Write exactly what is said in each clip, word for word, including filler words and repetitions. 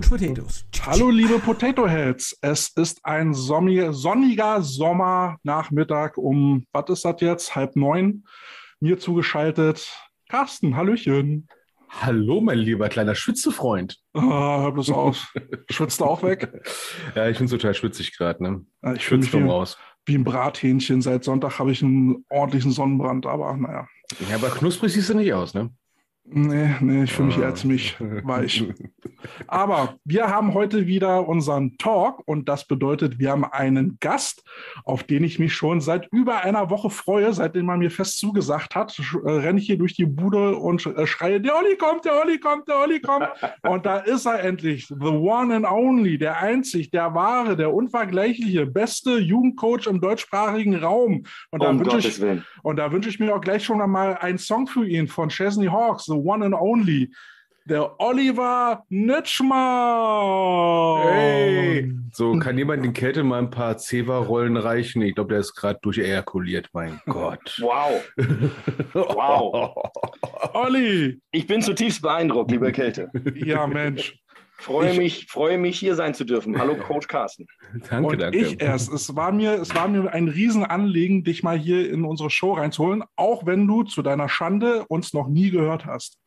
Couch Potatoes. Hallo liebe Potato Heads, es ist ein sonniger, sonniger Sommernachmittag um, was ist das jetzt, halb neun, mir zugeschaltet Carsten, hallöchen. Hallo, mein lieber kleiner Schwitzefreund. Ah, hör bloß auf, schwitzt du auch weg? Ja, ich bin total schwitzig gerade, ne? Ja, ich fühle mich wie, raus. wie ein Brathähnchen, seit Sonntag habe ich einen ordentlichen Sonnenbrand, aber naja. Ja, aber knusprig siehst du nicht aus, ne? Nee, nee, ich fühle mich eher ziemlich weich. Aber wir haben heute wieder unseren Talk und das bedeutet, wir haben einen Gast, auf den ich mich schon seit über einer Woche freue, seitdem man mir fest zugesagt hat, sch- äh, renne ich hier durch die Bude und sch- äh, schreie, der Olli kommt, der Olli kommt, der Olli kommt. Und da ist er endlich, the one and only, der einzig, der wahre, der unvergleichliche, beste Jugendcoach im deutschsprachigen Raum. Und da Um wünsche Gottes ich, Willen. und da wünsche ich mir auch gleich schon einmal einen Song für ihn von Chesney Hawks, the one and only, der Oliver Nitschmann. Hey! So, kann jemand den Kälte mal ein paar Zewa-Rollen reichen? Ich glaube, der ist gerade durchejakuliert, mein Gott. Wow. Wow. Olli! Ich bin zutiefst beeindruckt, lieber Kälte. Ja, Mensch. Freue Ich- mich, freue mich, hier sein zu dürfen. Hallo, Coach Carsten. Danke, Und danke. ich erst. Es war, mir, es war mir ein Riesenanliegen, dich mal hier in unsere Show reinzuholen, auch wenn du zu deiner Schande uns noch nie gehört hast.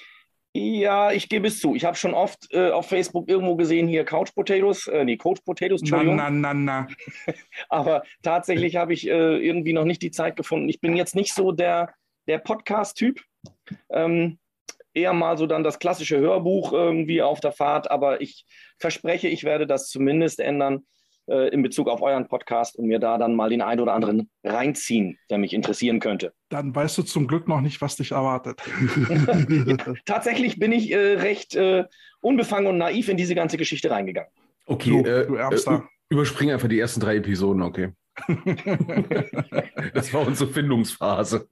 Ja, ich gebe es zu. Ich habe schon oft äh, auf Facebook irgendwo gesehen, hier Couch Potatoes, äh, nee, Coach Potatoes, Na, Entschuldigung. na, na, na. Aber tatsächlich habe ich äh, irgendwie noch nicht die Zeit gefunden. Ich bin jetzt nicht so der, der Podcast-Typ. Ähm, eher mal so dann das klassische Hörbuch irgendwie auf der Fahrt. Aber ich verspreche, ich werde das zumindest ändern äh, in Bezug auf euren Podcast und mir da dann mal den einen oder anderen reinziehen, der mich interessieren könnte. Dann weißt du zum Glück noch nicht, was dich erwartet. Tatsächlich bin ich äh, recht äh, unbefangen und naiv in diese ganze Geschichte reingegangen. Okay, Du- äh, du Ärmster. äh, überspring einfach die ersten drei Episoden, okay? Das war unsere Findungsphase.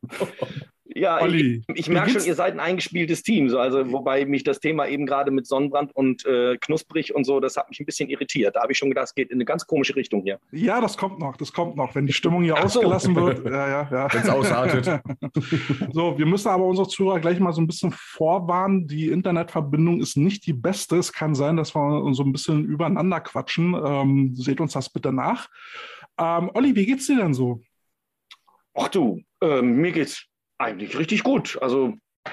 Ja, Olli, ich, ich wie merke geht's- schon, ihr seid ein eingespieltes Team. So, also, wobei mich das Thema eben gerade mit Sonnenbrand und äh, knusprig und so, das hat mich ein bisschen irritiert. Da habe ich schon gedacht, es geht in eine ganz komische Richtung hier. Ja, das kommt noch, das kommt noch, wenn die Stimmung hier Ach so. ausgelassen wird. Ja, ja, ja. Wenn es ausartet. So, wir müssen aber unsere Zuhörer gleich mal so ein bisschen vorwarnen. Die Internetverbindung ist nicht die beste. Es kann sein, dass wir so ein bisschen übereinander quatschen. Ähm, seht uns das bitte nach. Ähm, Olli, wie geht's dir denn so? Ach du, ähm, mir geht's eigentlich richtig gut. Also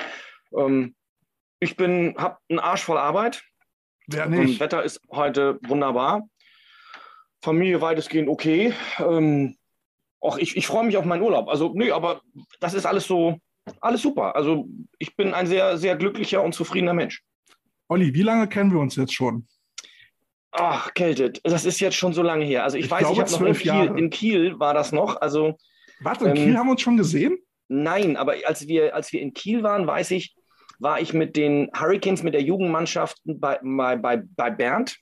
ähm, ich bin, habe einen Arsch voll Arbeit. Wer Ähm, nicht? Wetter ist heute wunderbar. Familie weitestgehend okay. Ähm, auch ich, ich freue mich auf meinen Urlaub. Also, nee, aber das ist alles so, alles super. Also, ich bin ein sehr, sehr glücklicher und zufriedener Mensch. Olli, wie lange kennen wir uns jetzt schon? Ach, Kälte, das ist jetzt schon so lange her. Also, ich, Ich weiß, glaube, ich habe noch in zwölf Kiel, Jahre. in Kiel war das noch. Also, Warte, in Ähm, Kiel haben wir uns schon gesehen? nein, aber als wir, als wir in Kiel waren, weiß ich, war ich mit den Hurricanes, mit der Jugendmannschaft bei, bei, bei, bei Bernd.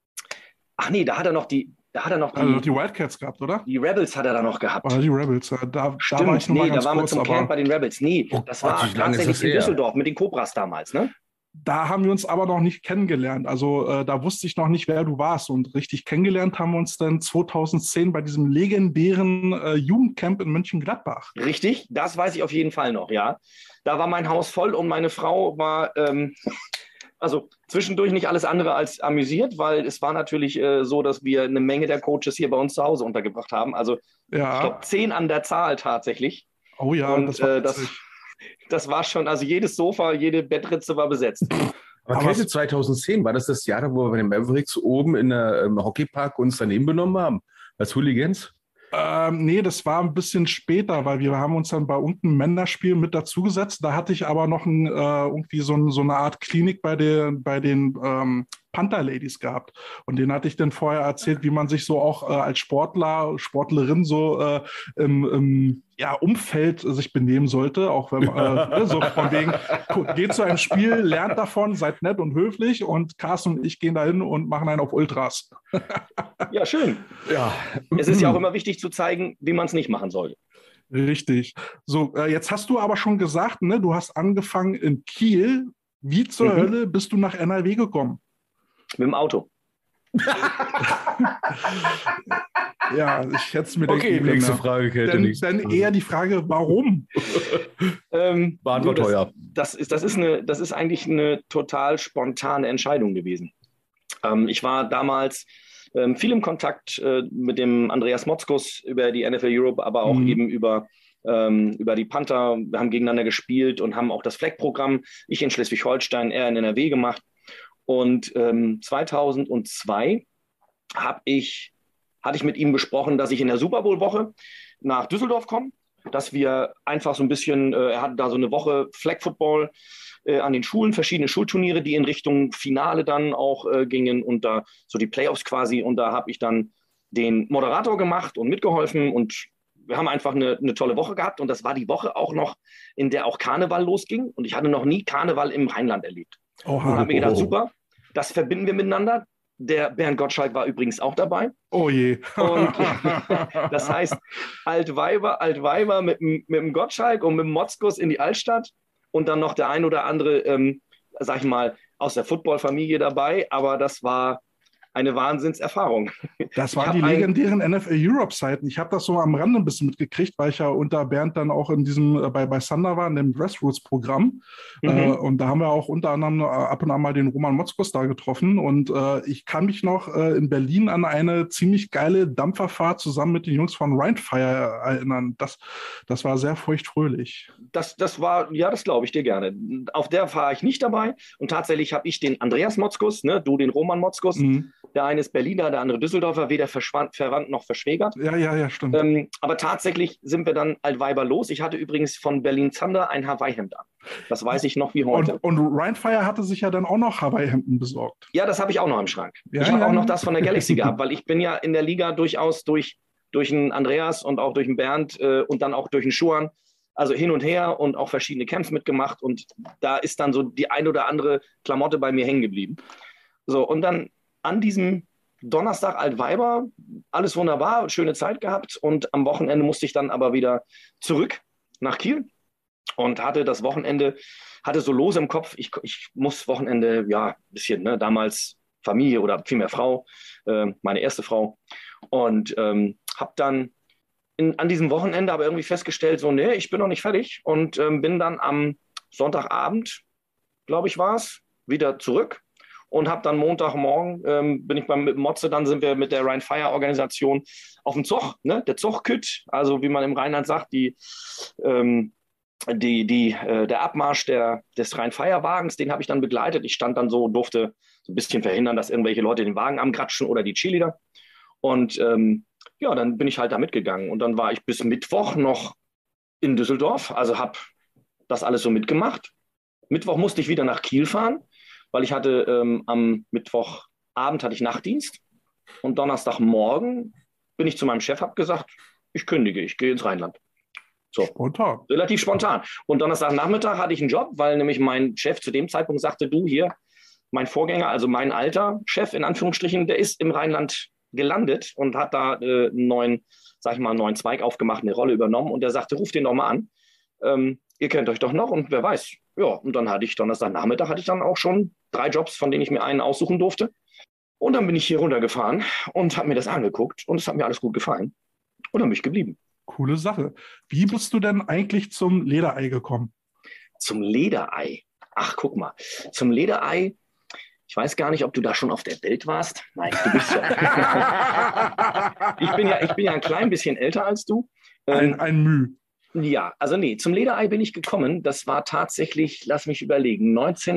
Ach nee, da hat er noch die, da hat er noch die, Also noch die Wildcats gehabt, oder? die Rebels hat er da noch gehabt. Oder die Rebels? Ja, Da, da war Stimmt, ich noch mal nee, ganz da waren wir kurz, zum Camp aber bei den Rebels. Nee, Oh das Gott, war wie lange ist tatsächlich das in her? Düsseldorf mit den Cobras damals, ne? da haben wir uns aber noch nicht kennengelernt. Also äh, da wusste ich noch nicht, wer du warst. Und richtig kennengelernt haben wir uns dann zweitausendzehn bei diesem legendären äh, Jugendcamp in Mönchengladbach. Richtig, das weiß ich auf jeden Fall noch, ja. Da war mein Haus voll und meine Frau war, ähm, also zwischendurch nicht alles andere als amüsiert, weil es war natürlich äh, so, dass wir eine Menge der Coaches hier bei uns zu Hause untergebracht haben. Also ich Ja, glaube zehn an der Zahl tatsächlich. oh ja, und das war äh, das, witzig. das war schon, also jedes Sofa, jede Bettritze war besetzt. Aber Aber Kälte es- zweitausendzehn, war das das Jahr, wo wir bei den Mavericks oben in der ähm, Hockeypark uns daneben benommen haben? Als Hooligans? Ähm, nee, das war ein bisschen später, weil wir haben uns dann bei irgendeinem Männerspiel mit dazugesetzt. Da hatte ich aber noch ein, äh, irgendwie so, ein, so eine Art Klinik bei, der, bei den ähm, Panther Ladies gehabt. Und denen hatte ich dann vorher erzählt, wie man sich so auch äh, als Sportler, Sportlerin so äh, im, im ja, Umfeld sich benehmen sollte. Auch wenn man äh, so von wegen, gu- geht zu einem Spiel, lernt davon, seid nett und höflich. Und Carsten und ich gehen dahin und machen einen auf Ultras. Ja, schön. Ja. Es ist ja auch immer wichtig zu zeigen, wie man es nicht machen soll. Richtig. So, äh, jetzt hast du aber schon gesagt, ne, du hast angefangen in Kiel. Wie zur Mhm. Hölle bist du nach N R W gekommen? Mit dem Auto. Ja, ich hätte es mir Okay, denken nächste können. Frage, Kälte. Dann, nächste dann Frage. eher die Frage, warum? Ähm, Bahn du, war das, teuer. Das ist, das, ist eine, das ist eigentlich eine total spontane Entscheidung gewesen. Ähm, ich war damals ähm, viel im Kontakt äh, mit dem Andreas Motzkus über die N F L Europe, aber auch mhm. eben über, ähm, über die Panther. Wir haben gegeneinander gespielt und haben auch das Flag-Programm, ich in Schleswig-Holstein, er in N R W gemacht. Und ähm, zweitausendzwei hab ich, hatte ich mit ihm besprochen, dass ich in der Super Bowl-Woche nach Düsseldorf komme, dass wir einfach so ein bisschen, äh, er hatte da so eine Woche Flag Football äh, an den Schulen, verschiedene Schulturniere, die in Richtung Finale dann auch äh, gingen und da so die Playoffs quasi. Und da habe ich dann den Moderator gemacht und mitgeholfen und wir haben einfach eine, eine tolle Woche gehabt. Und das war die Woche auch noch, in der auch Karneval losging. Und ich hatte noch nie Karneval im Rheinland erlebt. Oha. Und habe mir gedacht, super, das verbinden wir miteinander. Der Bernd Gottschalk war übrigens auch dabei. Oh je. Und das heißt, Altweiber, Altweiber mit, mit dem Gottschalk und mit dem Motzkus in die Altstadt und dann noch der ein oder andere, ähm, sag ich mal, aus der Football-Familie dabei. Aber das war eine Wahnsinnserfahrung. Das waren die legendären N F L Europe-Zeiten. Ich habe das so am Rande ein bisschen mitgekriegt, weil ich ja unter Bernd dann auch in diesem, äh, bei, bei Thunder war, in dem Grassroots-Programm. Mhm. Äh, und da haben wir auch unter anderem äh, ab und an mal den Roman Motzkus da getroffen. Und äh, ich kann mich noch äh, in Berlin an eine ziemlich geile Dampferfahrt zusammen mit den Jungs von Rheinfire erinnern. Das, das war sehr feuchtfröhlich. Das, das war, ja, das glaube ich dir gerne. Auf der war ich nicht dabei. Und tatsächlich habe ich den Andreas Motzkus, ne, du den Roman Motzkus, mhm. Der eine ist Berliner, der andere Düsseldorfer, weder verwandt noch verschwägert. Ja, ja, ja, stimmt. Ähm, aber tatsächlich sind wir dann Altweiber los. Ich hatte übrigens von Berlin Thunder ein Hawaii-Hemd an. Das weiß ich noch wie heute. Und, und Rheinfire hatte sich ja dann auch noch Hawaii-Hemden besorgt. Ja, das habe ich auch noch im Schrank. Ja, ich habe ja. auch noch das von der Galaxy gehabt, weil ich bin ja in der Liga durchaus durch, durch einen Andreas und auch durch einen Bernd äh, und dann auch durch einen Schuan, also hin und her und auch verschiedene Camps mitgemacht. Und da ist dann so die ein oder andere Klamotte bei mir hängen geblieben. So, und dann an diesem Donnerstag Altweiber, alles wunderbar, schöne Zeit gehabt und am Wochenende musste ich dann aber wieder zurück nach Kiel und hatte das Wochenende, hatte so lose im Kopf, ich, ich muss Wochenende, ja, ein bisschen, ne, damals Familie oder vielmehr Frau, äh, meine erste Frau und ähm, habe dann in, an diesem Wochenende aber irgendwie festgestellt, so, nee, ich bin noch nicht fertig und ähm, bin dann am Sonntagabend, glaube ich war es, wieder zurück. Und habe dann Montagmorgen, ähm, bin ich beim mit Motze, dann sind wir mit der Rheinfire-Organisation auf dem Zug, ne? Der Zugkütt, also wie man im Rheinland sagt, die, ähm, die, die, äh, der Abmarsch der, des Rheinfire-Wagens, den habe ich dann begleitet. Ich stand dann so, durfte so ein bisschen verhindern, dass irgendwelche Leute den Wagen amgratschen oder die Cheerleader. Und ähm, ja, dann bin ich halt da mitgegangen. Und dann war ich bis Mittwoch noch in Düsseldorf, also habe das alles so mitgemacht. Mittwoch musste ich wieder nach Kiel fahren, weil ich hatte ähm, am Mittwochabend hatte ich Nachtdienst und Donnerstagmorgen bin ich zu meinem Chef, habe gesagt, ich kündige, ich gehe ins Rheinland. So. Spontan. Relativ spontan. Und Donnerstagnachmittag hatte ich einen Job, weil nämlich mein Chef zu dem Zeitpunkt sagte, du hier, mein Vorgänger, also mein alter Chef in Anführungsstrichen, der ist im Rheinland gelandet und hat da äh, einen neuen, sag ich mal, einen neuen Zweig aufgemacht, eine Rolle übernommen und der sagte, ruf den doch mal an. Ähm, ihr kennt euch doch noch und wer weiß. Ja, und dann hatte ich Donnerstagnachmittag hatte ich dann auch schon drei Jobs, von denen ich mir einen aussuchen durfte. Und dann bin ich hier runtergefahren und habe mir das angeguckt und es hat mir alles gut gefallen. Und dann bin ich geblieben. Coole Sache. Wie bist du denn eigentlich zum Lederei gekommen? Zum Lederei? Ach, guck mal. Zum Lederei, ich weiß gar nicht, ob du da schon auf der Welt warst. Nein, du bist ja. ich, bin ja ich bin ja ein klein bisschen älter als du. Ein, ein Müh. Ja, also nee, zum Lederei bin ich gekommen. Das war tatsächlich, lass mich überlegen,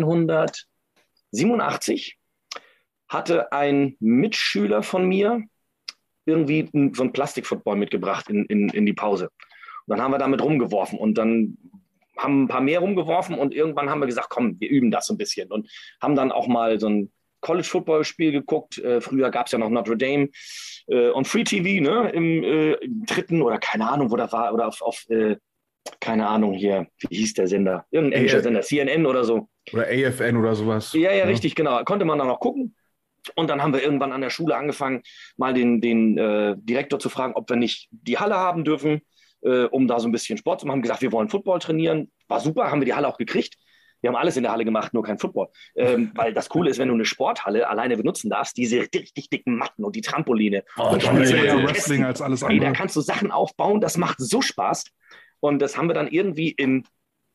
neunzehnhundertsiebenundachtzig hatte ein Mitschüler von mir irgendwie so einen Plastikfootball mitgebracht in, in, in die Pause. Und dann haben wir damit rumgeworfen und dann haben ein paar mehr rumgeworfen und irgendwann haben wir gesagt, komm, wir üben das so ein bisschen und haben dann auch mal so ein College-Football-Spiel geguckt. Äh, früher gab es ja noch Notre Dame äh, und Free T V, ne, im, äh, im dritten oder keine Ahnung, wo das war, oder auf, auf äh, keine Ahnung hier, wie hieß der Sender? Irgendein englischer Sender, C N N oder so. Oder A F N oder sowas. Ja, ja, ja, richtig, genau. Konnte man da noch gucken. Und dann haben wir irgendwann an der Schule angefangen, mal den, den äh, Direktor zu fragen, ob wir nicht die Halle haben dürfen, äh, um da so ein bisschen Sport zu machen. Wir haben gesagt, wir wollen Football trainieren. War super, haben wir die Halle auch gekriegt. Wir haben alles in der Halle gemacht, nur kein Football. Ähm, weil das Coole ist, wenn du eine Sporthalle alleine benutzen darfst, diese richtig dicken Matten und die Trampoline. Oh, und das ist ja Wrestling als alles andere. Ey, da kannst du Sachen aufbauen, das macht so Spaß. Und das haben wir dann irgendwie in,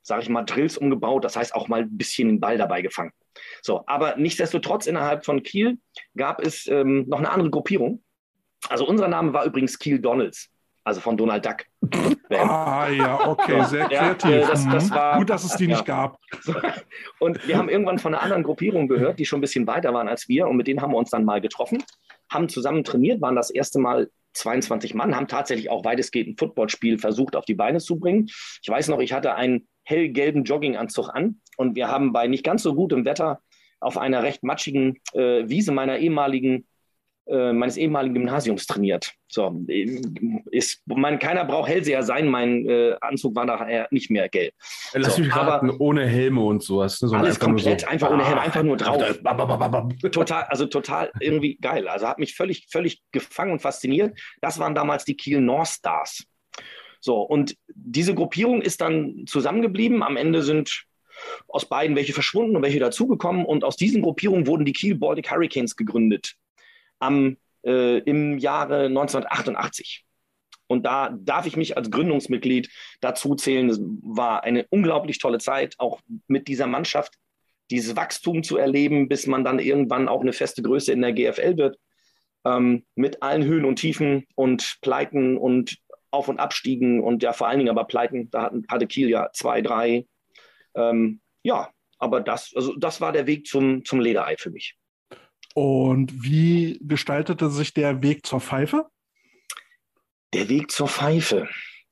sage ich mal, Drills umgebaut. Das heißt auch mal ein bisschen den Ball dabei gefangen. So, aber nichtsdestotrotz innerhalb von Kiel gab es ähm, noch eine andere Gruppierung. Also unser Name war übrigens Kiel Donalds, also von Donald Duck. Ah ja, okay, sehr kreativ. Ja, das, das mhm. war, Gut, dass es die ja. nicht gab. Und wir haben irgendwann von einer anderen Gruppierung gehört, die schon ein bisschen weiter waren als wir. Und mit denen haben wir uns dann mal getroffen, haben zusammen trainiert, waren das erste Mal zweiundzwanzig Mann, haben tatsächlich auch weitestgehend ein Footballspiel versucht auf die Beine zu bringen. Ich weiß noch, ich hatte einen hellgelben Jogginganzug an und wir haben bei nicht ganz so gutem Wetter auf einer recht matschigen äh, Wiese meiner ehemaligen, äh, meines ehemaligen Gymnasiums trainiert. So, ist, mein, keiner braucht Hellseher sein, mein äh, Anzug war nachher nicht mehr gelb. Lass so, mich raten, ohne Helme und sowas. Ne? Alles einfach komplett, so, einfach ohne Helm, einfach nur drauf. Ah, Total, also total irgendwie geil. Also hat mich völlig, völlig gefangen und fasziniert. Das waren damals die Kiel North Stars. So, und diese Gruppierung ist dann zusammengeblieben. Am Ende sind aus beiden welche verschwunden und welche dazugekommen. Und aus diesen Gruppierungen wurden die Kiel Baltic Hurricanes gegründet. Am, äh, im Jahre neunzehnhundertachtundachtzig. Und da darf ich mich als Gründungsmitglied dazu zählen. Es war eine unglaublich tolle Zeit, auch mit dieser Mannschaft dieses Wachstum zu erleben, bis man dann irgendwann auch eine feste Größe in der G F L wird. Ähm, mit allen Höhen und Tiefen und Pleiten und Auf- und Abstiegen und ja vor allen Dingen aber Pleiten. Da hatten, hatte Kiel ja zwei, drei. Ähm, ja, aber das, also das war der Weg zum, zum Lederei für mich. Und wie gestaltete sich der Weg zur Pfeife? Der Weg zur Pfeife.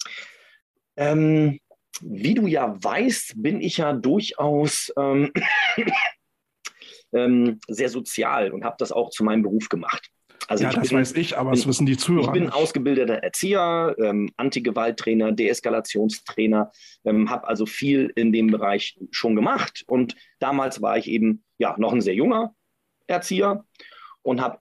Ähm, wie du ja weißt, bin ich ja durchaus ähm, ähm, sehr sozial und habe das auch zu meinem Beruf gemacht. Also ja, ich das bin, weiß ich, aber bin, das wissen die Zuhörer Ich bin nicht. ausgebildeter Erzieher, ähm, Anti-Gewalt-Trainer, Deeskalationstrainer, ähm, habe also viel in dem Bereich schon gemacht. Und damals war ich eben ja noch ein sehr junger Erzieher und habe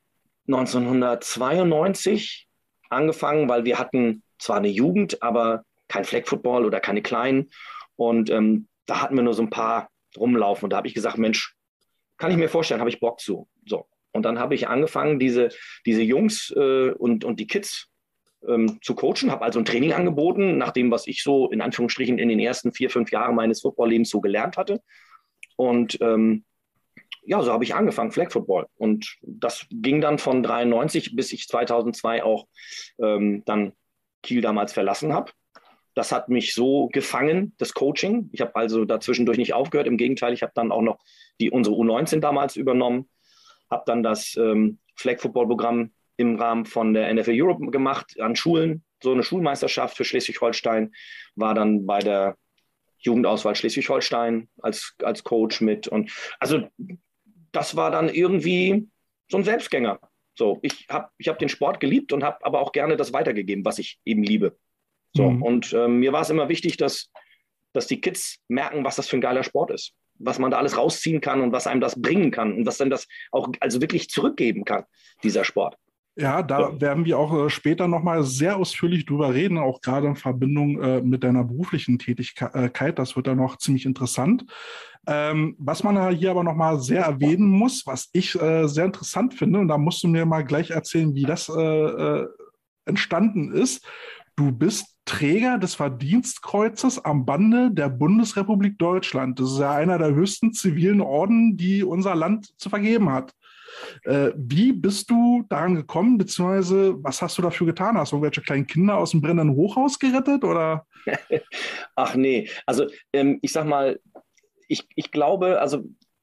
neunzehnhundertzweiundneunzig angefangen, weil wir hatten zwar eine Jugend, aber kein Flag Football oder keine Kleinen. Und ähm, da hatten wir nur so ein paar rumlaufen. Und da habe ich gesagt, Mensch, kann ich mir vorstellen, habe ich Bock zu. So. Und dann habe ich angefangen, diese, diese Jungs äh, und, und die Kids ähm, zu coachen, habe also ein Training angeboten, nach dem, was ich so in Anführungsstrichen in den ersten vier, fünf Jahren meines Footballlebens so gelernt hatte. Und ähm, ja, so habe ich angefangen, Flag Football. Und das ging dann von dreiundneunzig bis ich zweitausendzwei auch ähm, dann Kiel damals verlassen habe. Das hat mich so gefangen, das Coaching. Ich habe also dazwischendurch nicht aufgehört. Im Gegenteil, ich habe dann auch noch die, unsere U neunzehn damals übernommen, habe dann das ähm, Flag-Football-Programm im Rahmen von der N F L Europe gemacht, an Schulen, so eine Schulmeisterschaft für Schleswig-Holstein, war dann bei der Jugendauswahl Schleswig-Holstein als, als Coach mit. Und also das war dann irgendwie so ein Selbstgänger. So, ich habe ich hab den Sport geliebt und habe aber auch gerne das weitergegeben, was ich eben liebe. So, mhm. Und äh, mir war es immer wichtig, dass, dass die Kids merken, was das für ein geiler Sport ist, was man da alles rausziehen kann und was einem das bringen kann und was einem das auch also wirklich zurückgeben kann, dieser Sport. Ja, da ja. werden wir auch äh, später nochmal sehr ausführlich drüber reden, auch gerade in Verbindung äh, mit deiner beruflichen Tätigkeit. Das wird dann noch ziemlich interessant. Ähm, was man hier aber nochmal sehr erwähnen muss, was ich äh, sehr interessant finde, und da musst du mir mal gleich erzählen, wie das äh, äh, entstanden ist. Du bist Träger des Verdienstkreuzes am Bande der Bundesrepublik Deutschland. Das ist ja einer der höchsten zivilen Orden, die unser Land zu vergeben hat. Äh, wie bist du daran gekommen, beziehungsweise was hast du dafür getan? Hast du irgendwelche kleinen Kinder aus dem brennenden Hochhaus gerettet? Oder? Ach nee, also ähm, ich sag mal, ich, ich glaube, also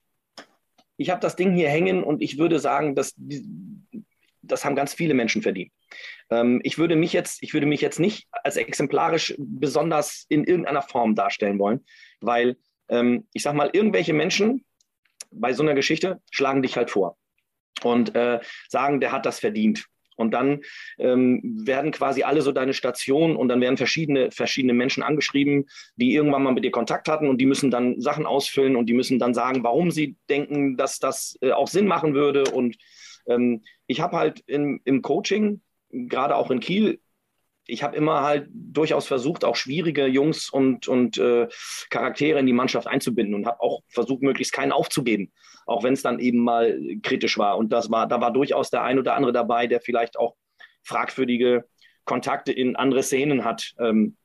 ich habe das Ding hier hängen und ich würde sagen, dass das haben ganz viele Menschen verdient. Ähm, ich würde mich jetzt, ich würde mich jetzt nicht als exemplarisch besonders in irgendeiner Form darstellen wollen, weil ähm, ich sag mal, irgendwelche Menschen bei so einer Geschichte schlagen dich halt vor und äh, sagen, der hat das verdient. Und dann ähm, werden quasi alle so deine Stationen und dann werden verschiedene, verschiedene Menschen angeschrieben, die irgendwann mal mit dir Kontakt hatten und die müssen dann Sachen ausfüllen und die müssen dann sagen, warum sie denken, dass das äh, auch Sinn machen würde. Und ähm, ich habe halt in, im Coaching, gerade auch in Kiel, ich habe immer halt durchaus versucht, auch schwierige Jungs und, und äh, Charaktere in die Mannschaft einzubinden und habe auch versucht, möglichst keinen aufzugeben, auch wenn es dann eben mal kritisch war. Und das war, da war durchaus der ein oder andere dabei, der vielleicht auch fragwürdige Kontakte in andere Szenen hat. Ähm,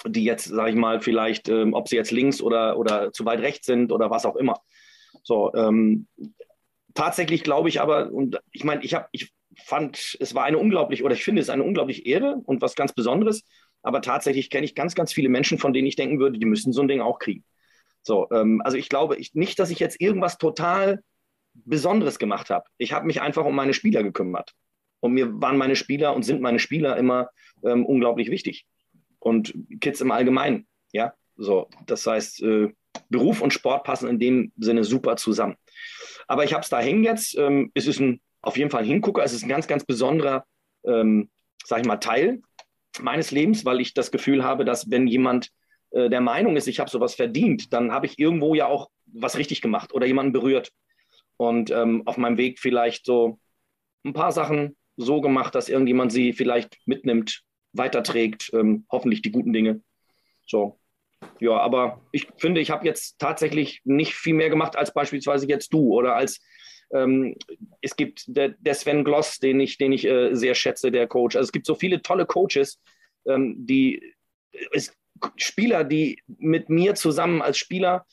die jetzt, sage ich mal, vielleicht, ähm, ob sie jetzt links oder, oder zu weit rechts sind oder was auch immer. So, ähm, tatsächlich glaube ich aber, und ich meine, ich habe, ich fand, es war eine unglaublich, oder ich finde es eine unglaubliche Ehre und was ganz Besonderes, aber tatsächlich kenne ich ganz, ganz viele Menschen, von denen ich denken würde, die müssen so ein Ding auch kriegen. So, ähm, also ich glaube ich, nicht, dass ich jetzt irgendwas total Besonderes gemacht habe. Ich habe mich einfach um meine Spieler gekümmert. Und mir waren meine Spieler und sind meine Spieler immer ähm, unglaublich wichtig. Und Kids im Allgemeinen, ja. So, das heißt, äh, Beruf und Sport passen in dem Sinne super zusammen. Aber ich habe es da hängen jetzt. Ähm, es ist ein, auf jeden Fall ein Hingucker. Es ist ein ganz, ganz besonderer, ähm, sag ich mal, Teil meines Lebens, weil ich das Gefühl habe, dass wenn jemand äh, der Meinung ist, ich habe sowas verdient, dann habe ich irgendwo ja auch was richtig gemacht oder jemanden berührt. Und ähm, auf meinem Weg vielleicht so ein paar Sachen so gemacht, dass irgendjemand sie vielleicht mitnimmt, weiterträgt, ähm, hoffentlich die guten Dinge. So, ja, aber ich finde, ich habe jetzt tatsächlich nicht viel mehr gemacht als beispielsweise jetzt du oder als ähm, es gibt der, der Sven Gloss, den ich, den ich äh, sehr schätze, der Coach. Also es gibt so viele tolle Coaches, ähm, die es, Spieler, die mit mir zusammen als Spieler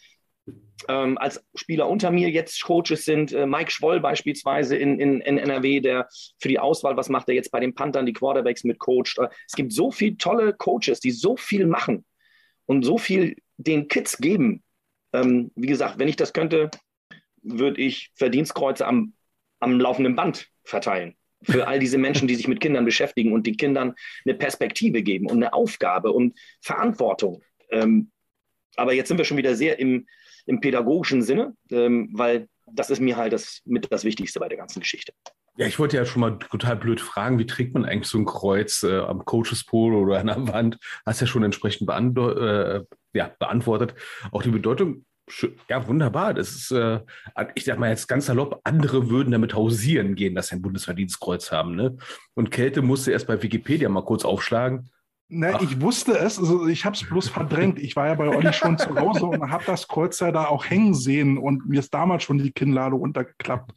ähm, als Spieler unter mir jetzt Coaches sind, äh, Mike Schwoll beispielsweise in, in, in N R W, der für die Auswahl, was macht er jetzt bei den Panthern, die Quarterbacks mit coacht. Es gibt so viele tolle Coaches, die so viel machen und so viel den Kids geben. Ähm, wie gesagt, wenn ich das könnte, würde ich Verdienstkreuze am, am laufenden Band verteilen. Für all diese Menschen, die sich mit Kindern beschäftigen und den Kindern eine Perspektive geben und eine Aufgabe und Verantwortung. Ähm, aber jetzt sind wir schon wieder sehr im, im pädagogischen Sinne, ähm, weil das ist mir halt das, mit das Wichtigste bei der ganzen Geschichte. Ja, ich wollte ja schon mal total blöd fragen, wie trägt man eigentlich so ein Kreuz äh, am Coaches Pole oder an der Wand? Hast ja schon entsprechend beantwo- äh, ja, beantwortet. Auch die Bedeutung, ja, wunderbar. Das ist, äh, ich sag mal jetzt ganz salopp, andere würden damit hausieren gehen, dass sie ein Bundesverdienstkreuz haben. Ne? Und Kälte musste erst bei Wikipedia mal kurz aufschlagen. Ne, Ach. ich wusste es, also ich habe es bloß verdrängt. Ich war ja bei Olli schon zu Hause und habe das Kreuz ja da auch hängen sehen und mir ist damals schon die Kinnlade runtergeklappt.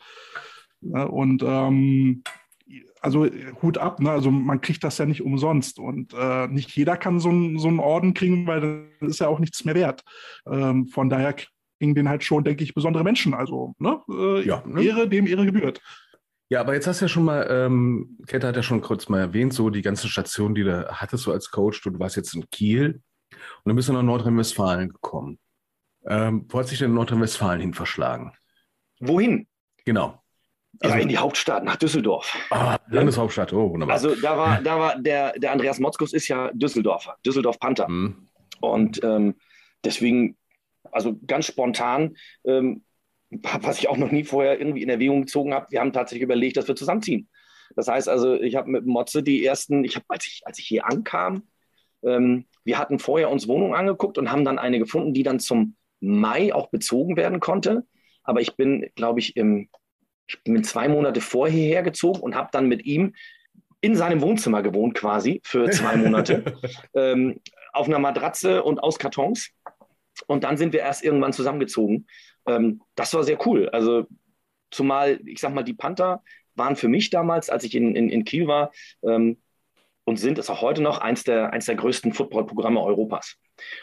Ne, und ähm, also Hut ab, ne? Also man kriegt das ja nicht umsonst und äh, nicht jeder kann so, ein, so einen Orden kriegen, weil das ist ja auch nichts mehr wert. Ähm, von daher kriegen den halt schon, denke ich, besondere Menschen. Also ne? Äh, Ja, ne? Ehre, dem Ehre gebührt. Ja, aber jetzt hast du ja schon mal, ähm, Käthe hat ja schon kurz mal erwähnt, so die ganzen Stationen, die du hattest so als Coach. Du warst jetzt in Kiel und dann bist du nach Nordrhein-Westfalen gekommen. Ähm, wo hat sich denn Nordrhein-Westfalen hin verschlagen? Wohin? Genau. Also, ja, Also, in die Hauptstadt, nach Düsseldorf. Ah, Landeshauptstadt, oh, wunderbar. Also da war, da war der, der Andreas Motzkus ist ja Düsseldorfer, Düsseldorf Panther. Hm. Und ähm, deswegen, also ganz spontan, ähm, was ich auch noch nie vorher irgendwie in Erwägung gezogen habe, wir haben tatsächlich überlegt, dass wir zusammenziehen. Das heißt also, ich habe mit Motze die ersten, ich habe, als ich, als ich hier ankam, ähm, wir hatten vorher uns Wohnungen angeguckt und haben dann eine gefunden, die dann zum Mai auch bezogen werden konnte. Aber ich bin, glaube ich, im, ich bin zwei Monate vorher hergezogen und habe dann mit ihm in seinem Wohnzimmer gewohnt quasi für zwei Monate ähm, auf einer Matratze und aus Kartons. Und dann sind wir erst irgendwann zusammengezogen. Ähm, das war sehr cool. Also zumal, ich sag mal, die Panther waren für mich damals, als ich in, in, in Kiel war, ähm, und sind es auch heute noch eins der, eins der größten Footballprogramme Europas.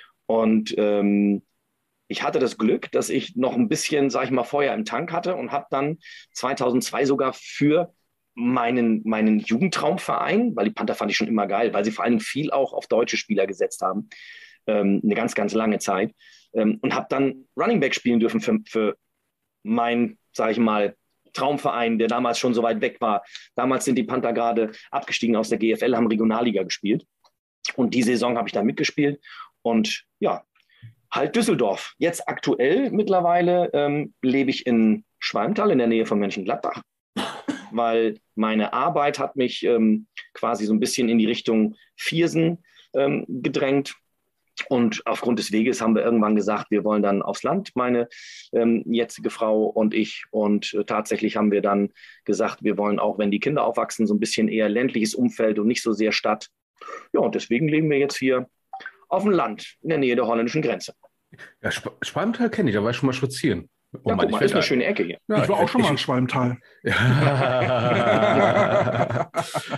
Und ähm, ich hatte das Glück, dass ich noch ein bisschen, sag ich mal, Feuer im Tank hatte und habe dann zweitausendzwei sogar für meinen, meinen Jugendtraumverein, weil die Panther fand ich schon immer geil, weil sie vor allem viel auch auf deutsche Spieler gesetzt haben, ähm, eine ganz, ganz lange Zeit, ähm, und habe dann Running Back spielen dürfen für, für mein, sag ich mal, Traumverein, der damals schon so weit weg war. Damals sind die Panther gerade abgestiegen aus der G F L, haben Regionalliga gespielt. Und die Saison habe ich da mitgespielt. Und ja, halt Düsseldorf. Jetzt aktuell mittlerweile ähm, lebe ich in Schwalmtal in der Nähe von Mönchengladbach, weil meine Arbeit hat mich ähm, quasi so ein bisschen in die Richtung Viersen ähm, gedrängt. Und aufgrund des Weges haben wir irgendwann gesagt, wir wollen dann aufs Land, meine ähm, jetzige Frau und ich. Und äh, tatsächlich haben wir dann gesagt, wir wollen auch, wenn die Kinder aufwachsen, so ein bisschen eher ländliches Umfeld und nicht so sehr Stadt. Ja, und deswegen leben wir jetzt hier auf dem Land in der Nähe der holländischen Grenze. Ja, Sp Spanntal kenne ich, da war ich schon mal spazieren. Oh ja, Mann, guck mal, ich ist eine werd- schöne Ecke hier. Ja, Ich war auch werd- schon mal in Schwalmtal. Ja.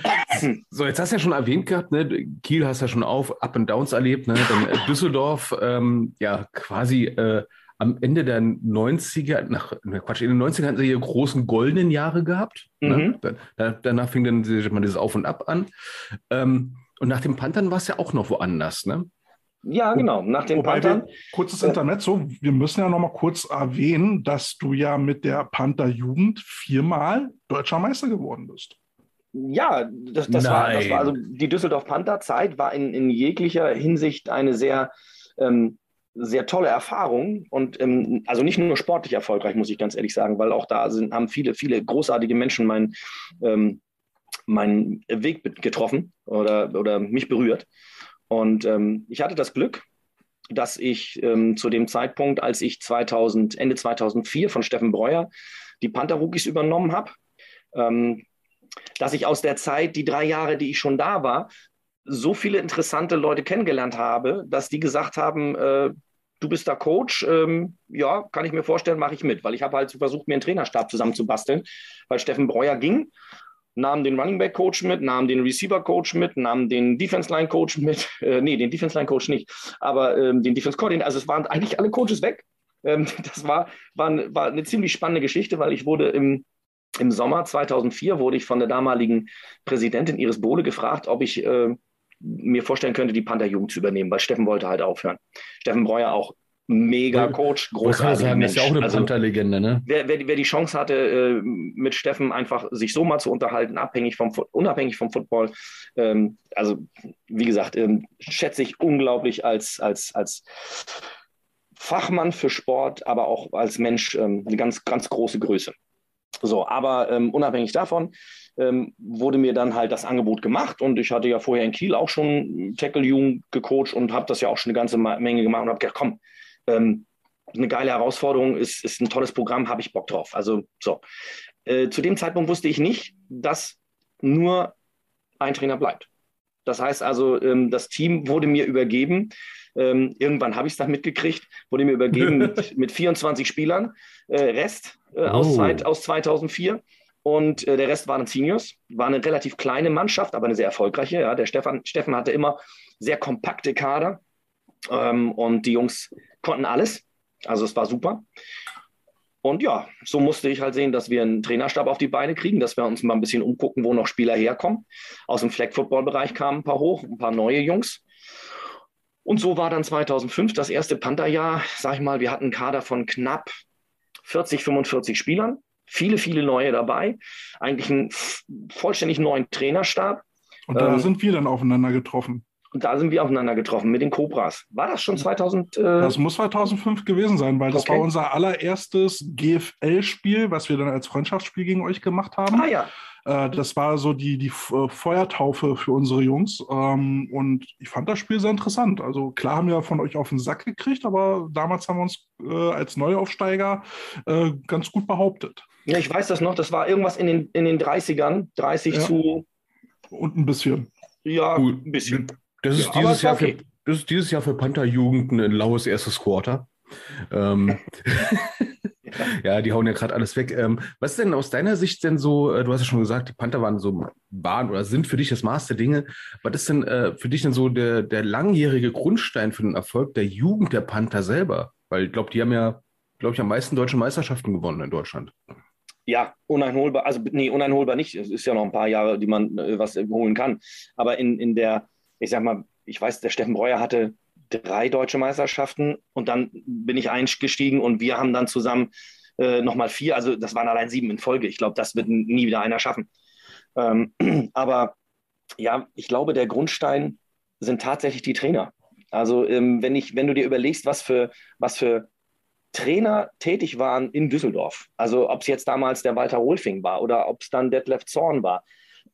So, jetzt hast du ja schon erwähnt gehabt, ne? Kiel hast du ja schon auf, Up and Downs erlebt, ne? Dann äh, Düsseldorf, ähm, ja, quasi äh, am Ende der neunziger, nach, ne, Quatsch, in den neunzigern hatten sie ihre großen goldenen Jahre gehabt. Ne? Mhm. Da, da, danach fing dann mal dieses Auf und Ab an. Ähm, und nach den Panthern war es ja auch noch woanders, ne? Ja, genau. Nach den Wobei Panthern. wir, kurzes äh, Intermezzo, wir müssen ja noch mal kurz erwähnen, dass du ja mit der Panther-Jugend viermal deutscher Meister geworden bist. Ja, das, das, war, das war also die Düsseldorf Panther-Zeit war in, in jeglicher Hinsicht eine sehr, ähm, sehr tolle Erfahrung und ähm, also nicht nur sportlich erfolgreich, muss ich ganz ehrlich sagen, weil auch da sind, haben viele, viele großartige Menschen meinen ähm, meinen Weg getroffen oder, oder mich berührt. Und ähm, ich hatte das Glück, dass ich ähm, zu dem Zeitpunkt, als ich zweitausend, Ende zweitausendvier von Steffen Breuer die Panther-Rookies übernommen habe, ähm, dass ich aus der Zeit, die drei Jahre, die ich schon da war, so viele interessante Leute kennengelernt habe, dass die gesagt haben, äh, du bist da Coach, ähm, ja, kann ich mir vorstellen, mache ich mit, weil ich habe halt versucht, mir einen Trainerstab zusammenzubasteln, weil Steffen Breuer ging, nahm den Running Back Coach mit, nahm den Receiver Coach mit, nahm den Defense Line Coach mit, äh, nee, den Defense Line Coach nicht, aber ähm, den Defense Coordinator, also es waren eigentlich alle Coaches weg. Ähm, das war, war, war eine ziemlich spannende Geschichte, weil ich wurde im Im Sommer zweitausendvier wurde ich von der damaligen Präsidentin Iris Bohle gefragt, ob ich äh, mir vorstellen könnte, die Panther-Jugend zu übernehmen, weil Steffen wollte halt aufhören. Steffen Breuer auch mega Coach, großartiger sagen, Mensch. ist ja auch eine Also, Panther-Legende, ne? wer, wer, wer die Chance hatte, äh, mit Steffen einfach sich so mal zu unterhalten, abhängig vom, unabhängig vom Football, ähm, also wie gesagt, ähm, schätze ich unglaublich als, als, als Fachmann für Sport, aber auch als Mensch ähm, eine ganz, ganz große Größe. So, aber ähm, unabhängig davon ähm, wurde mir dann halt das Angebot gemacht und ich hatte ja vorher in Kiel auch schon Tackle-Jugend gecoacht und habe das ja auch schon eine ganze Menge gemacht und habe gedacht, komm, ähm, eine geile Herausforderung, ist, ist ein tolles Programm, habe ich Bock drauf. Also so. Äh, zu dem Zeitpunkt wusste ich nicht, dass nur ein Trainer bleibt. Das heißt also, ähm, das Team wurde mir übergeben. Ähm, irgendwann habe ich es dann mitgekriegt, wurde mir übergeben mit, mit vierundzwanzig Spielern. Äh, Rest äh, aus, Oh. Zeit, aus zweitausendvier. Und äh, der Rest waren Seniors. War eine relativ kleine Mannschaft, aber eine sehr erfolgreiche. Ja. Der Stefan, Steffen hatte immer sehr kompakte Kader. Ähm, und die Jungs konnten alles. Also es war super. Und ja, so musste ich halt sehen, dass wir einen Trainerstab auf die Beine kriegen, dass wir uns mal ein bisschen umgucken, wo noch Spieler herkommen. Aus dem Flag-Football-Bereich kamen ein paar hoch, ein paar neue Jungs. Und so war dann zweitausendfünf das erste Pantherjahr. Sag ich mal, wir hatten einen Kader von knapp vierzig, fünfundvierzig Spielern. Viele, viele neue dabei. Eigentlich einen vollständig neuen Trainerstab. Und da ähm, sind wir dann aufeinander getroffen. Und da sind wir aufeinander getroffen mit den Cobras. War das schon zweitausend? Äh, Das muss zweitausendfünf gewesen sein, weil das Okay. war unser allererstes G F L-Spiel, was wir dann als Freundschaftsspiel gegen euch gemacht haben. ah ja, Äh, das war so die, die F- äh, Feuertaufe für unsere Jungs. Ähm, und ich fand das Spiel sehr interessant. Also klar haben wir von euch auf den Sack gekriegt, aber damals haben wir uns äh, als Neuaufsteiger äh, ganz gut behauptet. ja, ich weiß das noch. Das war irgendwas in den, in den dreißigern. dreißig Ja. zu, Und ein bisschen. ja, Gut. ein bisschen. Das ist, Ja, aber dieses es war Jahr für, okay. das ist dieses Jahr für Panther-Jugend ein laues erstes Quarter. Ähm, ja, die hauen ja gerade alles weg. Ähm, was ist denn aus deiner Sicht denn so, äh, du hast ja schon gesagt, die Panther waren so, waren oder sind für dich das Maß der Dinge. Was ist denn äh, für dich denn so der, der langjährige Grundstein für den Erfolg der Jugend der Panther selber? Weil ich glaube, die haben ja, glaube ich, am meisten deutsche Meisterschaften gewonnen in Deutschland. Ja, uneinholbar. Also, nee, uneinholbar nicht. Es ist ja noch ein paar Jahre, die man äh, was äh, holen kann. Aber in, in der, ich sag mal, ich weiß, der Steffen Breuer hatte drei deutsche Meisterschaften und dann bin ich eingestiegen und wir haben dann zusammen äh, nochmal vier. Also, das waren allein sieben in Folge. Ich glaube, das wird nie wieder einer schaffen. Ähm, aber ja, ich glaube, der Grundstein sind tatsächlich die Trainer. Also, ähm, wenn ich, wenn du dir überlegst, was für, was für Trainer tätig waren in Düsseldorf. Also ob es jetzt damals der Walter Rolfing war oder ob es dann Detlef Zorn war.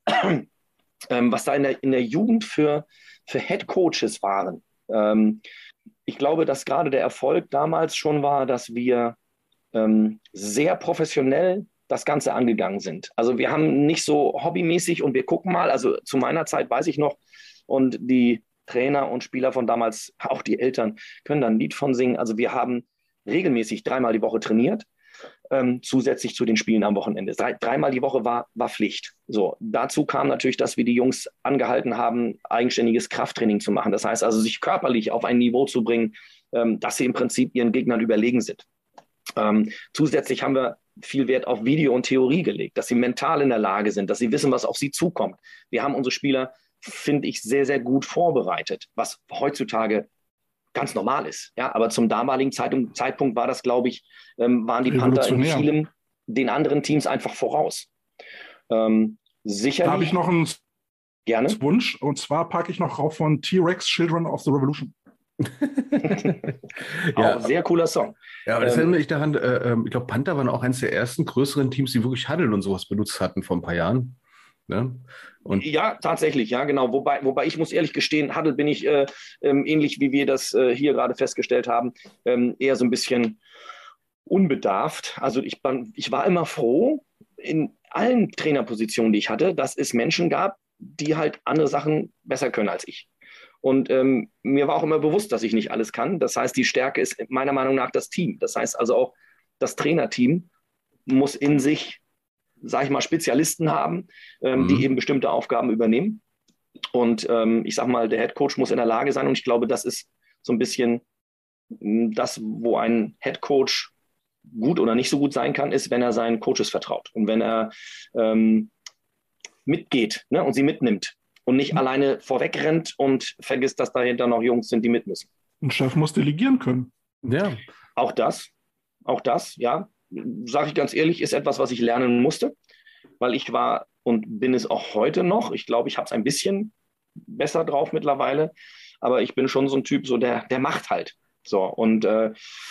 ähm, was da in der, in der Jugend für, für Head Coaches waren. Ähm, ich glaube, dass gerade der Erfolg damals schon war, dass wir ähm, sehr professionell das Ganze angegangen sind. Also wir haben nicht so hobbymäßig und wir gucken mal, also zu meiner Zeit weiß ich noch, und die Trainer und Spieler von damals, auch die Eltern, können da ein Lied von singen. Also wir haben regelmäßig dreimal die Woche trainiert, ähm, zusätzlich zu den Spielen am Wochenende. Drei, dreimal die Woche war, war Pflicht. So, dazu kam natürlich, dass wir die Jungs angehalten haben, eigenständiges Krafttraining zu machen. Das heißt also, sich körperlich auf ein Niveau zu bringen, ähm, dass sie im Prinzip ihren Gegnern überlegen sind. Ähm, zusätzlich haben wir viel Wert auf Video und Theorie gelegt, dass sie mental in der Lage sind, dass sie wissen, was auf sie zukommt. Wir haben unsere Spieler, finde ich, sehr, sehr gut vorbereitet, was heutzutage ganz normal ist. Ja, aber zum damaligen Zeitpunkt war das, glaube ich, ähm, waren die Panther in vielem den anderen Teams einfach voraus. Ähm, sicherlich. Da habe ich noch einen gerne. Wunsch, und zwar packe ich noch rauf von T-Rex Children of the Revolution. Ja. Auch sehr cooler Song. Ja, aber das ähm, erinnert mich daran, äh, ich glaube, Panther waren auch eines der ersten größeren Teams, die wirklich Huddle und sowas benutzt hatten vor ein paar Jahren. Ne? Und ja, tatsächlich, ja, genau. Wobei, wobei ich muss ehrlich gestehen, Huddle bin ich äh, ähm, ähnlich wie wir das äh, hier gerade festgestellt haben, ähm, eher so ein bisschen unbedarft. Also ich, ich war immer froh in allen Trainerpositionen, die ich hatte, dass es Menschen gab, die halt andere Sachen besser können als ich. Und ähm, mir war auch immer bewusst, dass ich nicht alles kann. Das heißt, die Stärke ist meiner Meinung nach das Team. Das heißt also auch, das Trainerteam muss in sich, sage ich mal, Spezialisten haben, ähm, mhm. die eben bestimmte Aufgaben übernehmen. Und ähm, ich sage mal, der Headcoach muss in der Lage sein. Und ich glaube, das ist so ein bisschen das, wo ein Headcoach gut oder nicht so gut sein kann, ist, wenn er seinen Coaches vertraut und wenn er ähm, mitgeht, ne, und sie mitnimmt. Und nicht mhm. alleine vorwegrennt und vergisst, dass dahinter noch Jungs sind, die mit müssen. Ein Chef muss delegieren können. Ja. Auch das, auch das, ja, sage ich ganz ehrlich, ist etwas, was ich lernen musste, weil ich war und bin es auch heute noch. Ich glaube, ich habe es ein bisschen besser drauf mittlerweile, aber ich bin schon so ein Typ, so der, der macht halt. So, und äh, du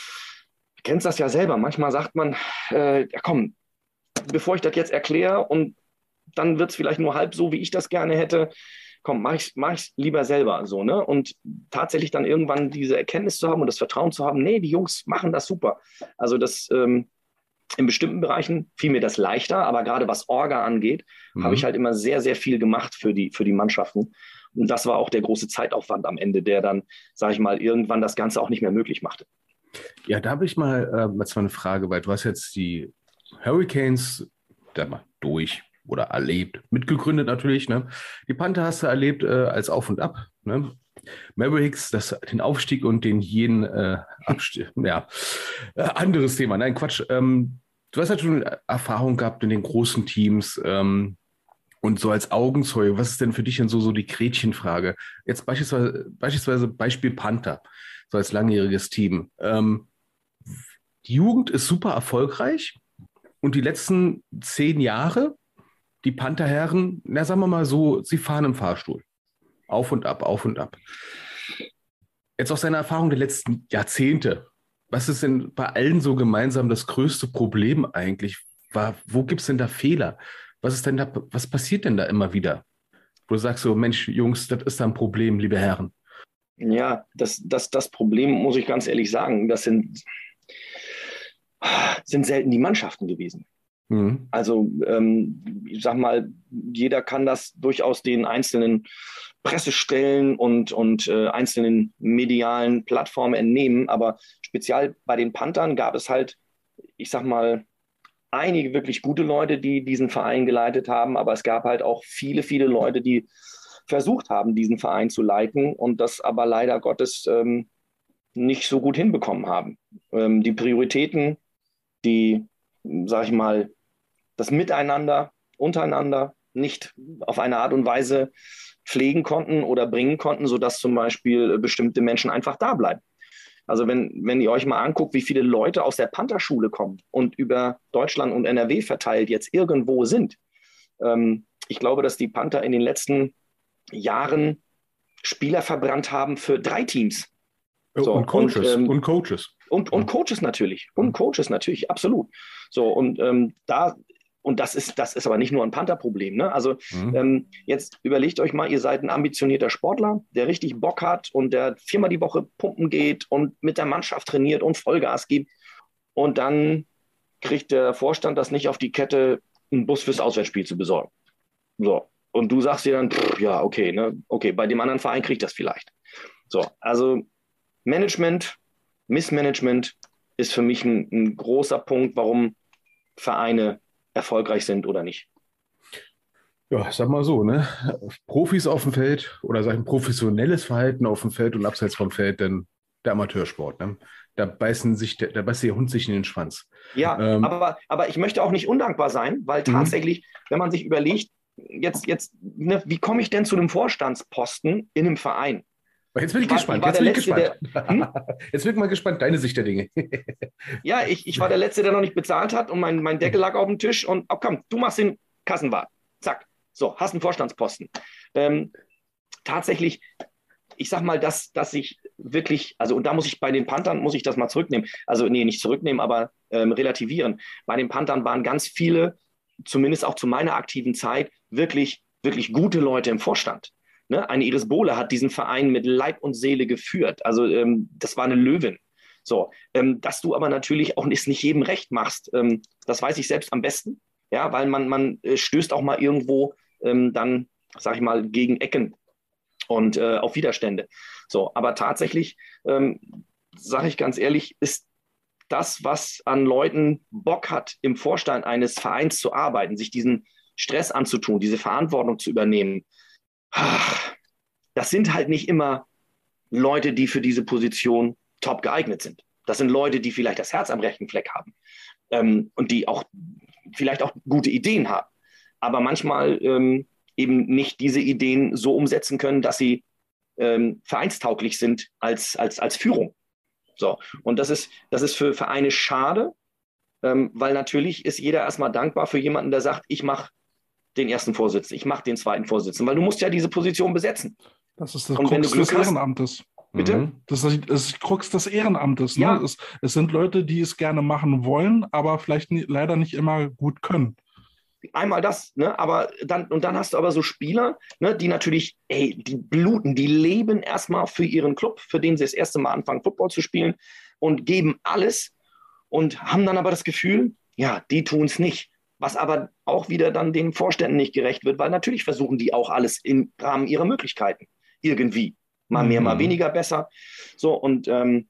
kennst das ja selber. Manchmal sagt man, äh, ja komm, bevor ich das jetzt erkläre und dann wird es vielleicht nur halb so, wie ich das gerne hätte. Komm, mach ich mach ich's lieber selber so, ne? Und tatsächlich dann irgendwann diese Erkenntnis zu haben und das Vertrauen zu haben, nee, die Jungs machen das super. Also das ähm, in bestimmten Bereichen fiel mir das leichter, aber gerade was Orga angeht, mhm. habe ich halt immer sehr, sehr viel gemacht für die, für die Mannschaften. Und das war auch der große Zeitaufwand am Ende, der dann, sage ich mal, irgendwann das Ganze auch nicht mehr möglich machte. Ja, da habe ich mal, äh, mal eine Frage, weil du hast jetzt die Hurricanes da mal durch oder erlebt, mitgegründet natürlich. Ne? Die Panther hast du erlebt äh, als Auf und Ab. Ne? Mavericks, das, den Aufstieg und den jeden äh, Abstieg. Ja, äh, anderes Thema. Nein, Quatsch. Ähm, du hast ja schon Erfahrung gehabt in den großen Teams ähm, und so als Augenzeuge. Was ist denn für dich denn so, so die Gretchenfrage? Jetzt beispielsweise, beispielsweise Beispiel Panther, so als langjähriges Team. Ähm, die Jugend ist super erfolgreich und die letzten zehn Jahre die Pantherherren, na sagen wir mal so, sie fahren im Fahrstuhl. Auf und ab, auf und ab. Jetzt aus deiner Erfahrung der letzten Jahrzehnte, was ist denn bei allen so gemeinsam das größte Problem eigentlich? War, wo gibt es denn da Fehler? Was ist denn da, was passiert denn da immer wieder? Wo du sagst so, Mensch, Jungs, das ist da ein Problem, liebe Herren. Ja, das, das, das Problem, muss ich ganz ehrlich sagen, das sind, sind selten die Mannschaften gewesen. Mhm. Also ähm, ich sag mal, jeder kann das durchaus den einzelnen Pressestellen und, und äh, einzelnen medialen Plattformen entnehmen, aber speziell bei den Panthern gab es halt, ich sag mal, einige wirklich gute Leute, die diesen Verein geleitet haben, aber es gab halt auch viele, viele Leute, die versucht haben, diesen Verein zu leiten und das aber leider Gottes ähm, nicht so gut hinbekommen haben. Ähm, die Prioritäten, die, sag ich mal, das Miteinander, untereinander nicht auf eine Art und Weise pflegen konnten oder bringen konnten, sodass zum Beispiel bestimmte Menschen einfach da bleiben. Also wenn, wenn ihr euch mal anguckt, wie viele Leute aus der Pantherschule kommen und über Deutschland und N R W verteilt jetzt irgendwo sind. Ähm, ich glaube, dass die Panther in den letzten Jahren Spieler verbrannt haben für drei Teams. So, und Coaches. Und, ähm, und Coaches. Und, und Coaches natürlich. Und Coaches natürlich, absolut. So, und ähm, da, und das ist, das ist aber nicht nur ein Panther-Problem. Ne? Also mhm. ähm, jetzt überlegt euch mal, ihr seid ein ambitionierter Sportler, der richtig Bock hat und der viermal die Woche pumpen geht und mit der Mannschaft trainiert und Vollgas gibt. Und dann kriegt der Vorstand das nicht auf die Kette, einen Bus fürs Auswärtsspiel zu besorgen. So. Und du sagst dir dann, pff, ja, okay, ne, okay, bei dem anderen Verein kriegt das vielleicht. So, also Management, Missmanagement ist für mich ein, ein großer Punkt, warum Vereine erfolgreich sind oder nicht. Ja, sag mal so, ne? Profis auf dem Feld oder sag ich, ein professionelles Verhalten auf dem Feld und abseits vom Feld, denn der Amateursport, ne? Da beißen sich, der, da beißt der Hund sich in den Schwanz. Ja, Ähm, aber, aber ich möchte auch nicht undankbar sein, weil Mhm. tatsächlich, wenn man sich überlegt, jetzt, jetzt, ne, wie komme ich denn zu einem Vorstandsposten in einem Verein? Jetzt bin ich, Ich war, gespannt. ich war Jetzt der bin ich Letzte, gespannt. der, hm? Jetzt bin ich mal gespannt, deine Sicht der Dinge. Ja, ich, ich war der Letzte, der noch nicht bezahlt hat und mein, mein Deckel lag auf dem Tisch und oh, komm, du machst den Kassenwart. Zack. So, hast einen Vorstandsposten. Ähm, tatsächlich, ich sag mal, dass, dass ich wirklich, also und da muss ich bei den Panthern, muss ich das mal zurücknehmen, also nee, nicht zurücknehmen, aber ähm, relativieren. Bei den Panthern waren ganz viele, zumindest auch zu meiner aktiven Zeit, wirklich, wirklich gute Leute im Vorstand. Ne? Eine Iris Bohle hat diesen Verein mit Leib und Seele geführt. Also ähm, das war eine Löwin. So, ähm, dass du aber natürlich auch es nicht jedem recht machst, ähm, das weiß ich selbst am besten, ja, weil man, man äh, stößt auch mal irgendwo ähm, dann, sag ich mal, gegen Ecken und äh, auf Widerstände. So, aber tatsächlich, ähm, sage ich ganz ehrlich, ist das, was an Leuten Bock hat, im Vorstand eines Vereins zu arbeiten, sich diesen Stress anzutun, diese Verantwortung zu übernehmen, das sind halt nicht immer Leute, die für diese Position top geeignet sind. Das sind Leute, die vielleicht das Herz am rechten Fleck haben ähm, und die auch vielleicht auch gute Ideen haben, aber manchmal ähm, eben nicht diese Ideen so umsetzen können, dass sie ähm, vereinstauglich sind als, als, als Führung. So. Und das ist, das ist für Vereine schade, ähm, weil natürlich ist jeder erstmal dankbar für jemanden, der sagt, ich mache den ersten Vorsitzenden, ich mache den zweiten Vorsitzenden, weil du musst ja diese Position besetzen. Das ist das Und wenn du Krux des Glück hast, Ehrenamtes. bitte? Mhm. Das ist das ist Krux des Ehrenamtes. Ne? Ja. Es, es sind Leute, die es gerne machen wollen, aber vielleicht nie, leider nicht immer gut können. Einmal das, ne? Aber dann, und dann hast du aber so Spieler, ne, die natürlich, ey, die bluten, die leben erstmal für ihren Club, für den sie das erste Mal anfangen, Football zu spielen und geben alles und haben dann aber das Gefühl, ja, die tun es nicht. Was aber auch wieder dann den Vorständen nicht gerecht wird, weil natürlich versuchen die auch alles im Rahmen ihrer Möglichkeiten. Irgendwie. Mal mehr, mal Mhm. weniger besser. So, und ähm,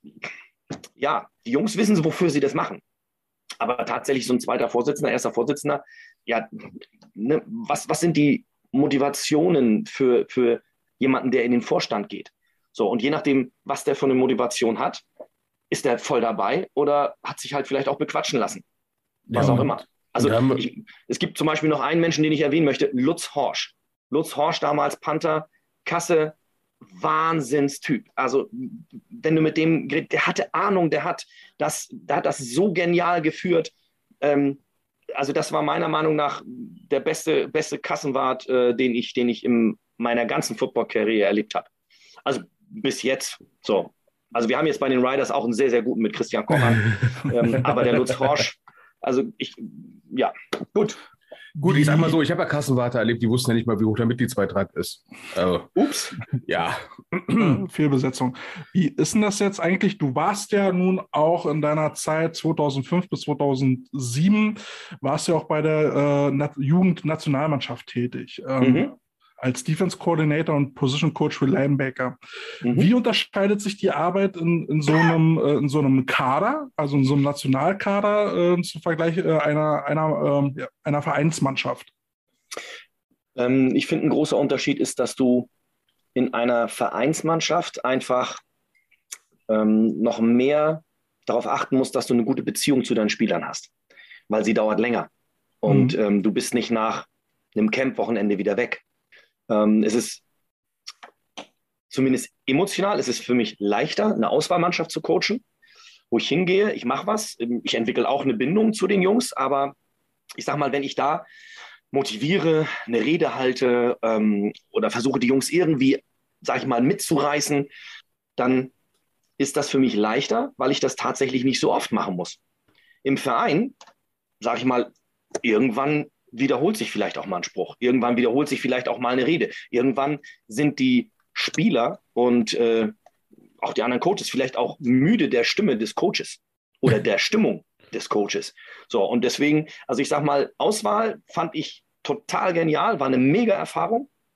ja, die Jungs wissen, wofür sie das machen. Aber tatsächlich so ein zweiter Vorsitzender, erster Vorsitzender, ja, ne, was, was sind die Motivationen für, für jemanden, der in den Vorstand geht? So, und je nachdem, was der für eine Motivation hat, ist der voll dabei oder hat sich halt vielleicht auch bequatschen lassen. Was Ja, auch und- immer. Also und da haben wir- ich, es gibt zum Beispiel noch einen Menschen, den ich erwähnen möchte, Lutz Horsch. Lutz Horsch, damals Panther, Kasse, Wahnsinnstyp. Also wenn du mit dem, der hatte Ahnung, der hat das, der hat das so genial geführt. Ähm, also das war meiner Meinung nach der beste, beste Kassenwart, äh, den ich, den ich in meiner ganzen Football-Karriere erlebt habe. Also bis jetzt. So. Also wir haben jetzt bei den Riders auch einen sehr, sehr guten mit Christian Kocher. ähm, aber der Lutz Horsch, also ich, ja, gut. Gut, ich sag mal so, ich habe ja Kassenwarte erlebt, die wussten ja nicht mal, wie hoch der Mitgliedsbeitrag ist. Also, Ups. ja. Äh, Fehlbesetzung. Wie ist denn das jetzt eigentlich? Du warst ja nun auch in deiner Zeit zweitausendfünf bis zweitausendsieben, warst ja auch bei der äh, Nat- Jugendnationalmannschaft tätig. Ähm, Mhm. als Defense Coordinator und Position Coach für Linebacker. Mhm. Wie unterscheidet sich die Arbeit in, in, so, einem, äh, in so einem Kader, also in so einem Nationalkader, äh, zum Vergleich äh, einer, einer, ähm, ja, einer Vereinsmannschaft? Ähm, ich finde, ein großer Unterschied ist, dass du in einer Vereinsmannschaft einfach ähm, noch mehr darauf achten musst, dass du eine gute Beziehung zu deinen Spielern hast, weil sie dauert länger. Und Mhm. ähm, du bist nicht nach einem Camp-Wochenende wieder weg. Ähm, es ist zumindest emotional, es ist für mich leichter, eine Auswahlmannschaft zu coachen, wo ich hingehe, ich mache was, ich entwickle auch eine Bindung zu den Jungs, aber ich sag mal, wenn ich da motiviere, eine Rede halte ähm, oder versuche, die Jungs irgendwie, sag ich mal, mitzureißen, dann ist das für mich leichter, weil ich das tatsächlich nicht so oft machen muss. Im Verein, sag ich mal, irgendwann wiederholt sich vielleicht auch mal ein Spruch. Irgendwann wiederholt sich vielleicht auch mal eine Rede. Irgendwann sind die Spieler und äh, auch die anderen Coaches vielleicht auch müde der Stimme des Coaches oder der Stimmung des Coaches. So, und deswegen, also ich sag mal, Auswahl fand ich total genial, war eine mega Erfahrung.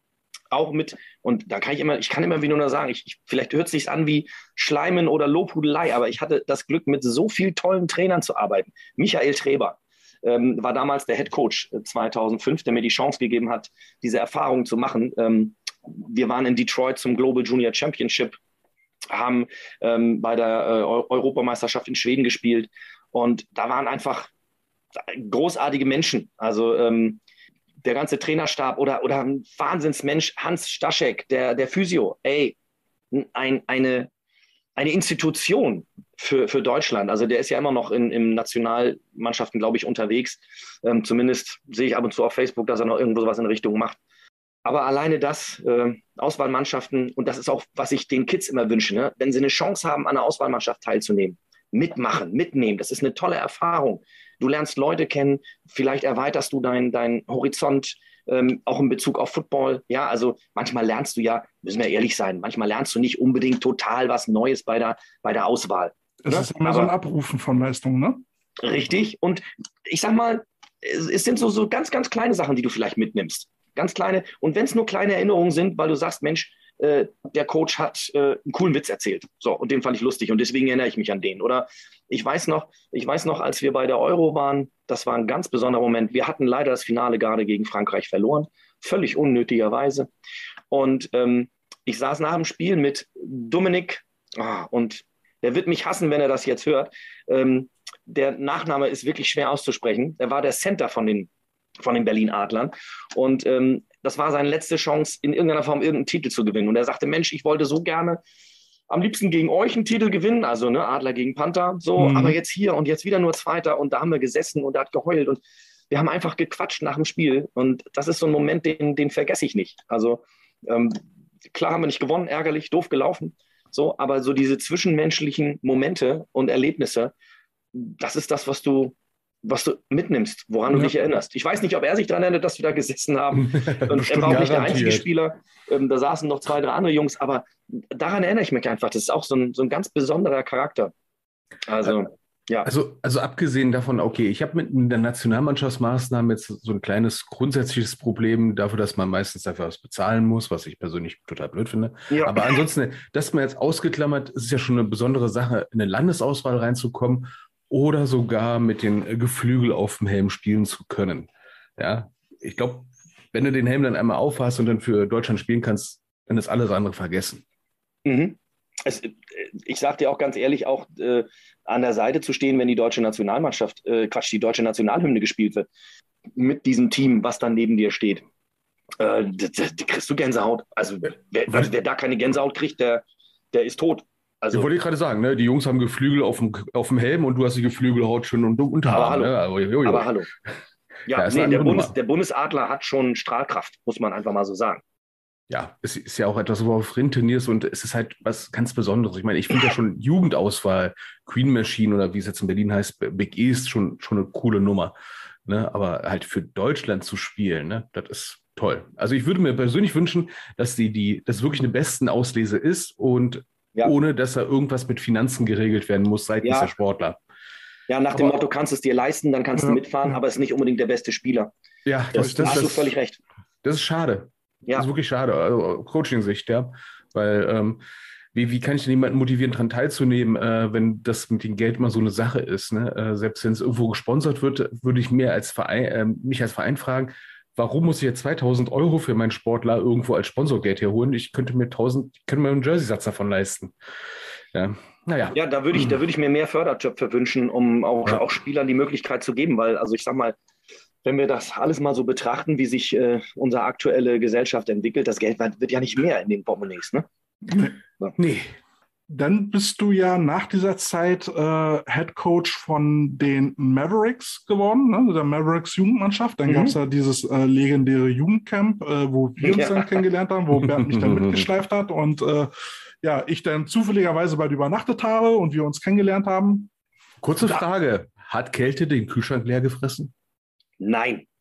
auch mit, und da kann ich immer, ich kann immer wieder nur sagen, ich, ich, vielleicht hört es sich an wie Schleimen oder Lobhudelei, aber ich hatte das Glück, mit so vielen tollen Trainern zu arbeiten. Michael Treber ähm, war damals der Head Coach zweitausendfünf, der mir die Chance gegeben hat, diese Erfahrung zu machen. Ähm, wir waren in Detroit zum Global Junior Championship, haben ähm, bei der äh, Europameisterschaft in Schweden gespielt und da waren einfach großartige Menschen. Also ähm, der ganze Trainerstab oder, oder ein Wahnsinnsmensch, Hans Staschek, der, der Physio, ey, ein, eine, eine Institution für, für Deutschland. Also der ist ja immer noch in, in Nationalmannschaften, glaube ich, unterwegs. Ähm, zumindest sehe ich ab und zu auf Facebook, dass er noch irgendwo sowas in Richtung macht. Aber alleine das, äh, Auswahlmannschaften, und das ist auch, was ich den Kids immer wünsche, ne? Wenn sie eine Chance haben, an einer Auswahlmannschaft teilzunehmen, mitmachen, mitnehmen, das ist eine tolle Erfahrung. Du lernst Leute kennen, vielleicht erweiterst du deinen dein Horizont, ähm, auch in Bezug auf Football. Ja, also manchmal lernst du ja, müssen wir ehrlich sein, manchmal lernst du nicht unbedingt total was Neues bei der, bei der Auswahl. Es ne? ist immer Aber, so ein Abrufen von Leistungen, ne? Richtig. Und ich sag mal, es, es sind so, so ganz, ganz kleine Sachen, die du vielleicht mitnimmst. Ganz kleine. Und wenn es nur kleine Erinnerungen sind, weil du sagst, Mensch, äh, der Coach hat äh, einen coolen Witz erzählt. So, und den fand ich lustig und deswegen erinnere ich mich an den. Oder ich weiß noch, ich weiß noch, als wir bei der Euro waren, das war ein ganz besonderer Moment. Wir hatten leider das Finale gerade gegen Frankreich verloren, völlig unnötigerweise. Und ähm, ich saß nach dem Spiel mit Dominik, ah, und der wird mich hassen, wenn er das jetzt hört. Ähm, der Nachname ist wirklich schwer auszusprechen. Er war der Center von den, von den Berlin Adlern. Und ähm, das war seine letzte Chance, in irgendeiner Form irgendeinen Titel zu gewinnen. Und er sagte, Mensch, ich wollte so gerne am liebsten gegen euch einen Titel gewinnen, also ne, Adler gegen Panther, so, mhm. aber jetzt hier und jetzt wieder nur Zweiter und da haben wir gesessen und er hat geheult und wir haben einfach gequatscht nach dem Spiel und das ist so ein Moment, den, den vergesse ich nicht. Also ähm, klar haben wir nicht gewonnen, ärgerlich, doof gelaufen, so, aber so diese zwischenmenschlichen Momente und Erlebnisse, das ist das, was du was du mitnimmst, woran ja. du dich erinnerst. Ich weiß nicht, ob er sich daran erinnert, dass wir da gesessen haben. Und er war auch nicht der einzige Spieler. Ähm, da saßen noch zwei, drei andere Jungs, aber daran erinnere ich mich einfach. Das ist auch so ein, so ein ganz besonderer Charakter. Also, ja. Also, also abgesehen davon, okay, ich habe mit der Nationalmannschaftsmaßnahme jetzt so ein kleines grundsätzliches Problem dafür, dass man meistens dafür was bezahlen muss, was ich persönlich total blöd finde. Ja. Aber ansonsten, dass man jetzt ausgeklammert, ist ja schon eine besondere Sache, in eine Landesauswahl reinzukommen oder sogar mit den Geflügel auf dem Helm spielen zu können. Ja, ich glaube, wenn du den Helm dann einmal aufhast und dann für Deutschland spielen kannst, dann ist alles andere vergessen. Mhm. Es, ich sage dir auch ganz ehrlich, auch äh, an der Seite zu stehen, wenn die deutsche Nationalmannschaft, äh, Quatsch, die deutsche Nationalhymne gespielt wird, mit diesem Team, was dann neben dir steht, äh, da, da kriegst du Gänsehaut. Also wer, also wer da keine Gänsehaut kriegt, der, der ist tot. Also, ich wollte gerade sagen, ne? Die Jungs haben Geflügel auf dem, auf dem Helm und du hast die Geflügelhaut schon und Unterarm. Aber hallo. Ne? Aber, jo, jo. aber hallo. Ja, ja, nee, der, Bundes, der Bundesadler hat schon Strahlkraft, muss man einfach mal so sagen. Ja, es ist ja auch etwas, worauf du trainierst und es ist halt was ganz Besonderes. Ich meine, ich finde ja schon Jugendauswahl, Queen Machine oder wie es jetzt in Berlin heißt, Big East, schon, schon eine coole Nummer. Ne? Aber halt für Deutschland zu spielen, ne? Das ist toll. Also ich würde mir persönlich wünschen, dass die, die, das wirklich eine besten Auslese ist und ja. ohne, dass da irgendwas mit Finanzen geregelt werden muss seitens ja. der Sportler. Ja, nach aber, dem Motto, kannst du es dir leisten, dann kannst ja. du mitfahren, aber es ist nicht unbedingt der beste Spieler. Ja, das, das, hast das, du völlig recht. Das ist schade. Ja. Das ist wirklich schade, also Coaching-Sicht, ja. Weil, ähm, wie, wie kann ich denn jemanden motivieren, daran teilzunehmen, äh, wenn das mit dem Geld mal so eine Sache ist, ne? Äh, selbst wenn es irgendwo gesponsert wird, würde ich mir als Verein, äh, mich als Verein fragen, warum muss ich jetzt zweitausend Euro für meinen Sportler irgendwo als Sponsorgeld herholen? Ich könnte mir tausend, ich könnte mir einen Jersey-Satz davon leisten. Ja, naja. Ja, da würde ich, da würde ich mir mehr Fördertöpfe wünschen, um auch, ja. auch Spielern die Möglichkeit zu geben, weil, also ich sag mal, wenn wir das alles mal so betrachten, wie sich äh, unsere aktuelle Gesellschaft entwickelt, das Geld wird ja nicht mehr in den Portemonnaies, ne? Nee. So. nee. Dann bist du ja nach dieser Zeit äh, Head Coach von den Mavericks geworden, ne? Der Mavericks Jugendmannschaft. Dann mhm. gab es ja dieses äh, legendäre Jugendcamp, äh, wo wir uns ja. dann kennengelernt haben, wo Bernd mich dann mitgeschleift hat und äh, ja, ich dann zufälligerweise bald übernachtet habe und wir uns kennengelernt haben. Kurze Frage, hat Kälte den Kühlschrank leer gefressen? Nein.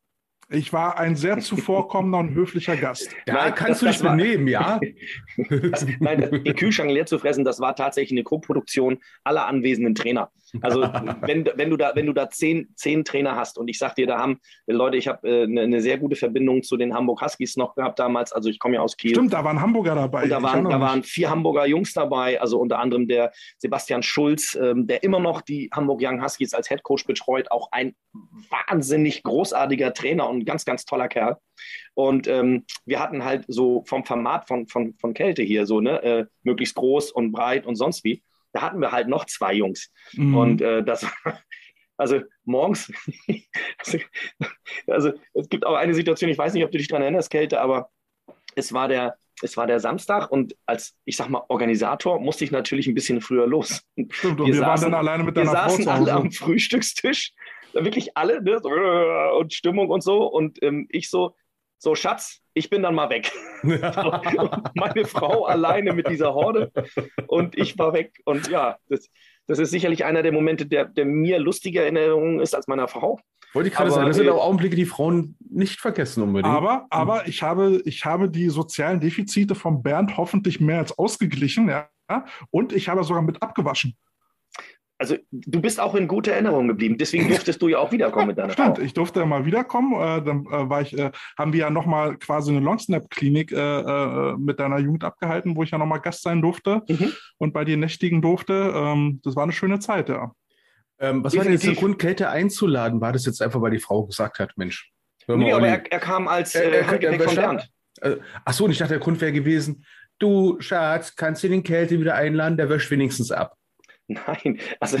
Ich war ein sehr zuvorkommender und höflicher Gast. Da Nein, kannst das- du dich das war- benehmen, ja? Das, nein, das- den Kühlschrank leer zu fressen, das war tatsächlich eine Co-Produktion aller anwesenden Trainer. Also wenn, wenn du da, wenn du da zehn, zehn Trainer hast und ich sag dir, da haben Leute, ich habe äh, eine, eine sehr gute Verbindung zu den Hamburg Huskies noch gehabt damals. Also ich komme ja aus Kiel. Stimmt, da waren Hamburger dabei. Und da Ich waren, erinnere da mich. waren vier Hamburger Jungs dabei, also unter anderem der Sebastian Schulz, ähm, der immer noch die Hamburg Young Huskies als Headcoach betreut, auch ein wahnsinnig großartiger Trainer und ein ganz, ganz toller Kerl. Und ähm, wir hatten halt so vom Format von, von, von Kälte hier so, ne, äh, möglichst groß und breit und sonst wie. Da hatten wir halt noch zwei Jungs. Mhm. Und äh, das also morgens, also, also es gibt auch eine Situation, ich weiß nicht, ob du dich daran erinnerst, Kälte, aber es war der, es war der Samstag und als, ich sag mal, Organisator musste ich natürlich ein bisschen früher los. Stimmt, und wir, waren dann alleine mit wir deiner Frau saßen zu alle Hause. am Frühstückstisch, wirklich alle, ne, so, und Stimmung und so. Und ähm, ich so, so Schatz, ich bin dann mal weg. Und meine Frau alleine mit dieser Horde und ich war weg. Und ja, das, das ist sicherlich einer der Momente, der, der mir lustiger in Erinnerung ist als meiner Frau. Wollte ich gerade Aber, sagen, das sind äh, auch Augenblicke, die Frauen nicht vergessen unbedingt. Aber, aber ich habe, ich habe die sozialen Defizite von Bernd hoffentlich mehr als ausgeglichen, ja. Und ich habe sogar mit abgewaschen. Also du bist auch in guter Erinnerung geblieben, deswegen durftest du ja auch wiederkommen mit deiner Stimmt, Frau. ich durfte mal wiederkommen. Äh, dann äh, war ich, äh, haben wir ja nochmal quasi eine Longsnap-Klinik äh, äh, mit deiner Jugend abgehalten, wo ich ja nochmal Gast sein durfte Mhm. und bei dir nächtigen durfte. Ähm, das war eine schöne Zeit, ja. Ähm, was war denn jetzt der Definitiv. Grund, Kälte einzuladen? War das jetzt einfach, weil die Frau gesagt hat, Mensch, hör mal, Nee, aber Olli. er, er kam als Er- äh, er- Handgepäck er- von er- Bernd. Äh, ach so, und ich dachte, der Grund wäre gewesen, du Schatz, kannst du den Kälte wieder einladen, der wäscht wenigstens ab. Nein, also,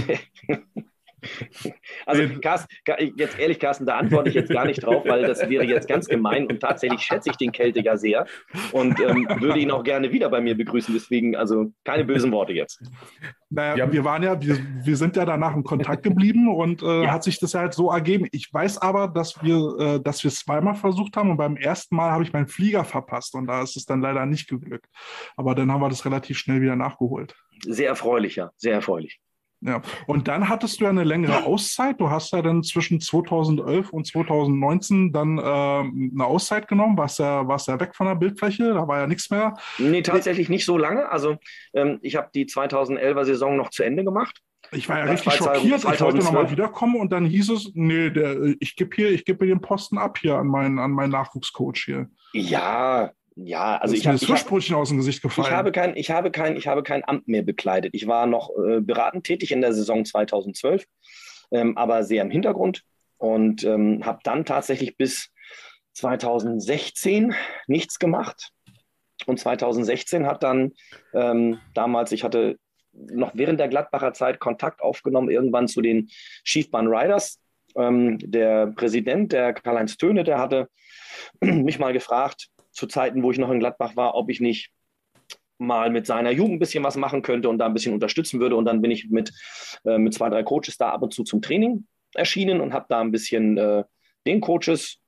also Nee. Carsten, jetzt ehrlich, Carsten, da antworte ich jetzt gar nicht drauf, weil das wäre jetzt ganz gemein und tatsächlich schätze ich den Kälte ja sehr und ähm, würde ihn auch gerne wieder bei mir begrüßen. Deswegen, also keine bösen Worte jetzt. Naja, Ja. wir waren ja, wir, wir sind ja danach in Kontakt geblieben und äh, Ja. hat sich das ja halt so ergeben. Ich weiß aber, dass wir, äh, dass wir es zweimal versucht haben und beim ersten Mal habe ich meinen Flieger verpasst und da ist es dann leider nicht geglückt. Aber dann haben wir das relativ schnell wieder nachgeholt. Sehr erfreulich, ja, sehr erfreulich. Ja, und dann hattest du ja eine längere Auszeit. Du hast ja dann zwischen zweitausendelf und zweitausendneunzehn dann äh, eine Auszeit genommen, warst ja, warst ja weg von der Bildfläche, da war ja nichts mehr. Nee, tatsächlich nicht so lange. Also ähm, ich habe die zweitausendelfer Saison noch zu Ende gemacht. Ich war ja Ja, richtig zweitausend schockiert. Ich wollte zweitausendzwölf. nochmal wiederkommen und dann hieß es, nee, der, ich gebe hier, ich gebe den Posten ab hier an meinen, an meinen Nachwuchscoach hier. Ja, ja, also ist ich mir habe das Fischbrötchen aus dem Gesicht gefallen. Ich habe kein, ich habe kein, ich habe kein Amt mehr bekleidet. Ich war noch äh, beratend tätig in der Saison zweitausendzwölf, ähm, aber sehr im Hintergrund und ähm, habe dann tatsächlich bis zweitausendsechzehn nichts gemacht. Und zweitausendsechzehn hat dann ähm, damals, ich hatte noch während der Gladbacher Zeit Kontakt aufgenommen, irgendwann zu den Schiefbahn Riders. Ähm, der Präsident, der Karl-Heinz Töne, der hatte mich mal gefragt, zu Zeiten, wo ich noch in Gladbach war, ob ich nicht mal mit seiner Jugend ein bisschen was machen könnte und da ein bisschen unterstützen würde. Und dann bin ich mit, äh, mit zwei, drei Coaches da ab und zu zum Training erschienen und habe da ein bisschen äh, den Coaches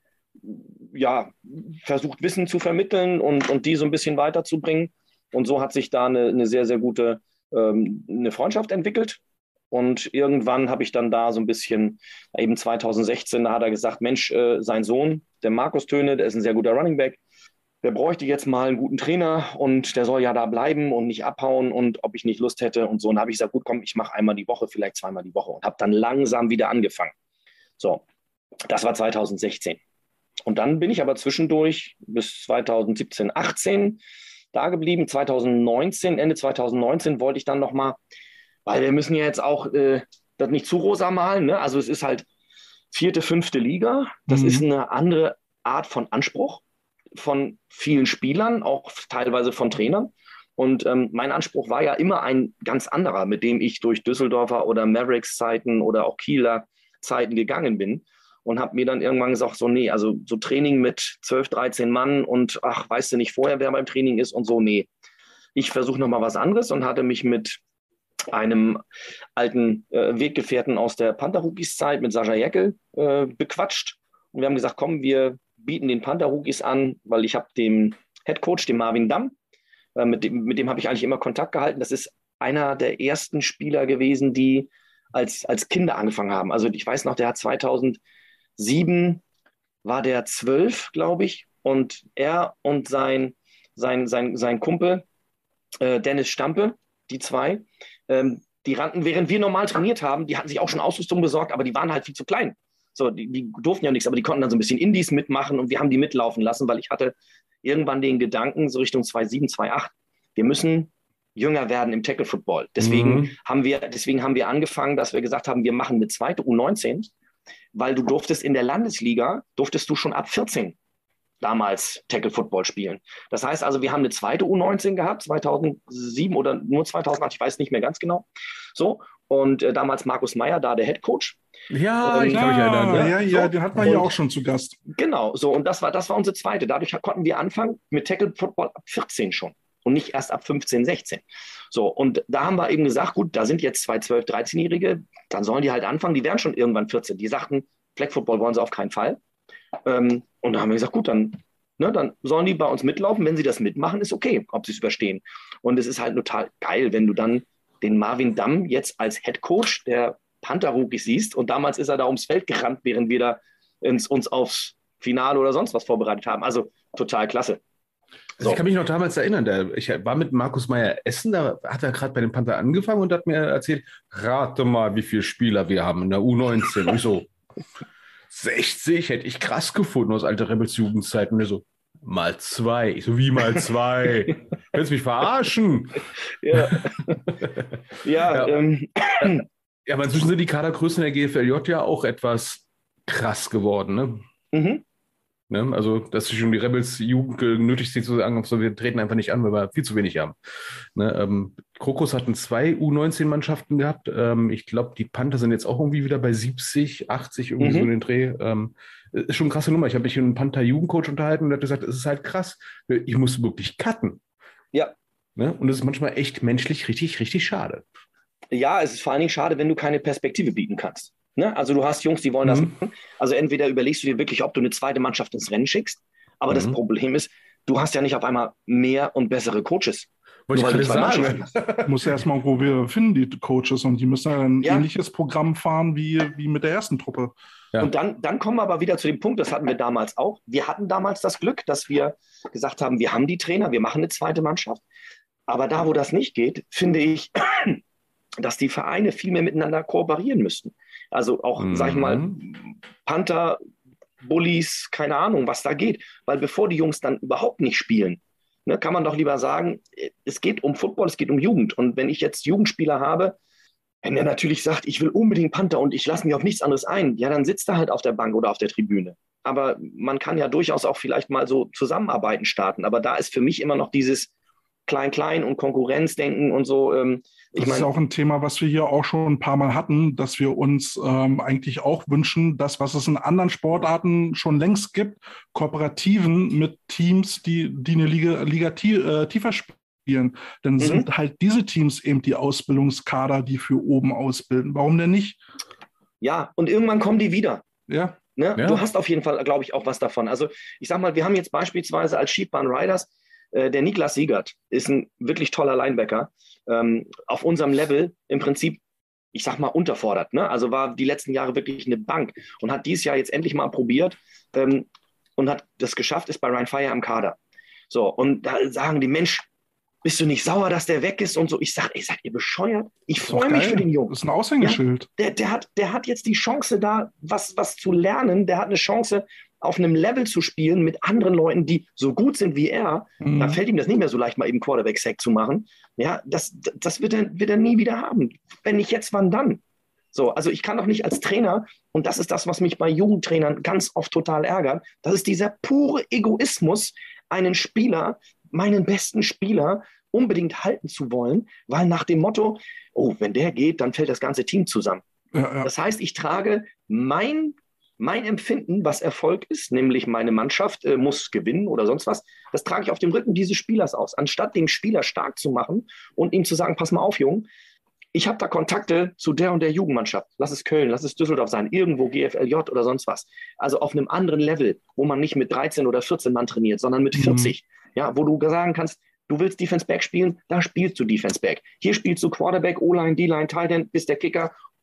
ja, versucht, Wissen zu vermitteln und, und die so ein bisschen weiterzubringen. Und so hat sich da eine, eine sehr, sehr gute ähm, eine Freundschaft entwickelt. Und irgendwann habe ich dann da so ein bisschen, eben zweitausendsechzehn, da hat er gesagt, Mensch, äh, sein Sohn, der Markus Töne, der ist ein sehr guter Running Back, der bräuchte jetzt mal einen guten Trainer und der soll ja da bleiben und nicht abhauen und ob ich nicht Lust hätte und so. Und habe ich gesagt, gut, komm, ich mache einmal die Woche, vielleicht zweimal die Woche und habe dann langsam wieder angefangen. So, das war zweitausendsechzehn. Und dann bin ich aber zwischendurch bis zweitausendsiebzehn, achtzehn da geblieben. zweitausendneunzehn, Ende zweitausendneunzehn wollte ich dann nochmal, weil wir müssen ja jetzt auch äh, das nicht zu rosa malen, ne? Also es ist halt vierte, fünfte Liga. Das Mhm. ist eine andere Art von Anspruch von vielen Spielern, auch teilweise von Trainern. Und ähm, mein Anspruch war ja immer ein ganz anderer, mit dem ich durch Düsseldorfer oder Mavericks-Zeiten oder auch Kieler Zeiten gegangen bin. Und habe mir dann irgendwann gesagt, so nee, also so Training mit zwölf, dreizehn Mann und ach, weißt du nicht vorher, wer beim Training ist und so, nee. Ich versuche nochmal was anderes und hatte mich mit einem alten äh, Weggefährten aus der Panther-Rookies-Zeit, mit Sascha Jäckel, äh, bequatscht. Und wir haben gesagt, komm, wir bieten den Panther-Rookies an, weil ich habe dem Headcoach, dem Marvin Damm, äh, mit dem, mit dem habe ich eigentlich immer Kontakt gehalten. Das ist einer der ersten Spieler gewesen, die als, als Kinder angefangen haben. Also ich weiß noch, der hat zweitausendsieben war der zwölf, glaube ich, und er und sein, sein, sein, sein Kumpel äh, Dennis Stampe, die zwei, ähm, die rannten, während wir normal trainiert haben, die hatten sich auch schon Ausrüstung besorgt, aber die waren halt viel zu klein. So, die, die durften ja nichts, aber die konnten dann so ein bisschen Indies mitmachen und wir haben die mitlaufen lassen, weil ich hatte irgendwann den Gedanken, so Richtung zwei Komma sieben, zwei Komma acht, wir müssen jünger werden im Tackle-Football. Deswegen, mhm. haben wir, deswegen haben wir angefangen, dass wir gesagt haben, wir machen eine zweite U neunzehn, weil du durftest in der Landesliga, durftest du schon ab vierzehn damals Tackle-Football spielen. Das heißt also, wir haben eine zweite U neunzehn gehabt, zweitausendsieben oder nur zweitausendacht, ich weiß nicht mehr ganz genau. So, und äh, damals Markus Meyer, da der Head Coach. Ja, ähm, ich kann mich erinnern. Ja, ja, ja, so. Den hatten wir hier auch schon zu Gast. Genau, so, und das war, das war unsere zweite. Dadurch konnten wir anfangen mit Tackle-Football ab vierzehn schon und nicht erst ab fünfzehn, sechzehn. So, und da haben wir eben gesagt, gut, da sind jetzt zwei zwölf-, dreizehnjährige, dann sollen die halt anfangen, die werden schon irgendwann vierzehn. Die sagten, Flag-Football wollen sie auf keinen Fall. Ähm, und da haben wir gesagt, gut, dann, ne, dann sollen die bei uns mitlaufen. Wenn sie das mitmachen, ist okay, ob sie es überstehen. Und es ist halt total geil, wenn du dann den Marvin Damm jetzt als Head Coach der Panther-Rookies siehst und damals ist er da ums Feld gerannt, während wir da ins, uns aufs Finale oder sonst was vorbereitet haben. Also total klasse. Also so. Ich kann mich noch damals erinnern, der, ich war mit Markus Meyer essen, da hat er gerade bei den Panther angefangen und hat mir erzählt, rate mal, wie viele Spieler wir haben in der U neunzehn. Und ich so, sechzig hätte ich krass gefunden aus alter Rebels Jugendzeit. Und er so, mal zwei. Ich so, wie mal zwei? Willst du mich verarschen? Ja. ja, ja. Ähm. Ja, aber inzwischen sind die Kadergrößen der G F L J ja auch etwas krass geworden, ne? Mhm. Ne? Also, dass sich schon die Rebels Jugend genötigt sind zu sagen, so, wir treten einfach nicht an, weil wir viel zu wenig haben. Ne? Ähm, Krokus hatten zwei U neunzehn Mannschaften gehabt. Ähm, ich glaube, die Panther sind jetzt auch irgendwie wieder bei siebzig, achtzig, irgendwie mhm. so in den Dreh. Ähm, ist schon eine krasse Nummer. Ich habe mich mit einem Panther-Jugendcoach unterhalten und der hat gesagt, es ist halt krass. Ich muss wirklich cutten. Ja. Ne? Und das ist manchmal echt menschlich richtig, richtig schade. Ja, es ist vor allen Dingen schade, wenn du keine Perspektive bieten kannst. Ne? Also du hast Jungs, die wollen mhm. das machen. Also entweder überlegst du dir wirklich, ob du eine zweite Mannschaft ins Rennen schickst, aber mhm. das Problem ist, du hast ja nicht auf einmal mehr und bessere Coaches. Wollte ich gerade sagen. Du musst ja erstmal wo wir finden, die Coaches, und die müssen ja ein ja. ähnliches Programm fahren wie, wie mit der ersten Truppe. Ja. Und dann, dann kommen wir aber wieder zu dem Punkt, das hatten wir damals auch. Wir hatten damals das Glück, dass wir gesagt haben, wir haben die Trainer, wir machen eine zweite Mannschaft. Aber da, wo das nicht geht, finde ich, dass die Vereine viel mehr miteinander kooperieren müssten. Also auch, mhm. sag ich mal, Panther, Bullies, keine Ahnung, was da geht. Weil bevor die Jungs dann überhaupt nicht spielen, ne, kann man doch lieber sagen, es geht um Football, es geht um Jugend. Und wenn ich jetzt Jugendspieler habe, wenn der natürlich sagt, ich will unbedingt Panther und ich lasse mich auf nichts anderes ein, ja, dann sitzt er halt auf der Bank oder auf der Tribüne. Aber man kann ja durchaus auch vielleicht mal so Zusammenarbeiten starten. Aber da ist für mich immer noch dieses Klein-Klein und Konkurrenzdenken und so. Ähm, Das ich ist auch ein Thema, was wir hier auch schon ein paar Mal hatten, dass wir uns ähm, eigentlich auch wünschen, dass, was es in anderen Sportarten schon längst gibt, Kooperativen mit Teams, die, die eine Liga, Liga tie, äh, tiefer spielen. Dann mhm. sind halt diese Teams eben die Ausbildungskader, die für oben ausbilden. Warum denn nicht? Ja, und irgendwann kommen die wieder. Ja. Ne? ja. Du hast auf jeden Fall, glaube ich, auch was davon. Also ich sag mal, wir haben jetzt beispielsweise als Schiedbahn Riders der Niklas Siegert ist ein wirklich toller Linebacker, ähm, auf unserem Level im Prinzip, ich sag mal, unterfordert. Ne? Also war die letzten Jahre wirklich eine Bank und hat dieses Jahr jetzt endlich mal probiert ähm, und hat das geschafft, ist bei Ryan Fire im Kader. So, und da sagen die, Mensch, bist du nicht sauer, dass der weg ist und so? Ich sag, ey, seid ihr bescheuert? Ich freue mich für den Jungen. Das ist ein Aushängeschild. Ja, der, der, hat, der hat jetzt die Chance da, was, was zu lernen. Der hat eine Chance, auf einem Level zu spielen mit anderen Leuten, die so gut sind wie er. Mhm. Da fällt ihm das nicht mehr so leicht, mal eben Quarterback-Sack zu machen. Ja, das, das wird, er, wird er nie wieder haben. Wenn nicht jetzt, wann dann? So, also ich kann doch nicht als Trainer, und das ist das, was mich bei Jugendtrainern ganz oft total ärgert, das ist dieser pure Egoismus, einen Spieler, meinen besten Spieler, unbedingt halten zu wollen, weil nach dem Motto, oh, wenn der geht, dann fällt das ganze Team zusammen. Ja, ja. Das heißt, ich trage mein Mein Empfinden, was Erfolg ist, nämlich meine Mannschaft äh, muss gewinnen oder sonst was, das trage ich auf dem Rücken dieses Spielers aus. Anstatt den Spieler stark zu machen und ihm zu sagen, pass mal auf, Junge, ich habe da Kontakte zu der und der Jugendmannschaft. Lass es Köln, lass es Düsseldorf sein, irgendwo G F L J oder sonst was. Also auf einem anderen Level, wo man nicht mit dreizehn oder vierzehn Mann trainiert, sondern mit vierzig. Mhm. Ja, wo du sagen kannst, du willst Defense Back spielen, da spielst du Defense Back. Hier spielst du Quarterback, O-Line, D-Line, Tight End, bist der Kicker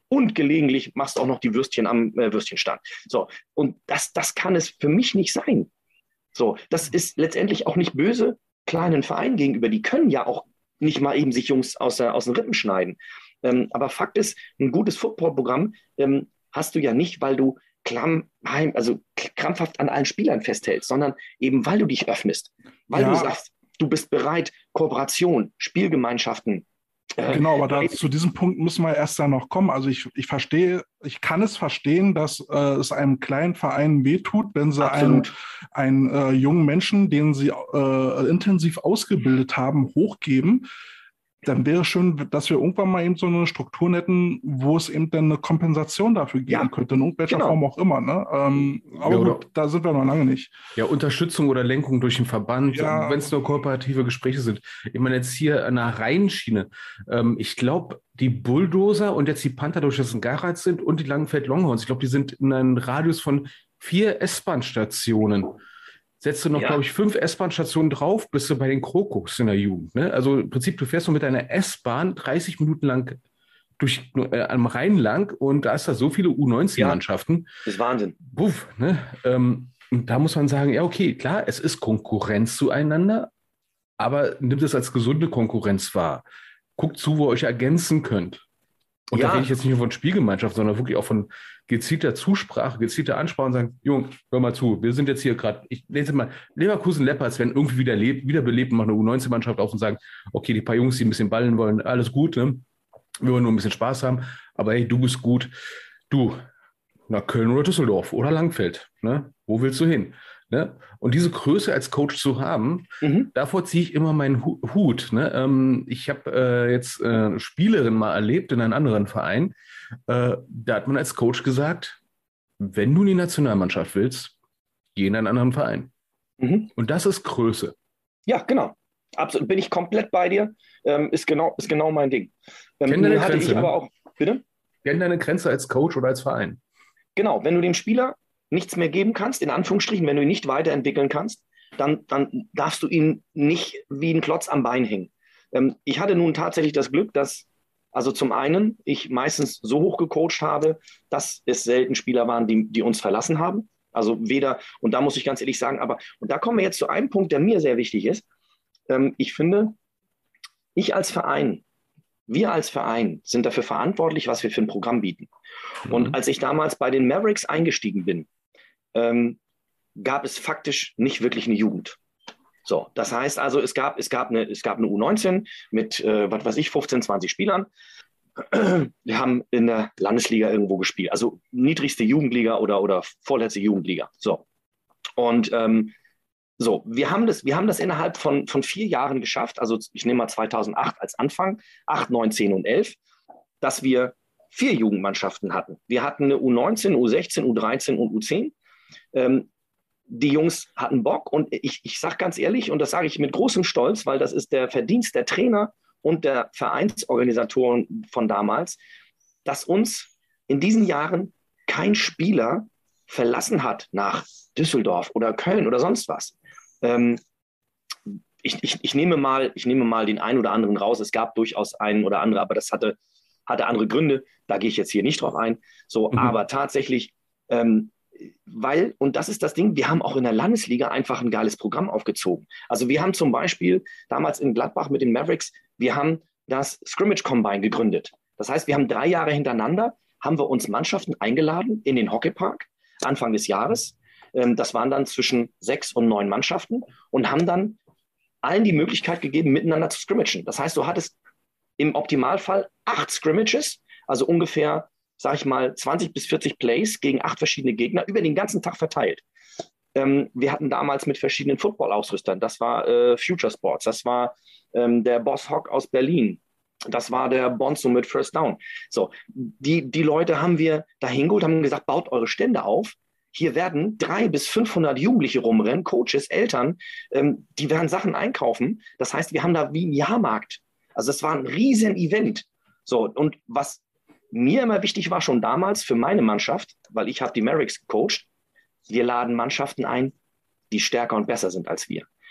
und gelegentlich machst du auch noch die Würstchen am äh, Würstchenstand. So, und das, das kann es für mich nicht sein. So, das ist letztendlich auch nicht böse kleinen Vereinen gegenüber. Die können ja auch nicht mal eben sich Jungs aus, aus den Rippen schneiden. Ähm, aber Fakt ist, ein gutes Footballprogramm ähm, hast du ja nicht, weil du klamm, also krampfhaft an allen Spielern festhältst, sondern eben, weil du dich öffnest. Weil ja. du sagst, du bist bereit, Kooperation, Spielgemeinschaften. Äh, genau, aber da, zu diesem Punkt müssen wir erst dann noch kommen. Also ich, ich verstehe, ich kann es verstehen, dass äh, es einem kleinen Verein wehtut, wenn sie einen, einen äh, jungen Menschen, den sie äh, intensiv ausgebildet haben, hochgeben. Dann wäre schön, dass wir irgendwann mal eben so eine Struktur hätten, wo es eben dann eine Kompensation dafür geben ja, könnte, in irgendwelcher genau. Form auch immer. Ne? Ähm, aber ja, gut, da sind wir noch lange nicht. Ja, Unterstützung oder Lenkung durch den Verband, ja. wenn es nur kooperative Gespräche sind. Ich meine, jetzt hier an der Rheinschiene, ähm, ich glaube, die Bulldozer und jetzt die Panther, durch das ein Garatz sind und die Langenfeld Longhorns, ich glaube, die sind in einem Radius von vier S-Bahn-Stationen. Setzt du noch, ja. glaube ich, fünf S-Bahn-Stationen drauf, bist du bei den Krokuks in der Jugend. Ne? Also im Prinzip, du fährst nur mit deiner S-Bahn dreißig Minuten lang durch, äh, am Rhein lang und da ist da so viele U neunzehn-Mannschaften. Ja, das ist Wahnsinn. Buff, ne? ähm, und da muss man sagen, ja okay, klar, es ist Konkurrenz zueinander, aber nimmt es als gesunde Konkurrenz wahr. Guckt zu, wo ihr euch ergänzen könnt. Und ja. da rede ich jetzt nicht nur von Spielgemeinschaft, sondern wirklich auch von gezielter Zusprache, gezielter Ansprache und sagen, Jungs, hör mal zu, wir sind jetzt hier gerade, ich lese mal, Leverkusen Leopards werden irgendwie wieder lebt, wiederbelebt und machen eine U neunzehn-Mannschaft auf und sagen, okay, die paar Jungs, die ein bisschen ballen wollen, alles gut, ne? Wir wollen nur ein bisschen Spaß haben, aber hey, du bist gut. Du, nach Köln oder Düsseldorf oder Langfeld, ne? Wo willst du hin? Ne? Und diese Größe als Coach zu haben, mhm. davor ziehe ich immer meinen Hut. Ne? Ähm, ich habe äh, jetzt äh, eine Spielerin mal erlebt in einem anderen Verein. Äh, da hat man als Coach gesagt, wenn du in die Nationalmannschaft willst, geh in einen anderen Verein. Mhm. Und das ist Größe. Ja, genau. Absolut. Bin ich komplett bei dir. Ähm, ist, genau, ist genau mein Ding. Ähm, Kenn deine hatte Grenze, ich ne? aber auch, bitte? Kenn deine Grenze als Coach oder als Verein. Genau, wenn du dem Spieler nichts mehr geben kannst, in Anführungsstrichen, wenn du ihn nicht weiterentwickeln kannst, dann, dann darfst du ihn nicht wie ein Klotz am Bein hängen. Ähm, ich hatte nun tatsächlich das Glück, dass, also zum einen, ich meistens so hoch gecoacht habe, dass es selten Spieler waren, die, die uns verlassen haben. Also weder, und da muss ich ganz ehrlich sagen, aber, und da kommen wir jetzt zu einem Punkt, der mir sehr wichtig ist. Ähm, ich finde, ich als Verein, wir als Verein sind dafür verantwortlich, was wir für ein Programm bieten. Mhm. Und als ich damals bei den Mavericks eingestiegen bin, ähm, gab es faktisch nicht wirklich eine Jugend. So, das heißt also, es gab, es gab, eine, es gab eine U neunzehn mit, äh, was weiß ich, fünfzehn, zwanzig Spielern. Wir haben in der Landesliga irgendwo gespielt, also niedrigste Jugendliga oder, oder vorletzte Jugendliga. So. Und ähm, so, wir haben das, wir haben das innerhalb von, von vier Jahren geschafft, also ich nehme mal zweitausendacht als Anfang, acht, neun, zehn und elf, dass wir vier Jugendmannschaften hatten. Wir hatten eine U neunzehn, U sechzehn, U dreizehn und U zehn. Ähm, die Jungs hatten Bock und ich, ich sage ganz ehrlich, und das sage ich mit großem Stolz, weil das ist der Verdienst der Trainer und der Vereinsorganisatoren von damals, dass uns in diesen Jahren kein Spieler verlassen hat nach Düsseldorf oder Köln oder sonst was. Ähm, ich, ich, ich, nehme mal, ich nehme mal den einen oder anderen raus. Es gab durchaus einen oder andere, aber das hatte, hatte andere Gründe. Da gehe ich jetzt hier nicht drauf ein. So, mhm. Aber tatsächlich, ähm, weil, und das ist das Ding, wir haben auch in der Landesliga einfach ein geiles Programm aufgezogen. Also wir haben zum Beispiel damals in Gladbach mit den Mavericks, wir haben das Scrimmage Combine gegründet. Das heißt, wir haben drei Jahre hintereinander, haben wir uns Mannschaften eingeladen in den Hockeypark, Anfang des Jahres. Das waren dann zwischen sechs und neun Mannschaften und haben dann allen die Möglichkeit gegeben, miteinander zu scrimmagen. Das heißt, du hattest im Optimalfall acht Scrimmages, also ungefähr, sag ich mal, zwanzig bis vierzig Plays gegen acht verschiedene Gegner über den ganzen Tag verteilt. Ähm, wir hatten damals mit verschiedenen Football-Ausrüstern, das war äh, Future Sports, das war ähm, der Boss Hock aus Berlin, das war der Bonzo mit First Down. So, die, die Leute haben wir dahin geholt, haben gesagt, baut eure Stände auf. Hier werden dreihundert bis fünfhundert Jugendliche rumrennen, Coaches, Eltern, ähm, die werden Sachen einkaufen. Das heißt, wir haben da wie einen Jahrmarkt. Also es war ein riesen Event. So, und was mir immer wichtig war, schon damals für meine Mannschaft, weil ich habe die Mavericks gecoacht, wir laden Mannschaften ein, die stärker und besser sind als wir.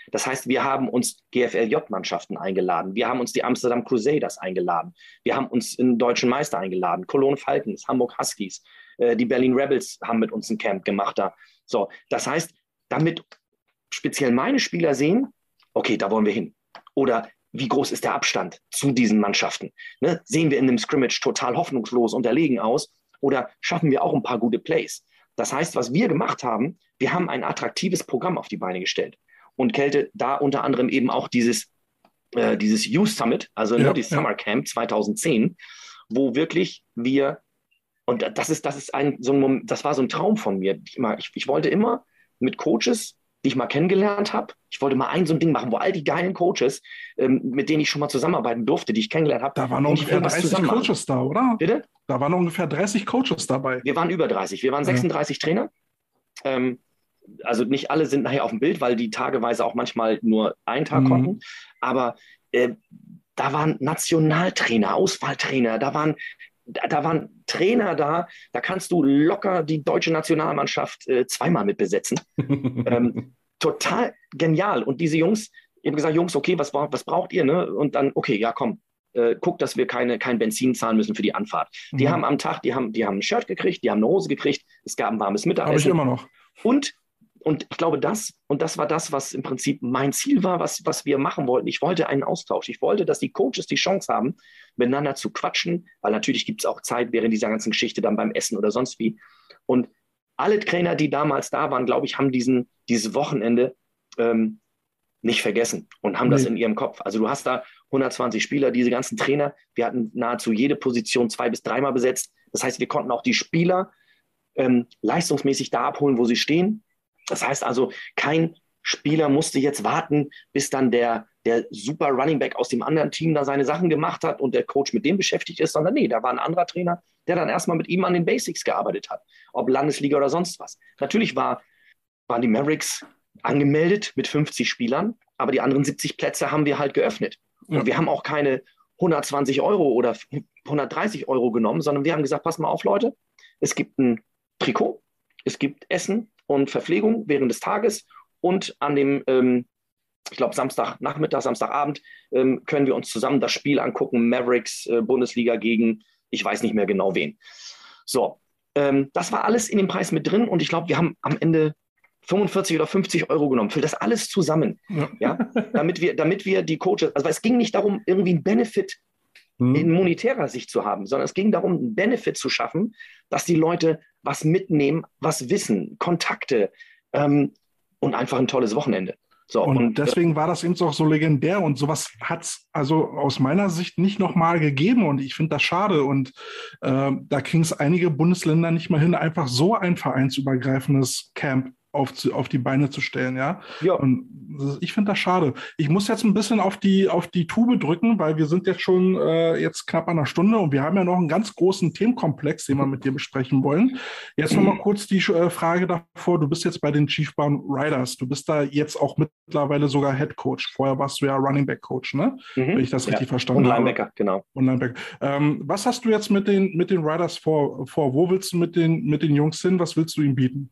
Das heißt, wir haben uns G F L J-Mannschaften eingeladen. Wir haben uns die Amsterdam Crusaders eingeladen. Wir haben uns einen deutschen Meister eingeladen. Cologne Falcons, Hamburg Huskies, äh, die Berlin Rebels haben mit uns ein Camp gemacht da. So, das heißt, damit speziell meine Spieler sehen, okay, da wollen wir hin. Oder wie groß ist der Abstand zu diesen Mannschaften? Ne? Sehen wir in einem Scrimmage total hoffnungslos unterlegen aus oder schaffen wir auch ein paar gute Plays? Das heißt, was wir gemacht haben, wir haben ein attraktives Programm auf die Beine gestellt. Und Kälte, da unter anderem eben auch dieses, äh, dieses Youth Summit, also ja, ne, die ja. Summer Camp zweitausendzehn, wo wirklich wir, und das ist, das ist ein, so ein Moment, das war so ein Traum von mir. Ich, immer, ich, ich wollte immer mit Coaches, die ich mal kennengelernt habe, ich wollte mal ein so ein Ding machen, wo all die geilen Coaches, ähm, mit denen ich schon mal zusammenarbeiten durfte, die ich kennengelernt habe. Da waren ungefähr dreißig Coaches da, oder? Bitte? Da waren ungefähr dreißig Coaches dabei. Wir waren über dreißig. Wir waren sechsunddreißig ja. Trainer. Ähm, also nicht alle sind nachher auf dem Bild, weil die tageweise auch manchmal nur einen Tag mhm. konnten. Aber äh, da waren Nationaltrainer, Auswahltrainer, da waren, da, da waren Trainer da, da kannst du locker die deutsche Nationalmannschaft äh, zweimal mit besetzen. ähm, total genial. Und diese Jungs, ich habe gesagt, Jungs, okay, was, was braucht ihr? Ne? Und dann, okay, ja komm, äh, guck, dass wir keine, kein Benzin zahlen müssen für die Anfahrt. Mhm. Die haben am Tag, die haben, die haben ein Shirt gekriegt, die haben eine Hose gekriegt, es gab ein warmes Mittagessen. Habe ich immer noch. Und Und ich glaube, das, und das war das, was im Prinzip mein Ziel war, was, was wir machen wollten. Ich wollte einen Austausch. Ich wollte, dass die Coaches die Chance haben, miteinander zu quatschen, weil natürlich gibt es auch Zeit während dieser ganzen Geschichte dann beim Essen oder sonst wie. Und alle Trainer, die damals da waren, glaube ich, haben diesen, dieses Wochenende ähm, nicht vergessen und haben nee. das in ihrem Kopf. Also du hast da hundertzwanzig Spieler, diese ganzen Trainer. Wir hatten nahezu jede Position zwei- bis dreimal besetzt. Das heißt, wir konnten auch die Spieler ähm, leistungsmäßig da abholen, wo sie stehen. Das heißt also, kein Spieler musste jetzt warten, bis dann der, der super Running Back aus dem anderen Team da seine Sachen gemacht hat und der Coach mit dem beschäftigt ist, sondern nee, da war ein anderer Trainer, der dann erstmal mit ihm an den Basics gearbeitet hat, ob Landesliga oder sonst was. Natürlich war, waren die Mavericks angemeldet mit fünfzig Spielern, aber die anderen siebzig Plätze haben wir halt geöffnet. Und wir haben auch keine hundertzwanzig Euro oder hundertdreißig Euro genommen, sondern wir haben gesagt, pass mal auf, Leute, es gibt ein Trikot, es gibt Essen und Verpflegung während des Tages und an dem, ähm, ich glaube, Samstagnachmittag, Samstagabend ähm, können wir uns zusammen das Spiel angucken, Mavericks, äh, Bundesliga gegen, ich weiß nicht mehr genau wen. So, ähm, das war alles in dem Preis mit drin und ich glaube, wir haben am Ende fünfundvierzig oder fünfzig Euro genommen für das alles zusammen, ja, ja damit wir, damit wir die Coaches, also es ging nicht darum, irgendwie einen Benefit hm. in monetärer Sicht zu haben, sondern es ging darum, einen Benefit zu schaffen, dass die Leute was mitnehmen, was wissen, Kontakte ähm, und einfach ein tolles Wochenende. So, und, und deswegen äh, war das eben auch so legendär und sowas hat es also aus meiner Sicht nicht nochmal gegeben und ich finde das schade und äh, da kriegen es einige Bundesländer nicht mal hin, einfach so ein vereinsübergreifendes Camp Auf, auf die Beine zu stellen, ja. ja. Und ich finde das schade. Ich muss jetzt ein bisschen auf die, auf die Tube drücken, weil wir sind jetzt schon äh, jetzt knapp an einer Stunde und wir haben ja noch einen ganz großen Themenkomplex, den wir mit dir besprechen wollen. Jetzt noch mal kurz die äh, Frage davor. Du bist jetzt bei den Chiefbahn Riders. Du bist da jetzt auch mittlerweile sogar Head Coach. Vorher warst du ja Running Back Coach, ne? Mhm. Wenn ich das ja. richtig verstanden habe. Und Linebacker, habe. genau. Und Linebacker. Ähm, was hast du jetzt mit den, mit den Riders vor, vor? Wo willst du mit den, mit den Jungs hin? Was willst du ihnen bieten?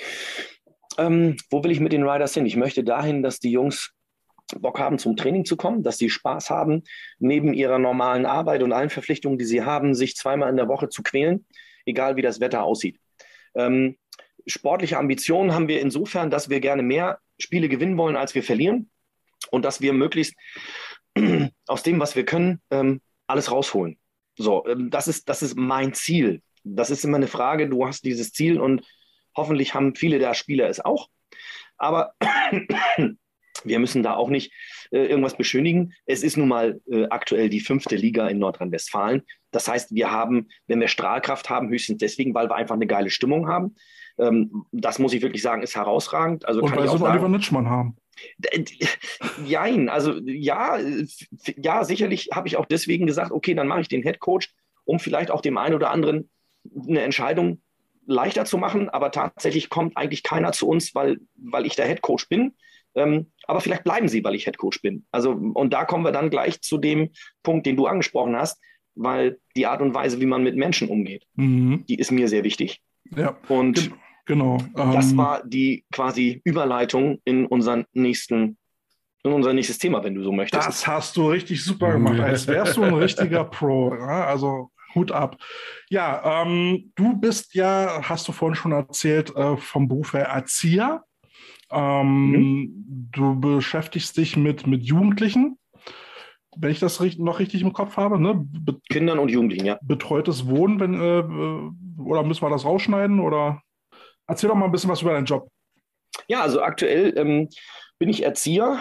Ähm, wo will ich mit den Riders hin? Ich möchte dahin, dass die Jungs Bock haben, zum Training zu kommen, dass sie Spaß haben, neben ihrer normalen Arbeit und allen Verpflichtungen, die sie haben, sich zweimal in der Woche zu quälen, egal wie das Wetter aussieht. Ähm, sportliche Ambitionen haben wir insofern, dass wir gerne mehr Spiele gewinnen wollen, als wir verlieren und dass wir möglichst aus dem, was wir können, ähm, alles rausholen. So, ähm, das ist, das ist mein Ziel. Das ist immer eine Frage, du hast dieses Ziel und hoffentlich haben viele der Spieler es auch. Aber wir müssen da auch nicht äh, irgendwas beschönigen. Es ist nun mal äh, aktuell die fünfte Liga in Nordrhein-Westfalen. Das heißt, wir haben, wenn wir Strahlkraft haben, höchstens deswegen, weil wir einfach eine geile Stimmung haben. Ähm, das muss ich wirklich sagen, ist herausragend. Also und kann weil ich sie auch einen sagen, Oliver Nitschmann haben. Jein, also ja, ja, sicherlich habe ich auch deswegen gesagt, okay, dann mache ich den Headcoach, um vielleicht auch dem einen oder anderen eine Entscheidung leichter zu machen, aber tatsächlich kommt eigentlich keiner zu uns, weil, weil ich der Headcoach bin. Ähm, aber vielleicht bleiben sie, weil ich Headcoach bin. Also, und da kommen wir dann gleich zu dem Punkt, den du angesprochen hast, weil die Art und Weise, wie man mit Menschen umgeht, mhm. die ist mir sehr wichtig. Ja, und genau. Das ähm, war die quasi Überleitung in unseren nächsten unser nächstes Thema, wenn du so möchtest. Das hast du richtig super gemacht, als wärst du ein richtiger Pro. Ja, also Hut ab. Ja, ähm, du bist ja, hast du vorhin schon erzählt, äh, vom Beruf her Erzieher. Ähm, mhm. Du beschäftigst dich mit, mit Jugendlichen, wenn ich das richtig, noch richtig im Kopf habe. Ne? Be- Kindern und Jugendlichen, ja. Betreutes Wohnen, wenn, äh, oder müssen wir das rausschneiden? Oder erzähl doch mal ein bisschen was über deinen Job. Ja, also aktuell ähm, bin ich Erzieher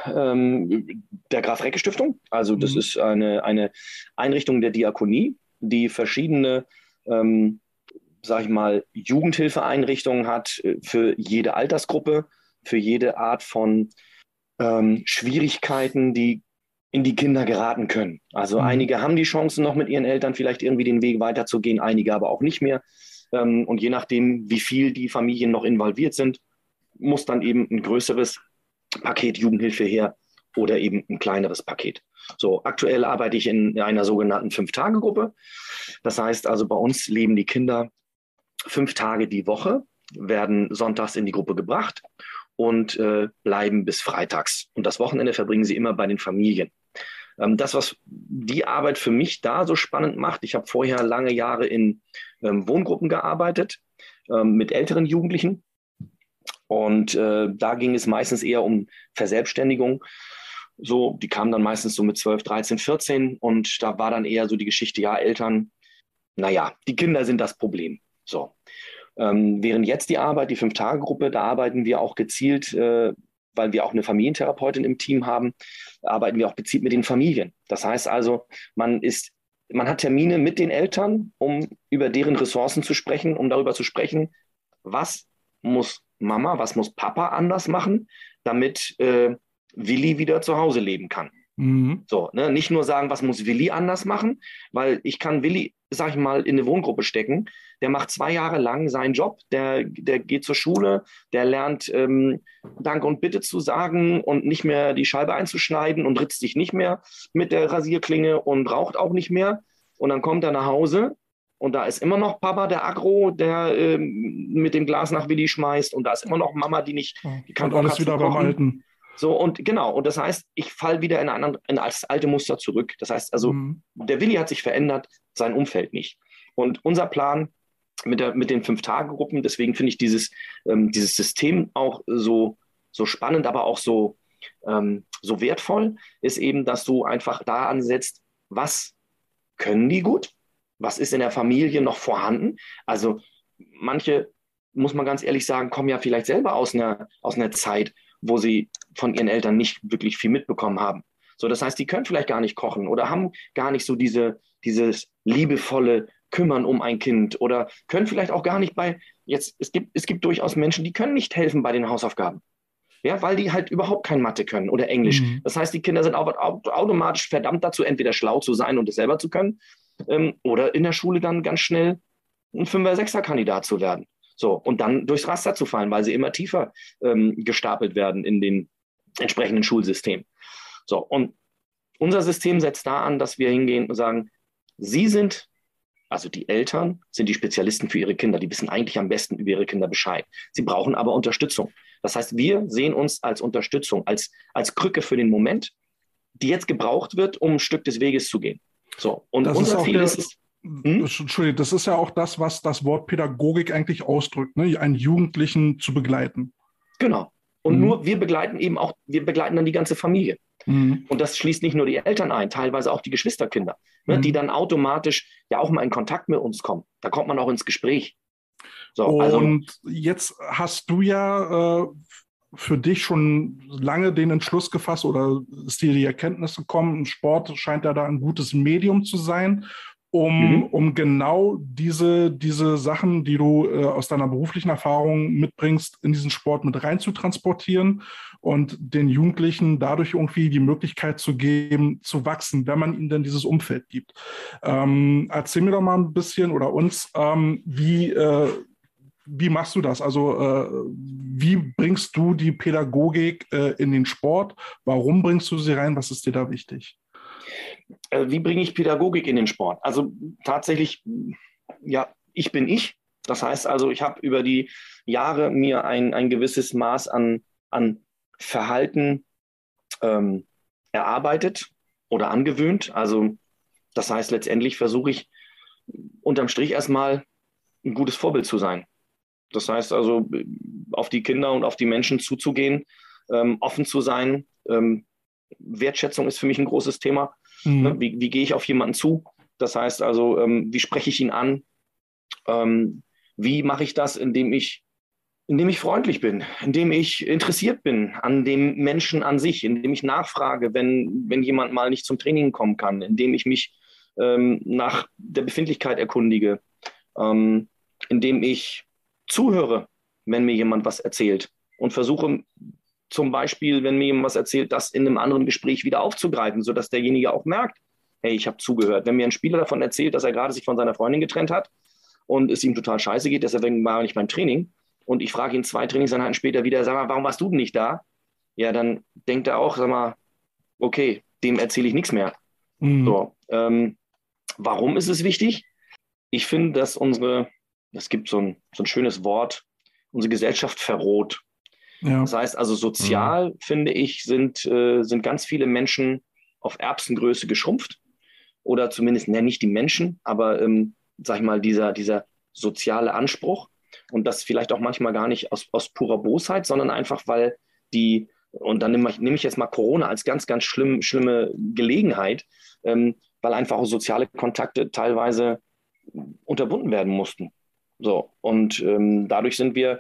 ähm, der Graf-Recke-Stiftung. Also das mhm. ist eine, eine Einrichtung der Diakonie, die verschiedene, ähm, sag ich mal, Jugendhilfeeinrichtungen hat für jede Altersgruppe, für jede Art von ähm, Schwierigkeiten, die in die Kinder geraten können. Also mhm. einige haben die Chancen, noch mit ihren Eltern vielleicht irgendwie den Weg weiterzugehen, einige aber auch nicht mehr. Ähm, und je nachdem, wie viel die Familien noch involviert sind, muss dann eben ein größeres Paket Jugendhilfe her oder eben ein kleineres Paket. So, aktuell arbeite ich in einer sogenannten Fünf-Tage-Gruppe. Das heißt also, bei uns leben die Kinder fünf Tage die Woche, werden sonntags in die Gruppe gebracht und äh, bleiben bis freitags. Und das Wochenende verbringen sie immer bei den Familien. Ähm, das, was die Arbeit für mich da so spannend macht, ich habe vorher lange Jahre in ähm, Wohngruppen gearbeitet, ähm, mit älteren Jugendlichen. Und äh, da ging es meistens eher um Verselbstständigung. So, die kamen dann meistens so mit zwölf, dreizehn, vierzehn und da war dann eher so die Geschichte, ja, Eltern, naja, die Kinder sind das Problem. So. Ähm, während jetzt die Arbeit, die Fünf-Tage-Gruppe, da arbeiten wir auch gezielt, äh, weil wir auch eine Familientherapeutin im Team haben, arbeiten wir auch gezielt mit den Familien. Das heißt also, man ist, man hat Termine mit den Eltern, um über deren Ressourcen zu sprechen, um darüber zu sprechen, was muss Mama, was muss Papa anders machen, damit äh, Willi wieder zu Hause leben kann. Mhm. So, ne? Nicht nur sagen, was muss Willi anders machen, weil ich kann Willi, sag ich mal, in eine Wohngruppe stecken, der macht zwei Jahre lang seinen Job, der, der geht zur Schule, der lernt ähm, Danke und Bitte zu sagen und nicht mehr die Scheibe einzuschneiden und ritzt sich nicht mehr mit der Rasierklinge und raucht auch nicht mehr. Und dann kommt er nach Hause und da ist immer noch Papa, der Aggro, der ähm, mit dem Glas nach Willi schmeißt und da ist immer noch Mama, die nicht die kann und alles wieder beim Alten. So, und genau, und das heißt, ich falle wieder in, ein, in das alte Muster zurück. Das heißt also, mhm. der Willi hat sich verändert, sein Umfeld nicht. Und unser Plan mit, der, mit den Fünf-Tage-Gruppen, deswegen finde ich dieses, ähm, dieses System auch so, so spannend, aber auch so, ähm, so wertvoll, ist eben, dass du einfach da ansetzt, was können die gut? Was ist in der Familie noch vorhanden? Also manche, muss man ganz ehrlich sagen, kommen ja vielleicht selber aus einer, aus einer Zeit, wo sie von ihren Eltern nicht wirklich viel mitbekommen haben. So, das heißt, die können vielleicht gar nicht kochen oder haben gar nicht so diese, dieses liebevolle Kümmern um ein Kind oder können vielleicht auch gar nicht bei, jetzt, es gibt, es gibt durchaus Menschen, die können nicht helfen bei den Hausaufgaben. Ja, weil die halt überhaupt kein Mathe können oder Englisch. Mhm. Das heißt, die Kinder sind auch automatisch verdammt dazu, entweder schlau zu sein und es selber zu können ähm, oder in der Schule dann ganz schnell ein Fünfer-, Sechser-Kandidat zu werden. So, und dann durchs Raster zu fallen, weil sie immer tiefer ähm, gestapelt werden in den entsprechenden Schulsystem. So, und unser System setzt da an, dass wir hingehen und sagen, Sie sind, also die Eltern, sind die Spezialisten für ihre Kinder. Die wissen eigentlich am besten über ihre Kinder Bescheid. Sie brauchen aber Unterstützung. Das heißt, wir sehen uns als Unterstützung, als, als Krücke für den Moment, die jetzt gebraucht wird, um ein Stück des Weges zu gehen. So, und das unser ist Ziel der, ist es, Hm? Entschuldigung, das ist ja auch das, was das Wort Pädagogik eigentlich ausdrückt, ne? Einen Jugendlichen zu begleiten. Genau. Und mhm. nur wir begleiten eben auch, wir begleiten dann die ganze Familie. Mhm. Und das schließt nicht nur die Eltern ein, teilweise auch die Geschwisterkinder, ne? Mhm. Die dann automatisch ja auch mal in Kontakt mit uns kommen. Da kommt man auch ins Gespräch. So, und also, jetzt hast du ja äh, für dich schon lange den Entschluss gefasst oder ist dir die Erkenntnis gekommen, Sport scheint ja da ein gutes Medium zu sein, um, mhm. um genau diese, diese Sachen, die du äh, aus deiner beruflichen Erfahrung mitbringst, in diesen Sport mit rein zu transportieren und den Jugendlichen dadurch irgendwie die Möglichkeit zu geben, zu wachsen, wenn man ihnen denn dieses Umfeld gibt. Ähm, erzähl mir doch mal ein bisschen oder uns, ähm, wie äh, Wie machst du das? Also äh, wie bringst du die Pädagogik äh, in den Sport? Warum bringst du sie rein? Was ist dir da wichtig? Äh, wie bringe ich Pädagogik in den Sport? Also tatsächlich, ja, ich bin ich. Das heißt also, ich habe über die Jahre mir ein, ein gewisses Maß an, an Verhalten ähm, erarbeitet oder angewöhnt. Also das heißt, letztendlich versuche ich unterm Strich erstmal ein gutes Vorbild zu sein. Das heißt also, auf die Kinder und auf die Menschen zuzugehen, ähm, offen zu sein. Ähm, Wertschätzung ist für mich ein großes Thema. Mhm. Wie, wie gehe ich auf jemanden zu? Das heißt also, ähm, wie spreche ich ihn an? Ähm, wie mache ich das, indem ich, indem ich freundlich bin, indem ich interessiert bin an dem Menschen an sich, indem ich nachfrage, wenn, wenn jemand mal nicht zum Training kommen kann, indem ich mich ähm, nach der Befindlichkeit erkundige, ähm, indem ich zuhöre, wenn mir jemand was erzählt und versuche zum Beispiel, wenn mir jemand was erzählt, das in einem anderen Gespräch wieder aufzugreifen, sodass derjenige auch merkt, hey, ich habe zugehört. Wenn mir ein Spieler davon erzählt, dass er gerade sich von seiner Freundin getrennt hat und es ihm total scheiße geht, deswegen war er nicht beim Training und ich frage ihn zwei Trainingseinheiten später wieder, sag mal, warum warst du denn nicht da? Ja, dann denkt er auch, sag mal, okay, dem erzähle ich nichts mehr. Mhm. So, ähm, warum ist es wichtig? Ich finde, dass unsere, es gibt so ein, so ein schönes Wort, unsere Gesellschaft verroht. Ja. Das heißt also, sozial, mhm. finde ich, sind, äh, sind ganz viele Menschen auf Erbsengröße geschrumpft. Oder zumindest, ne, nicht die Menschen, aber, ähm, sag ich mal, dieser, dieser soziale Anspruch. Und das vielleicht auch manchmal gar nicht aus, aus purer Bosheit, sondern einfach, weil die, und dann nehme ich, nehme ich jetzt mal Corona als ganz, ganz schlimm, schlimme Gelegenheit, ähm, weil einfach auch soziale Kontakte teilweise unterbunden werden mussten. So, und ähm, dadurch sind wir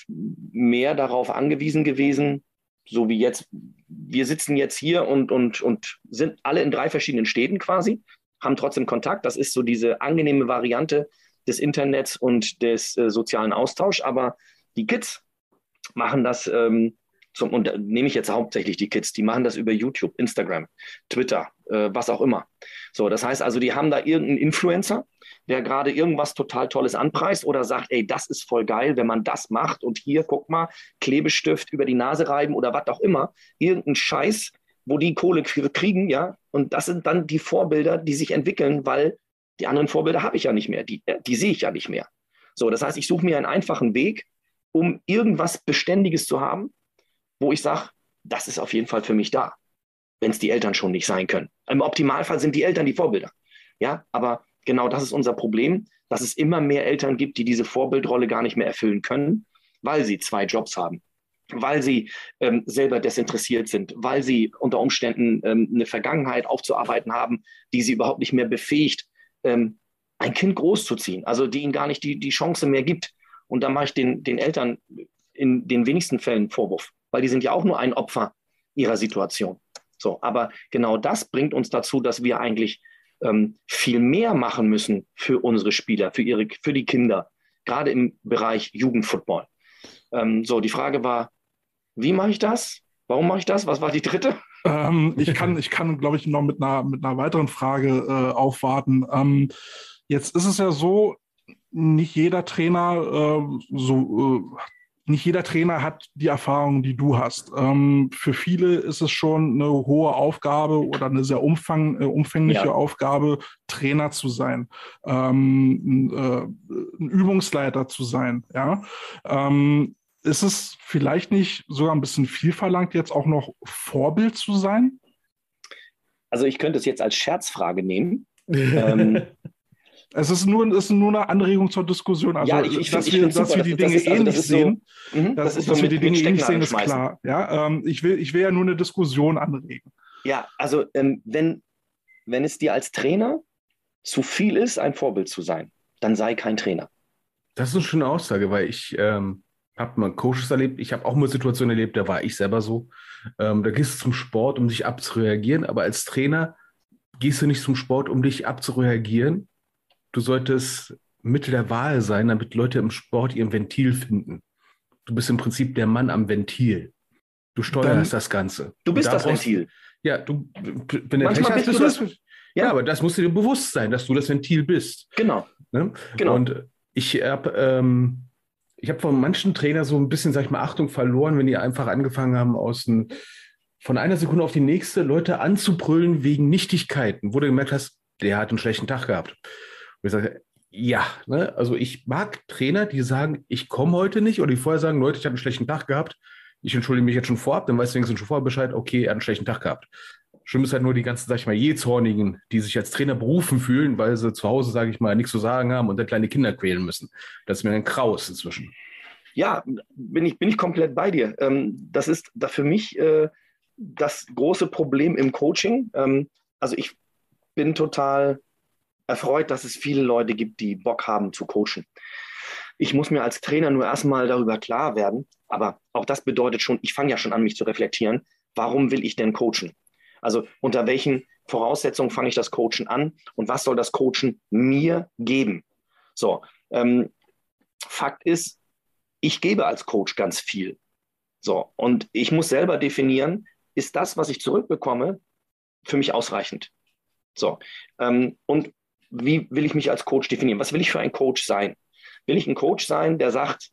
mehr darauf angewiesen gewesen, so wie jetzt, wir sitzen jetzt hier und, und, und sind alle in drei verschiedenen Städten quasi, haben trotzdem Kontakt. Das ist so diese angenehme Variante des Internets und des äh, sozialen Austauschs. Aber die Kids machen das, ähm, zum, und da nehme ich jetzt hauptsächlich die Kids, die machen das über YouTube, Instagram, Twitter, äh, was auch immer. So, das heißt also, die haben da irgendeinen Influencer, der gerade irgendwas total Tolles anpreist oder sagt, ey, das ist voll geil, wenn man das macht und hier, guck mal, Klebestift über die Nase reiben oder was auch immer, irgendein Scheiß, wo die Kohle kriegen, ja, und das sind dann die Vorbilder, die sich entwickeln, weil die anderen Vorbilder habe ich ja nicht mehr, die, die sehe ich ja nicht mehr. So, das heißt, ich suche mir einen einfachen Weg, um irgendwas Beständiges zu haben, wo ich sage, das ist auf jeden Fall für mich da, wenn es die Eltern schon nicht sein können. Im Optimalfall sind die Eltern die Vorbilder, ja, aber genau das ist unser Problem, dass es immer mehr Eltern gibt, die diese Vorbildrolle gar nicht mehr erfüllen können, weil sie zwei Jobs haben, weil sie ähm, selber desinteressiert sind, weil sie unter Umständen ähm, eine Vergangenheit aufzuarbeiten haben, die sie überhaupt nicht mehr befähigt, ähm, ein Kind großzuziehen, also die ihnen gar nicht die, die Chance mehr gibt. Und da mache ich den, den Eltern in den wenigsten Fällen einen Vorwurf, weil die sind ja auch nur ein Opfer ihrer Situation. So, aber genau das bringt uns dazu, dass wir eigentlich ähm, viel mehr machen müssen für unsere Spieler, für, ihre, für die Kinder, gerade im Bereich Jugendfootball. Ähm, so, die Frage war, wie mache ich das? Warum mache ich das? Was war die dritte? Ähm, ich kann, ich kann, glaube ich, noch mit einer, mit einer weiteren Frage äh, aufwarten. Ähm, jetzt ist es ja so, nicht jeder Trainer äh, so äh, nicht jeder Trainer hat die Erfahrung, die du hast. Ähm, für viele ist es schon eine hohe Aufgabe oder eine sehr umfang, äh, umfängliche ja. Aufgabe, Trainer zu sein, ähm, äh, ein Übungsleiter zu sein. Ja? Ähm, ist es vielleicht nicht sogar ein bisschen viel verlangt, jetzt auch noch Vorbild zu sein? Also ich könnte es jetzt als Scherzfrage nehmen. ähm, Es ist nur, es ist nur eine Anregung zur Diskussion. Also, ja, ich, ich dass, find, wir, ich dass wir die Dinge ist, also ähnlich sehen, so, mh, dass, das dass so wir mit, die Dinge ähnlich sehen, ist schmeißen. klar. Ja, ähm, ich, will, ich will ja nur eine Diskussion anregen. Ja, also ähm, wenn, wenn es dir als Trainer zu viel ist, ein Vorbild zu sein, dann sei kein Trainer. Das ist eine schöne Aussage, weil ich ähm, habe mal Coaches erlebt. Ich habe auch mal Situationen erlebt, da war ich selber so. Ähm, da gehst du zum Sport, um dich abzureagieren, aber als Trainer gehst du nicht zum Sport, um dich abzureagieren. Du solltest Mittel der Wahl sein, damit Leute im Sport ihr Ventil finden. Du bist im Prinzip der Mann am Ventil. Du steuerst Dann, das Ganze. Du bist da das brauchst, Ventil. Ja, du, wenn der Manchmal Pech hast, bist du das. das, ja, ja, aber das musst du dir bewusst sein, dass du das Ventil bist. Genau. Ne? genau. Und ich habe ähm, ich hab von manchen Trainern so ein bisschen, sag ich mal, Achtung verloren, wenn die einfach angefangen haben, aus ein, von einer Sekunde auf die nächste Leute anzubrüllen wegen Nichtigkeiten, wo du gemerkt hast, der hat einen schlechten Tag gehabt. Und ich sage, ja, ne? Also ich mag Trainer, die sagen, ich komme heute nicht, oder die vorher sagen, Leute, ich habe einen schlechten Tag gehabt. ich entschuldige mich jetzt schon vorab, dann weißt du wenigstens schon vorher Bescheid, okay, er hat einen schlechten Tag gehabt. Schlimm ist halt nur die ganzen, sag ich mal, Jähzornigen, die sich als Trainer berufen fühlen, weil sie zu Hause, sage ich mal, nichts zu sagen haben und dann kleine Kinder quälen müssen. Das ist mir ein Kraus inzwischen. Ja, bin ich, bin ich komplett bei dir. Ähm, das ist da für mich äh, das große Problem im Coaching. Ähm, also ich bin total erfreut, dass es viele Leute gibt, die Bock haben zu coachen. Ich muss mir als Trainer nur erstmal darüber klar werden, aber auch das bedeutet schon, ich fange ja schon an, mich zu reflektieren, warum will ich denn coachen? Also unter welchen Voraussetzungen fange ich das Coachen an und was soll das Coachen mir geben? So, ähm, Fakt ist, ich gebe als Coach ganz viel. So, und ich muss selber definieren, ist das, was ich zurückbekomme, für mich ausreichend? So, ähm, und wie will ich mich als Coach definieren? Was will ich für ein Coach sein? Will ich ein Coach sein, der sagt,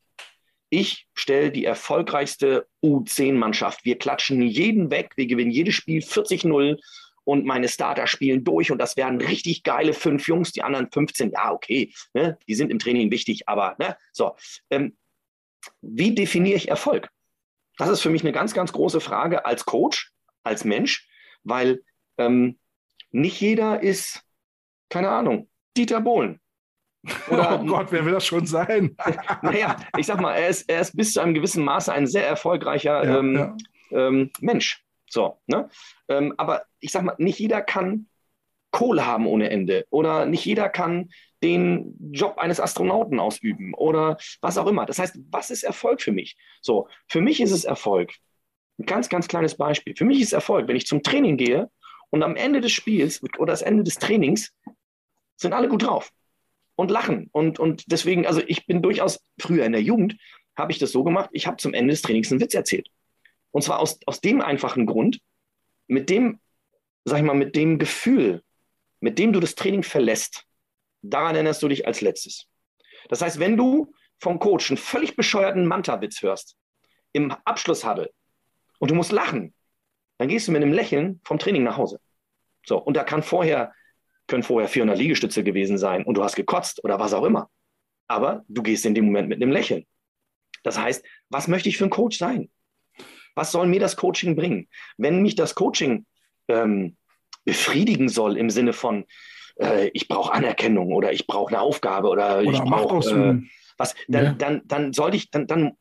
ich stelle die erfolgreichste U zehn Mannschaft. Wir klatschen jeden weg, wir gewinnen jedes Spiel vierzig null und meine Starter spielen durch und das werden richtig geile fünf Jungs, die anderen fünfzehn, ja, okay, ne, die sind im Training wichtig, aber ne, so. Ähm, wie definiere ich Erfolg? Das ist für mich eine ganz, ganz große Frage als Coach, als Mensch, weil ähm, nicht jeder ist, keine Ahnung, Dieter Bohlen. Oder, oh Gott, wer will das schon sein? Naja, ich sag mal, er ist, er ist bis zu einem gewissen Maße ein sehr erfolgreicher ja, ähm, ja. Ähm, Mensch. So, ne? Ähm, aber ich sag mal, nicht jeder kann Kohle haben ohne Ende oder nicht jeder kann den Job eines Astronauten ausüben oder was auch immer. Das heißt, was ist Erfolg für mich? So, für mich ist es Erfolg. Ein ganz, ganz kleines Beispiel. Für mich ist Erfolg, wenn ich zum Training gehe und am Ende des Spiels oder das Ende des Trainings sind alle gut drauf und lachen. Und, und deswegen, also ich bin durchaus, früher in der Jugend, habe ich das so gemacht, ich habe zum Ende des Trainings einen Witz erzählt. Und zwar aus, aus dem einfachen Grund, mit dem, sag ich mal, mit dem Gefühl, mit dem du das Training verlässt, daran erinnerst du dich als letztes. Das heißt, wenn du vom Coach einen völlig bescheuerten Manta-Witz hörst, im Abschlusshuddle, und du musst lachen, dann gehst du mit einem Lächeln vom Training nach Hause. So, und da kann vorher können vorher vierhundert Liegestütze gewesen sein und du hast gekotzt oder was auch immer. Aber du gehst in dem Moment mit einem Lächeln. Das heißt, was möchte ich für ein Coach sein? Was soll mir das Coaching bringen? Wenn mich das Coaching ähm, befriedigen soll im Sinne von, äh, ich brauche Anerkennung oder ich brauche eine Aufgabe oder, oder ich brauche äh, was, dann, ja. dann, dann sollte ich, dann, dann,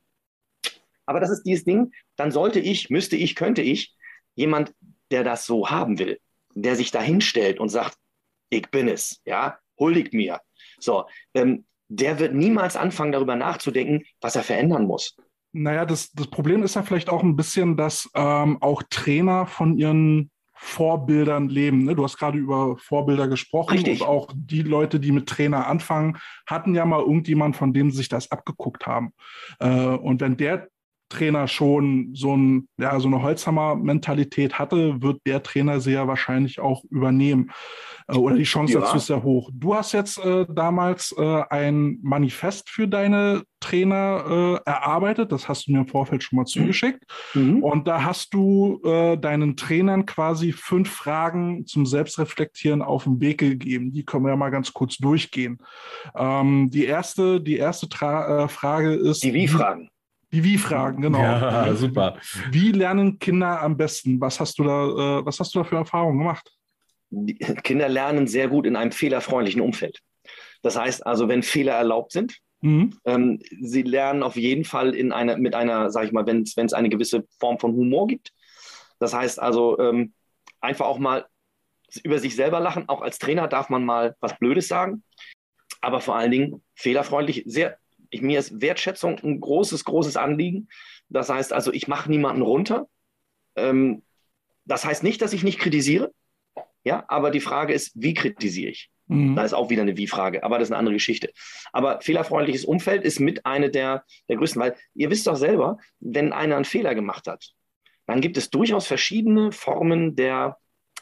aber das ist dieses Ding, dann sollte ich, müsste ich, könnte ich, jemand, der das so haben will, der sich da hinstellt und sagt, ich bin es, ja, huldigt mir. So, ähm, der wird niemals anfangen, darüber nachzudenken, was er verändern muss. Naja, das, das Problem ist ja vielleicht auch ein bisschen, dass ähm, auch Trainer von ihren Vorbildern leben. Ne? Du hast gerade über Vorbilder gesprochen. Richtig. Und auch die Leute, die mit Trainer anfangen, hatten ja mal irgendjemand, von dem sie sich das abgeguckt haben. Äh, und wenn der Trainer schon so, ein, ja, so eine Holzhammer-Mentalität hatte, wird der Trainer sie ja wahrscheinlich auch übernehmen. Äh, oder die Chance ja. dazu ist sehr hoch. Du hast jetzt äh, damals äh, ein Manifest für deine Trainer äh, erarbeitet. Das hast du mir im Vorfeld schon mal zugeschickt. Mhm. Und da hast du äh, deinen Trainern quasi fünf Fragen zum Selbstreflektieren auf den Weg gegeben. Die können wir ja mal ganz kurz durchgehen. Ähm, die erste, die erste Tra- äh, Frage ist... Die Wie-Fragen. Die Wie-Fragen, genau. Ja, super. Wie lernen Kinder am besten? Was hast du da, äh, was hast du da für Erfahrungen gemacht? Die Kinder lernen sehr gut in einem fehlerfreundlichen Umfeld. Das heißt also, wenn Fehler erlaubt sind, mhm. ähm, sie lernen auf jeden Fall in einer, mit einer, sag ich mal, wenn es eine gewisse Form von Humor gibt. Das heißt also, ähm, einfach auch mal über sich selber lachen. Auch als Trainer darf man mal was Blödes sagen. Aber vor allen Dingen fehlerfreundlich, sehr Ich, mir ist Wertschätzung ein großes, großes Anliegen. Das heißt also, ich mache niemanden runter. Ähm, das heißt nicht, dass ich nicht kritisiere. Ja, aber die Frage ist, wie kritisiere ich? Mhm. Da ist auch wieder eine Wie-Frage, aber das ist eine andere Geschichte. Aber fehlerfreundliches Umfeld ist mit eine der, der größten, weil ihr wisst doch selber, wenn einer einen Fehler gemacht hat, dann gibt es durchaus verschiedene Formen der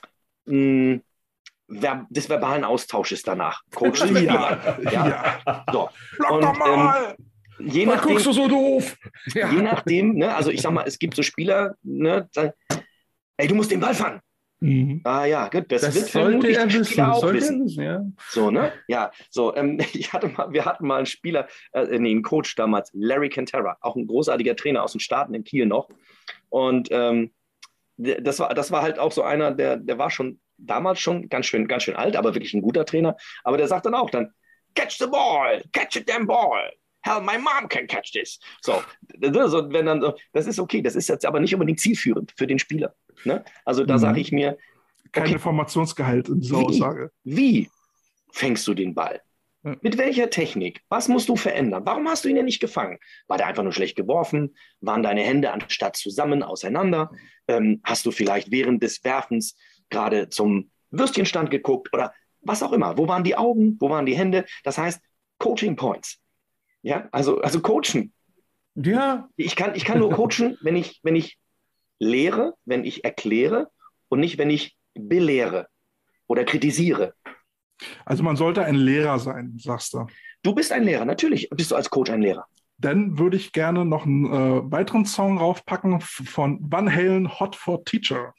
mh, des verbalen Austausches danach. Coach zu ja, ja. ja. So. Und, ähm, je nachdem, guckst du so doof? Ja. Je nachdem, ne, also ich sag mal, es gibt so Spieler, ne, sagen, ey, du musst den Ball fangen. Mhm. Ah ja, gut. Das, das wird sollte er wissen. Spieler auch sollte wissen. Er wissen ja. So, ne? Ja, so. Ähm, ich hatte mal, wir hatten mal einen Spieler, äh, nee, einen Coach damals, Larry Cantera, auch ein großartiger Trainer aus den Staaten in Kiel noch. Und ähm, das war, das war halt auch so einer, der, der war schon damals schon ganz schön, ganz schön alt, aber wirklich ein guter Trainer. Aber der sagt dann auch dann, catch the ball, catch a damn ball. Hell, my mom can catch this. So, so wenn dann, das ist okay, das ist jetzt aber nicht unbedingt zielführend für den Spieler. Ne? Also da mhm. sage ich mir, kein okay, Informationsgehalt in dieser wie, Aussage. Wie fängst du den Ball? Ja. Mit welcher Technik? Was musst du verändern? Warum hast du ihn denn nicht gefangen? War der einfach nur schlecht geworfen? Waren deine Hände anstatt zusammen auseinander? Ähm, hast du vielleicht während des Werfens gerade zum Würstchenstand geguckt oder was auch immer? Wo waren die Augen? Wo waren die Hände? Das heißt, Coaching Points. Ja, also, also coachen. Ja. Ich kann, ich kann nur coachen, wenn ich, wenn ich lehre, wenn ich erkläre und nicht, wenn ich belehre oder kritisiere. Also man sollte ein Lehrer sein, sagst du. Du bist ein Lehrer, natürlich bist du als Coach ein Lehrer. Dann würde ich gerne noch einen äh, weiteren Song raufpacken von Van Halen, Hot for Teacher.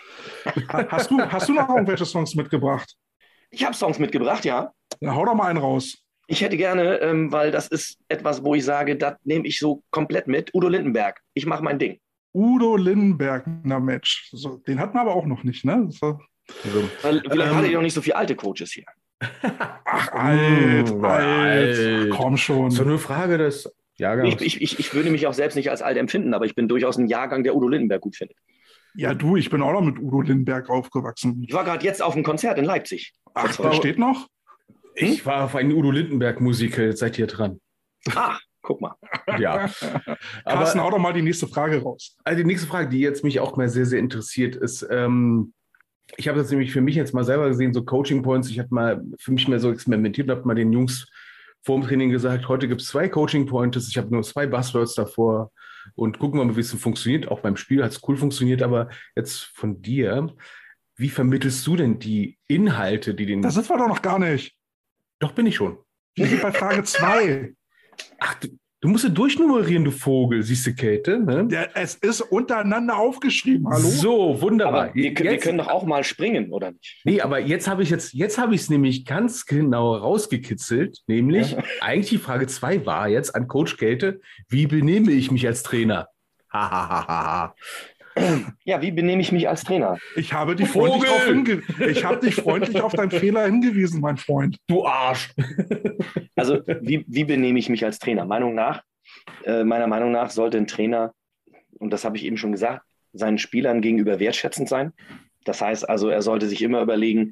hast, du, hast du noch irgendwelche Songs mitgebracht? Ich habe Songs mitgebracht, ja. Na, hau doch mal einen raus. Ich hätte gerne, ähm, weil das ist etwas, wo ich sage, das nehme ich so komplett mit, Udo Lindenberg. Ich mache mein Ding. Udo Lindenberg, na Match. So, den hatten wir aber auch noch nicht, ne? So. Also, weil, vielleicht ähm, hatte ich noch nicht so viele alte Coaches hier. Ach, alt, alt, alt. Ach, komm schon. So eine Frage des Jahrgangs. Ich, ich, ich würde mich auch selbst nicht als alt empfinden, aber ich bin durchaus ein Jahrgang, der Udo Lindenberg gut findet. Ja, du, ich bin auch noch mit Udo Lindenberg aufgewachsen. Ich war gerade jetzt auf einem Konzert in Leipzig. Ach, da steht noch? Ich war auf einem Udo Lindenberg-Musical, jetzt seid ihr dran. Ah, guck mal. Ja. Carsten, hau doch mal die nächste Frage raus. Also die nächste Frage, die jetzt mich auch mal sehr, sehr interessiert, ist, ähm, ich habe das nämlich für mich jetzt mal selber gesehen, so Coaching Points, ich habe mal für mich mal so experimentiert und habe mal den Jungs vor dem Training gesagt, heute gibt es zwei Coaching Points, ich habe nur zwei Buzzwords davor und gucken wir mal, wie es funktioniert. Auch beim Spiel hat es cool funktioniert, aber jetzt von dir, wie vermittelst du denn die Inhalte, die den... Das sind wir doch noch gar nicht. Doch, bin ich schon. Wir sind bei Frage zwei. Ach, du, du musst ja durchnummerieren, du Vogel, siehst du, Käthe? Ne? Ja, es ist untereinander aufgeschrieben, hallo? So, wunderbar. Aber wir, wir können doch auch mal springen, oder nicht? Nee, aber jetzt habe ich jetzt, jetzt habe ich es nämlich ganz genau rausgekitzelt, nämlich ja. Eigentlich die Frage zwei war jetzt an Coach Käthe, wie benehme ich mich als Trainer? Hahaha. Ja, wie benehme ich mich als Trainer? Ich habe dich freundlich, drauf hinge- ich habe dich freundlich auf deinen Fehler hingewiesen, mein Freund. Du Arsch. Also, wie, wie benehme ich mich als Trainer? Meinung nach, äh, meiner Meinung nach sollte ein Trainer, und das habe ich eben schon gesagt, seinen Spielern gegenüber wertschätzend sein. Das heißt also, er sollte sich immer überlegen,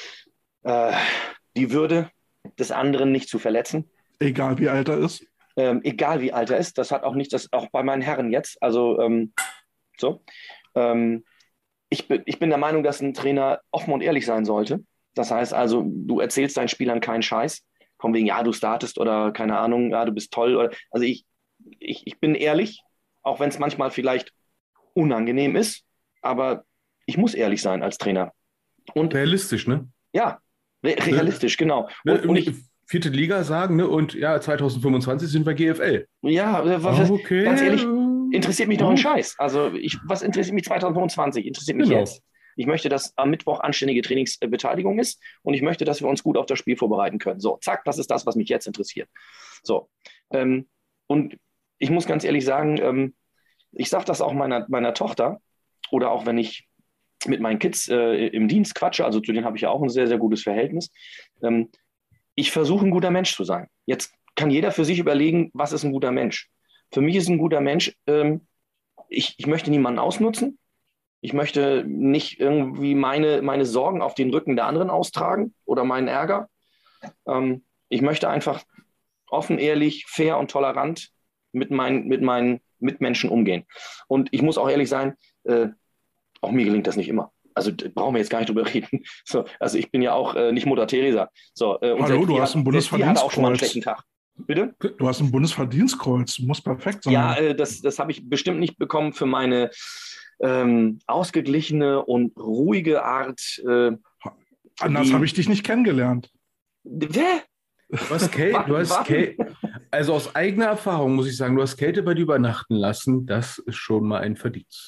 äh, die Würde des anderen nicht zu verletzen. Egal wie alt er ist. Ähm, egal wie alt er ist. Das hat auch nicht, das auch bei meinen Herren jetzt. Also, ähm, So. Ähm, ich, bin, ich bin der Meinung, dass ein Trainer offen und ehrlich sein sollte. Das heißt also, du erzählst deinen Spielern keinen Scheiß, von wegen, ja, du startest oder keine Ahnung, ja, du bist toll. Oder, also ich, ich, ich bin ehrlich, auch wenn es manchmal vielleicht unangenehm ist, aber ich muss ehrlich sein als Trainer. Und, realistisch, ne? Ja, re- realistisch, ne? Genau. Und, ne, und ich, vierte Liga sagen, ne? Und ja, zwanzig fünfundzwanzig sind wir G F L. Ja, was, okay. Ganz ehrlich, interessiert mich doch ein Scheiß. Also ich, was interessiert mich zwanzig fünfundzwanzig? Interessiert mich genau. Jetzt. Ich möchte, dass am Mittwoch anständige Trainingsbeteiligung ist und ich möchte, dass wir uns gut auf das Spiel vorbereiten können. So, zack, das ist das, was mich jetzt interessiert. So, ähm, und ich muss ganz ehrlich sagen, ähm, ich sage das auch meiner, meiner Tochter oder auch wenn ich mit meinen Kids äh, im Dienst quatsche, also zu denen habe ich ja auch ein sehr, sehr gutes Verhältnis. Ähm, ich versuche, ein guter Mensch zu sein. Jetzt kann jeder für sich überlegen, was ist ein guter Mensch. Für mich ist ein guter Mensch, ähm, ich, ich möchte niemanden ausnutzen. Ich möchte nicht irgendwie meine, meine Sorgen auf den Rücken der anderen austragen oder meinen Ärger. Ähm, ich möchte einfach offen, ehrlich, fair und tolerant mit, mein, mit meinen Mitmenschen umgehen. Und ich muss auch ehrlich sein, äh, auch mir gelingt das nicht immer. Also brauchen wir jetzt gar nicht drüber reden. So, also ich bin ja auch äh, nicht Mutter Teresa. So, äh, und Hallo, du hast hat, ein Bundesverdienstkreuz. auch schon mal einen schlechten Tag. Bitte? Du hast ein Bundesverdienstkreuz. Muss perfekt sein. Ja, äh, das, das habe ich bestimmt nicht bekommen für meine ähm, ausgeglichene und ruhige Art. Äh, Anders habe ich dich nicht kennengelernt. Wer? Du hast Kälte, du hast Kälte, also aus eigener Erfahrung muss ich sagen, du hast Kälte bei dir übernachten lassen. Das ist schon mal ein Verdienst.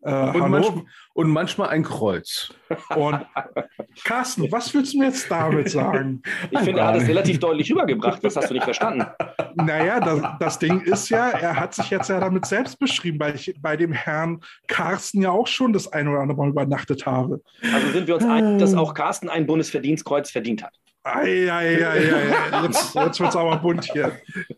Äh, und, Hannover. manchmal, und manchmal ein Kreuz. Und Carsten, was willst du mir jetzt damit sagen? Ich finde, er hat es relativ deutlich rübergebracht. Das hast du nicht verstanden. Naja, das, das Ding ist ja, er hat sich jetzt ja damit selbst beschrieben, weil ich bei dem Herrn Carsten ja auch schon das ein oder andere Mal übernachtet habe. Also sind wir uns einig, dass auch Carsten ein Bundesverdienstkreuz verdient hat. Ei, ei, ei, ei. Jetzt, jetzt wird es aber bunt hier.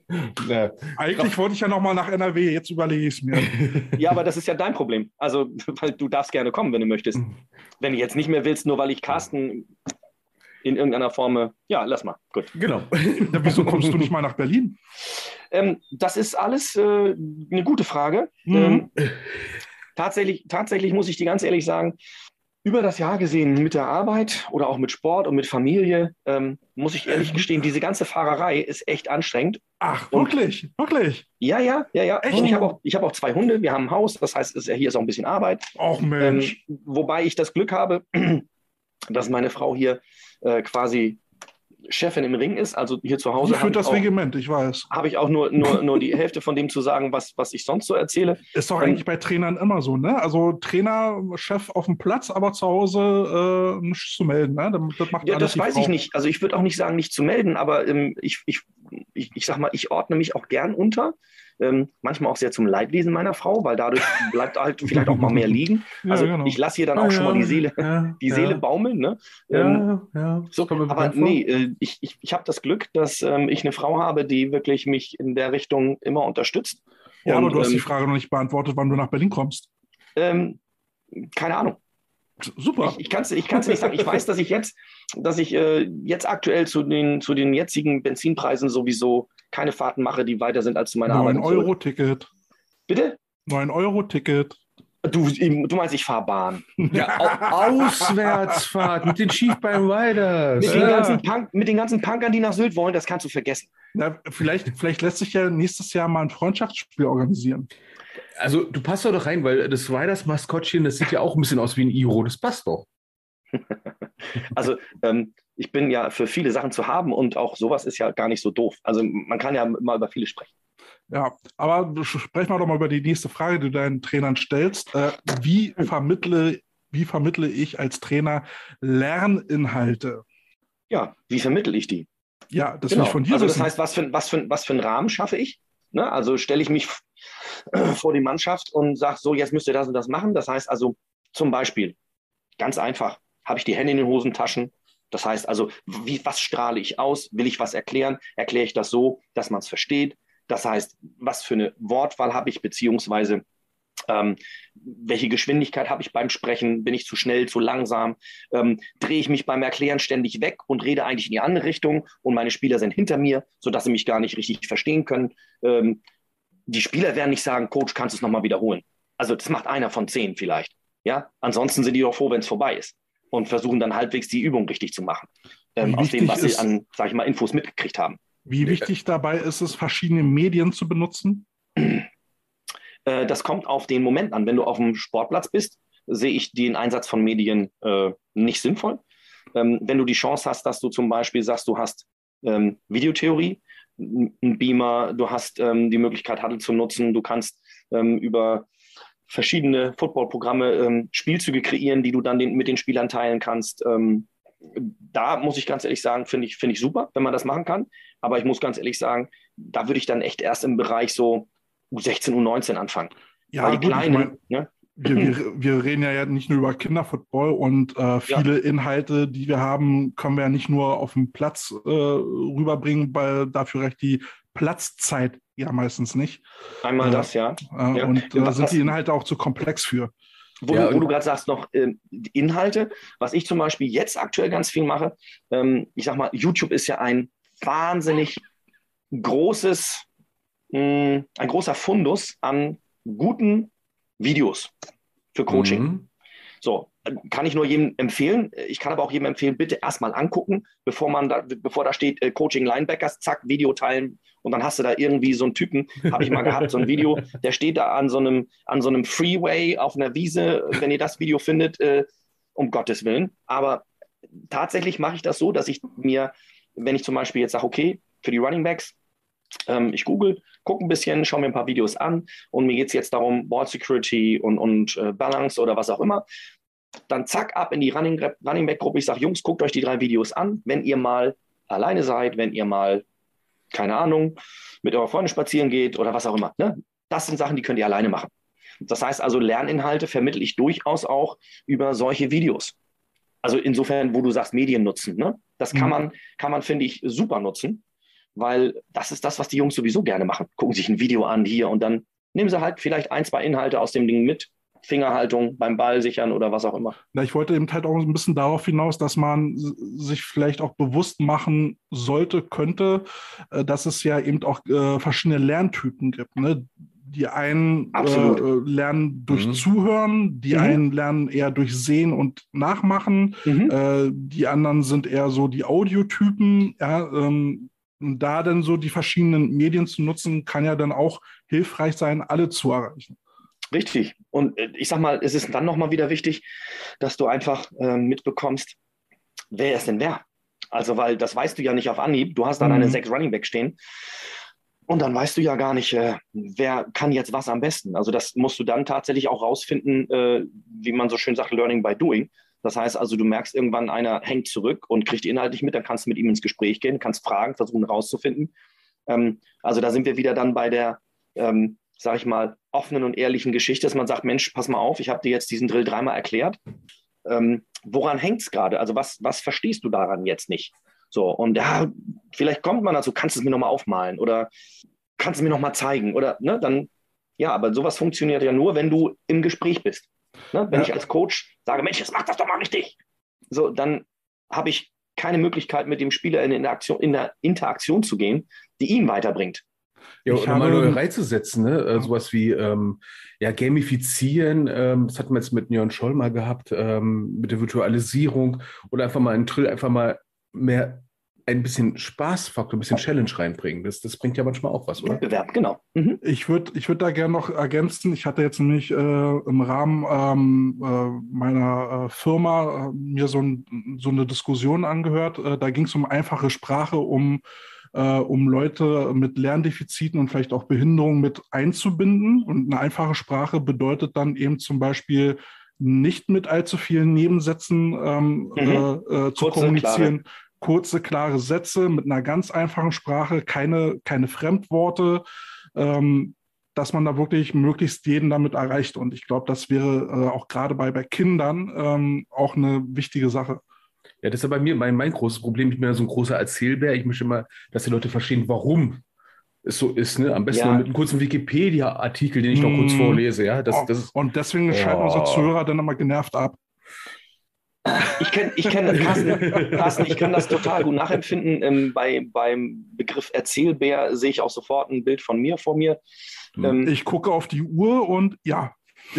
Ja. Eigentlich wollte ich ja noch mal nach N R W, jetzt überlege ich es mir. Ja, aber das ist ja dein Problem. Also, weil du darfst gerne kommen, wenn du möchtest. Wenn du jetzt nicht mehr willst, nur weil ich Carsten in irgendeiner Form, ja, lass mal, gut. Genau. Ja, wieso kommst du nicht mal nach Berlin? Ähm, das ist alles äh, eine gute Frage. Mhm. Ähm, tatsächlich, tatsächlich muss ich dir ganz ehrlich sagen, über das Jahr gesehen mit der Arbeit oder auch mit Sport und mit Familie, ähm, muss ich ehrlich gestehen, diese ganze Fahrerei ist echt anstrengend. Ach, Und- wirklich? Wirklich? Ja, ja, ja, ja. Echt? Und ich habe auch, ich hab auch zwei Hunde, wir haben ein Haus, das heißt, es ist, hier ist auch ein bisschen Arbeit. Och, Ähm, Mensch. wobei ich das Glück habe, dass meine Frau hier äh, quasi Chefin im Ring ist. Also hier zu Die Hause habe führt ich, das auch- Regiment, ich weiß. habe ich auch nur, nur, nur die Hälfte von dem zu sagen, was, was ich sonst so erzähle. Ist doch Ähm, eigentlich bei Trainern immer so, ne? Also Trainer, Chef auf dem Platz, aber zu Hause äh, nichts zu melden, ne? Das das macht Ja, alles das die weiß Frau. ich nicht. Also ich würde auch nicht sagen, nicht zu melden, aber ähm, ich, ich, ich, ich sag mal, ich ordne mich auch gern unter. Ähm, manchmal auch sehr zum Leidwesen meiner Frau, weil dadurch bleibt halt vielleicht auch mal mehr liegen. Ja, Also genau. ich lasse hier dann auch schon mal die Seele, ja, die ja, Seele baumeln. Ne? Ähm, Ja, ja. so, Das kommt mir aber bekannt vor. nee, äh, ich, ich, ich habe das Glück, dass ähm, ich eine Frau habe, die wirklich mich in der Richtung immer unterstützt. Ja, aber Und, du hast die ähm, Frage noch nicht beantwortet, wann du nach Berlin kommst. ähm, keine Ahnung. Super. Ich, ich kann es ich kann's nicht sagen. Ich weiß, dass ich jetzt, dass ich äh, jetzt aktuell zu den, zu den jetzigen Benzinpreisen sowieso keine Fahrten mache, die weiter sind als zu meiner Arbeit. neun und zurück. Euro Ticket. Bitte? neun Euro Ticket. Du, du meinst, ich fahre Bahn. Ja, Au Auswärtsfahrt mit den Schiefbein Riders. Mit, den Ja. ganzen Punk, mit den ganzen Punkern, die nach Sylt wollen, das kannst du vergessen. Na, vielleicht, vielleicht lässt sich ja nächstes Jahr mal ein Freundschaftsspiel organisieren. Also du passt doch rein, weil das Riders Maskottchen, das sieht ja auch ein bisschen aus wie ein Iro, das passt doch. Also ähm, ich bin ja für viele Sachen zu haben und auch sowas ist ja gar nicht so doof. Also man kann ja mal über viele sprechen. Ja, aber sprechen wir doch mal über die nächste Frage, die du deinen Trainern stellst. Äh, wie vermittle, wie vermittle ich als Trainer Lerninhalte? Ja, wie vermittle ich die? Ja, das Genau. will ich von dir Also das wissen. heißt, was für, was, für, was für einen Rahmen schaffe ich? Ne? Also stelle ich mich vor die Mannschaft und sage, so, jetzt müsst ihr das und das machen. Das heißt also zum Beispiel, ganz einfach, habe ich die Hände in den Hosentaschen. Das heißt also, wie, was strahle ich aus? Will ich was erklären? Erkläre ich das so, dass man es versteht? Das heißt, was für eine Wortwahl habe ich, beziehungsweise ähm, welche Geschwindigkeit habe ich beim Sprechen? Bin ich zu schnell, zu langsam? Ähm, drehe ich mich beim Erklären ständig weg und rede eigentlich in die andere Richtung und meine Spieler sind hinter mir, sodass sie mich gar nicht richtig verstehen können? Ähm, die Spieler werden nicht sagen, Coach, kannst du es nochmal wiederholen? Also das macht einer von zehn vielleicht. Ja? Ansonsten sind die doch froh, wenn es vorbei ist und versuchen dann halbwegs die Übung richtig zu machen, ähm, Wie aus dem, wichtig was sie ist- an, sag ich mal, Infos mitgekriegt haben. Wie wichtig dabei ist es, verschiedene Medien zu benutzen? Äh, das kommt auf den Moment an. Wenn du auf dem Sportplatz bist, sehe ich den Einsatz von Medien äh, nicht sinnvoll. Ähm, wenn du die Chance hast, dass du zum Beispiel sagst, du hast ähm, Videotheorie, ein Beamer, du hast ähm, die Möglichkeit, Huddle zu nutzen, du kannst ähm, über verschiedene Footballprogramme ähm, Spielzüge kreieren, die du dann den, mit den Spielern teilen kannst. Ähm, da muss ich ganz ehrlich sagen, finde ich, finde ich super, wenn man das machen kann. Aber ich muss ganz ehrlich sagen, da würde ich dann echt erst im Bereich so U sechzehn, U neunzehn anfangen. Ja, Weil die gut, ich Kleinen, mein, ne? wir, wir, wir reden ja nicht nur über Kinderfootball und äh, viele Inhalte, die wir haben, können wir ja nicht nur auf dem Platz äh, rüberbringen, weil dafür reicht die Platzzeit ja meistens nicht. Einmal Äh, das, ja. Äh, Ja. Und äh, Was- sind was- die Inhalte auch zu komplex für. Wo, Ja, du, wo und- du gerade sagst, noch ähm, die Inhalte, was ich zum Beispiel jetzt aktuell ganz viel mache, ähm, ich sag mal, YouTube ist ja ein wahnsinnig großes, mh, ein großer Fundus an guten Videos für Coaching. Mhm. So, äh, kann ich nur jedem empfehlen. Ich kann aber auch jedem empfehlen, bitte erstmal angucken, bevor man da, bevor da steht äh, Coaching Linebackers, zack, Video teilen und dann hast du da irgendwie so einen Typen, habe ich mal gehabt, so ein Video, der steht da an so einem, an so einem Freeway auf einer Wiese, wenn ihr das Video findet, äh, um Gottes Willen. Aber tatsächlich mache ich das so, dass ich mir, wenn ich zum Beispiel jetzt sage, okay, für die Running Backs Ähm, ich google, gucke ein bisschen, schaue mir ein paar Videos an und mir geht es jetzt darum, Ball Security und, und äh, Balance oder was auch immer. Dann zack, ab in die Running, Running Back Gruppe. Ich sage, Jungs, guckt euch die drei Videos an. Wenn ihr mal alleine seid, wenn ihr mal, keine Ahnung, mit eurer Freundin spazieren geht oder was auch immer. Ne? Das sind Sachen, die könnt ihr alleine machen. Das heißt also, Lerninhalte vermittle ich durchaus auch über solche Videos. Also insofern, wo du sagst, Medien nutzen. Ne? Das kann man, kann man, finde ich, super nutzen, weil das ist das, was die Jungs sowieso gerne machen. Gucken sich ein Video an hier und dann nehmen sie halt vielleicht ein, zwei Inhalte aus dem Ding mit. Fingerhaltung beim Ball sichern oder was auch immer. Ja, ich wollte eben halt auch ein bisschen darauf hinaus, dass man sich vielleicht auch bewusst machen sollte, könnte, dass es ja eben auch äh, verschiedene Lerntypen gibt. Ne? Die einen äh, lernen durch mhm. Zuhören, die mhm. einen lernen eher durch Sehen und Nachmachen, mhm. äh, die anderen sind eher so die Audiotypen. Ja, ähm, und da dann so die verschiedenen Medien zu nutzen, kann ja dann auch hilfreich sein, alle zu erreichen. Richtig. Und ich sag mal, es ist dann nochmal wieder wichtig, dass du einfach äh, mitbekommst, wer ist denn wer? Also, weil das weißt du ja nicht auf Anhieb. Du hast da mhm. deine sechs Running Back stehen und dann weißt du ja gar nicht, äh, wer kann jetzt was am besten. Also das musst du dann tatsächlich auch rausfinden, äh, wie man so schön sagt, Learning by Doing. Das heißt also, du merkst irgendwann, einer hängt zurück und kriegt die Inhalte nicht mit, dann kannst du mit ihm ins Gespräch gehen, kannst fragen, versuchen rauszufinden. Ähm, also da sind wir wieder dann bei der ähm, sage ich mal, offenen und ehrlichen Geschichte, dass man sagt, Mensch, pass mal auf, ich habe dir jetzt diesen Drill dreimal erklärt. Ähm, woran hängt es gerade? Also was, was verstehst du daran jetzt nicht? So, und ja, vielleicht kommt man dazu, kannst du es mir nochmal aufmalen oder kannst du mir nochmal zeigen? Oder, ne, dann, ja, aber sowas funktioniert ja nur, wenn du im Gespräch bist. Ne? Wenn ja. ich als Coach sage, Mensch, jetzt mach das doch mal richtig. So, dann habe ich keine Möglichkeit, mit dem Spieler in der, Aktion, in der Interaktion zu gehen, die ihn weiterbringt. Ja, oder mal neue Reize setzen, ne? Äh, sowas wie ähm, ja, gamifizieren, ähm, das hatten wir jetzt mit Neon Scholl mal gehabt, ähm, mit der Virtualisierung oder einfach mal einen Drill, einfach mal mehr ein bisschen Spaßfaktor, ein bisschen Challenge reinbringen. Das, das bringt ja manchmal auch was, oder? Wettbewerb, genau. Mhm. Ich würde ich würd da gerne noch ergänzen, ich hatte jetzt nämlich äh, im Rahmen ähm, äh, meiner äh, Firma äh, mir so, ein, so eine Diskussion angehört. Äh, da ging es um einfache Sprache, um Uh, um Leute mit Lerndefiziten und vielleicht auch Behinderungen mit einzubinden. Und eine einfache Sprache bedeutet dann eben zum Beispiel nicht mit allzu vielen Nebensätzen ähm, mhm. äh, äh, zu kurze, kommunizieren. Klare. Kurze, klare Sätze mit einer ganz einfachen Sprache, keine, keine Fremdworte, ähm, dass man da wirklich möglichst jeden damit erreicht. Und ich glaube, das wäre äh, auch gerade bei, bei Kindern ähm, auch eine wichtige Sache. Ja, das ist ja bei mir mein, mein großes Problem. Ich bin ja so ein großer Erzählbär. Ich möchte immer, dass die Leute verstehen, warum es so ist. Ne? Am besten ja. mit einem kurzen Wikipedia-Artikel, den ich noch kurz vorlese. Ja? Das, das ist, und deswegen oh. schalten unsere Zuhörer dann immer genervt ab. Ich kenne ich kenn, Carsten, Carsten, ich kann das total gut nachempfinden. Ähm, bei, beim Begriff Erzählbär sehe ich auch sofort ein Bild von mir vor mir. Ähm, ich gucke auf die Uhr und ja.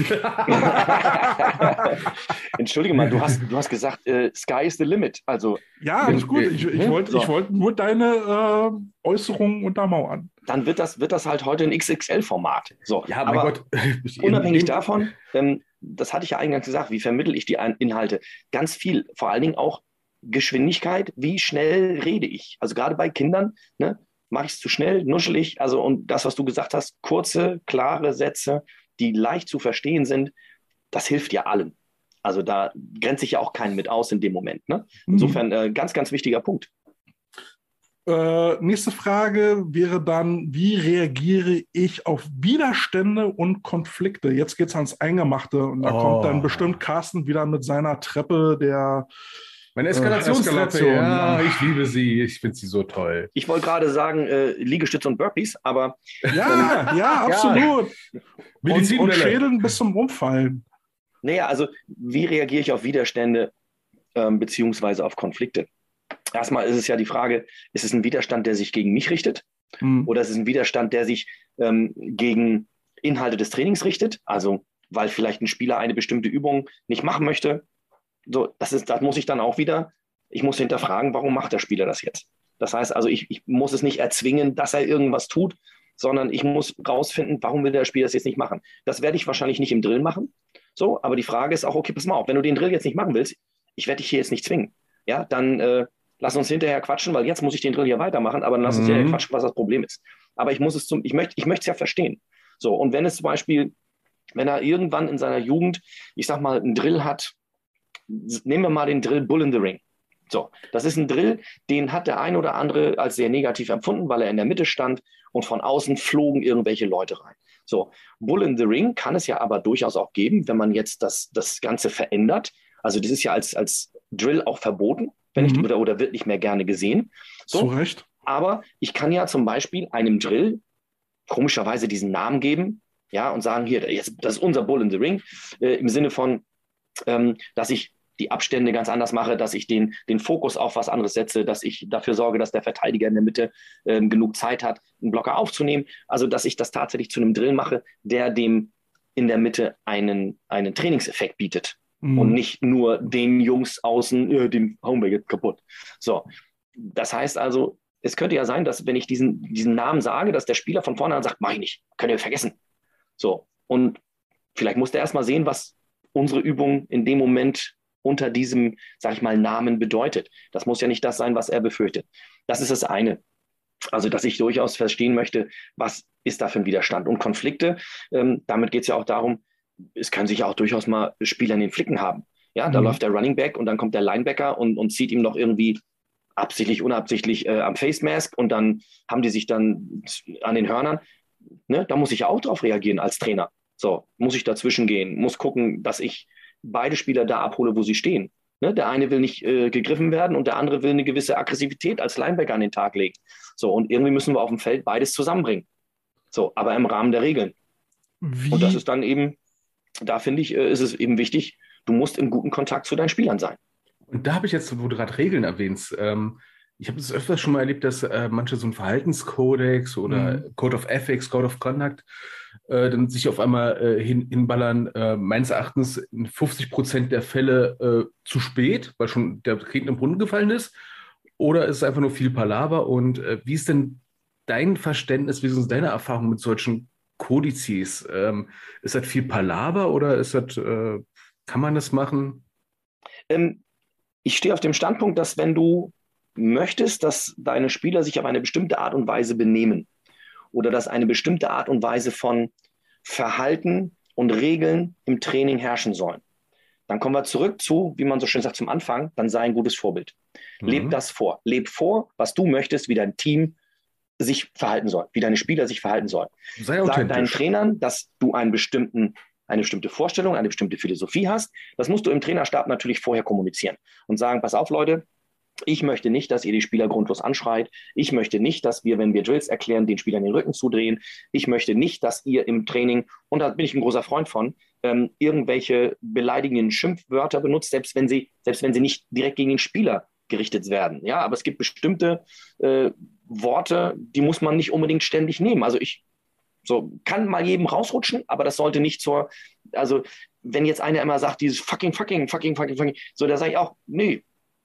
Entschuldige mal, du hast, du hast gesagt, äh, Sky is the limit. Also, ja, alles gut. Ich, ich wollte so. wollt nur deine äh, Äußerungen untermauern. Dann wird das, wird das halt heute ein X X L-Format. So, ja, mein aber Gott. Unabhängig davon, ähm, das hatte ich ja eingangs gesagt, wie vermittle ich die Inhalte? Ganz viel, vor allen Dingen auch Geschwindigkeit, wie schnell rede ich? Also gerade bei Kindern, ne, mache ich es zu schnell, nuschelig, also und das, was du gesagt hast, kurze, klare Sätze, die leicht zu verstehen sind, das hilft ja allen. Also da grenzt sich ja auch keinen mit aus in dem Moment. Ne? Insofern äh, ganz, ganz wichtiger Punkt. Äh, nächste Frage wäre dann, wie reagiere ich auf Widerstände und Konflikte? Jetzt geht es ans Eingemachte und da oh. kommt dann bestimmt Carsten wieder mit seiner Treppe der Meine Eskalationstreppe, äh, ja, ich liebe sie, ich finde sie so toll. Ich wollte gerade sagen, äh, Liegestütze und Burpees, aber... Ja, ja, absolut. Ja. Und, und Schädeln bis zum Umfallen. Naja, also wie reagiere ich auf Widerstände ähm, beziehungsweise auf Konflikte? Erstmal ist es ja die Frage, ist es ein Widerstand, der sich gegen mich richtet? Mhm. Oder ist es ein Widerstand, der sich ähm, gegen Inhalte des Trainings richtet? Also weil vielleicht ein Spieler eine bestimmte Übung nicht machen möchte. So, das ist, das muss ich dann auch wieder, ich muss hinterfragen, warum macht der Spieler das jetzt? Das heißt also, ich, ich muss es nicht erzwingen, dass er irgendwas tut, sondern ich muss rausfinden, warum will der Spieler das jetzt nicht machen? Das werde ich wahrscheinlich nicht im Drill machen. So, aber die Frage ist auch, okay, pass mal auf, wenn du den Drill jetzt nicht machen willst, ich werde dich hier jetzt nicht zwingen. Ja, dann äh, lass uns hinterher quatschen, weil jetzt muss ich den Drill hier weitermachen, aber dann lass uns Mhm. hinterher quatschen, was das Problem ist. Aber ich muss es zum, ich möchte, ich möchte es ja verstehen. So, und wenn es zum Beispiel, wenn er irgendwann in seiner Jugend, ich sag mal, einen Drill hat, nehmen wir mal den Drill Bull in the Ring. So, das ist ein Drill, den hat der eine oder andere als sehr negativ empfunden, weil er in der Mitte stand und von außen flogen irgendwelche Leute rein. So, Bull in the Ring kann es ja aber durchaus auch geben, wenn man jetzt das, das Ganze verändert. Also das ist ja als, als Drill auch verboten, wenn Mhm. nicht, oder, oder wird nicht mehr gerne gesehen. Zu So, Recht. aber ich kann ja zum Beispiel einem Drill komischerweise diesen Namen geben, ja, und sagen, hier, jetzt, das ist unser Bull in the Ring, äh, im Sinne von, ähm, dass ich die Abstände ganz anders mache, dass ich den, den Fokus auf was anderes setze, dass ich dafür sorge, dass der Verteidiger in der Mitte ähm, genug Zeit hat, einen Blocker aufzunehmen. Also, dass ich das tatsächlich zu einem Drill mache, der dem in der Mitte einen, einen Trainingseffekt bietet. Mhm. Und nicht nur den Jungs außen, äh, den hauen wir jetzt kaputt. So, das heißt also, es könnte ja sein, dass wenn ich diesen, diesen Namen sage, dass der Spieler von vornherein sagt, mach ich nicht, könnt ihr vergessen. So, und vielleicht muss der erstmal sehen, was unsere Übung in dem Moment unter diesem, sag ich mal, Namen bedeutet. Das muss ja nicht das sein, was er befürchtet. Das ist das eine. Also, dass ich durchaus verstehen möchte, was ist da für ein Widerstand. Und Konflikte, ähm, damit geht es ja auch darum, es kann sich ja auch durchaus mal Spieler in den Flicken haben. Ja, da Mhm. läuft der Running Back und dann kommt der Linebacker und, und zieht ihm noch irgendwie absichtlich, unabsichtlich äh, am Face Mask und dann haben die sich dann an den Hörnern. Ne? Da muss ich ja auch drauf reagieren als Trainer. So, muss ich dazwischen gehen, muss gucken, dass ich beide Spieler da abhole, wo sie stehen. Ne? Der eine will nicht äh, gegriffen werden und der andere will eine gewisse Aggressivität als Linebacker an den Tag legen. So, und irgendwie müssen wir auf dem Feld beides zusammenbringen. So, aber im Rahmen der Regeln. Wie, Und das ist dann eben, da finde ich, äh, ist es eben wichtig, du musst in guten Kontakt zu deinen Spielern sein. Und da habe ich jetzt, wo du gerade Regeln erwähnst, ähm, ich habe es öfters schon mal erlebt, dass äh, manche so einen Verhaltenskodex oder Mhm. Code of Ethics, Code of Conduct, äh, dann sich auf einmal äh, hin, hinballern, äh, meines Erachtens in fünfzig Prozent der Fälle äh, zu spät, weil schon der Regen im Brunnen gefallen ist, oder ist es einfach nur viel Palaver? Und äh, wie ist denn dein Verständnis, wie sind deine Erfahrungen mit solchen Kodizes? Ähm, ist das viel Palaver oder ist das, äh, kann man das machen? Ähm, ich stehe auf dem Standpunkt, dass wenn du möchtest, dass deine Spieler sich auf eine bestimmte Art und Weise benehmen oder dass eine bestimmte Art und Weise von Verhalten und Regeln im Training herrschen sollen, dann kommen wir zurück zu, wie man so schön sagt, zum Anfang, dann sei ein gutes Vorbild. Leb Mhm. das vor. Leb vor, was du möchtest, wie dein Team sich verhalten soll, wie deine Spieler sich verhalten sollen. Sei Sag deinen authentisch. Trainern, dass du einen bestimmten, eine bestimmte Vorstellung, eine bestimmte Philosophie hast. Das musst du im Trainerstab natürlich vorher kommunizieren und sagen, pass auf, Leute, ich möchte nicht, dass ihr die Spieler grundlos anschreit. Ich möchte nicht, dass wir, wenn wir Drills erklären, den Spielern den Rücken zudrehen. Ich möchte nicht, dass ihr im Training, und da bin ich ein großer Freund von, ähm, irgendwelche beleidigenden Schimpfwörter benutzt, selbst wenn sie, selbst wenn sie nicht direkt gegen den Spieler gerichtet werden. Ja, aber es gibt bestimmte äh, Worte, die muss man nicht unbedingt ständig nehmen. Also ich so kann mal jedem rausrutschen, aber das sollte nicht zur, also wenn jetzt einer immer sagt, dieses fucking, fucking, fucking, fucking, fucking, so, da sage ich auch, nee,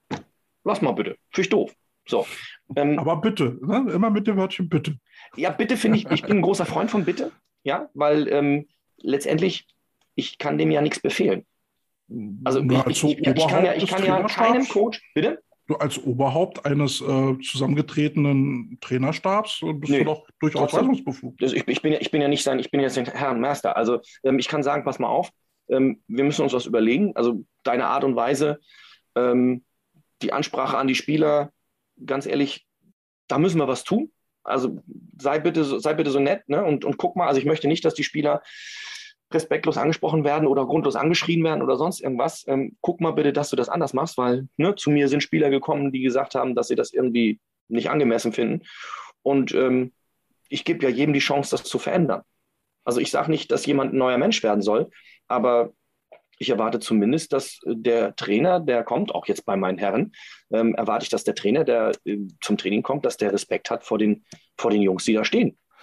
lass mal bitte, finde ich doof. So. Ähm, aber bitte, ne? Immer mit dem Wörtchen bitte. ja, bitte finde ich, ich bin ein großer Freund von bitte, ja, weil ähm, letztendlich, ich kann dem ja nichts befehlen. Also Na, ich, als ich, ich, ich kann ja, ich Oberhaupt kann des ja keinem Trainerstabs? Coach, bitte? Du als Oberhaupt eines äh, zusammengetretenen Trainerstabs äh, bist du Nee, doch durchaus trotzdem. weisungsbefugt. Also ich, ich, bin ja, ich bin ja nicht sein, ich bin jetzt der Herr und Master. Also ähm, ich kann sagen, pass mal auf, ähm, wir müssen uns was überlegen. Also deine Art und Weise, ähm, die Ansprache an die Spieler, ganz ehrlich, da müssen wir was tun. Also sei bitte, so- sei bitte so nett, ne? Und, und guck mal, also ich möchte nicht, dass die Spieler respektlos angesprochen werden oder grundlos angeschrien werden oder sonst irgendwas. Ähm, guck mal bitte, dass du das anders machst, weil ne, zu mir sind Spieler gekommen, die gesagt haben, dass sie das irgendwie nicht angemessen finden. Und ähm, ich gebe ja jedem die Chance, das zu verändern. Also ich sage nicht, dass jemand ein neuer Mensch werden soll, aber ich erwarte zumindest, dass der Trainer, der kommt, auch jetzt bei meinen Herren, ähm, erwarte ich, dass der Trainer, der äh, zum Training kommt, dass der Respekt hat vor den, vor den Jungs, die da stehen.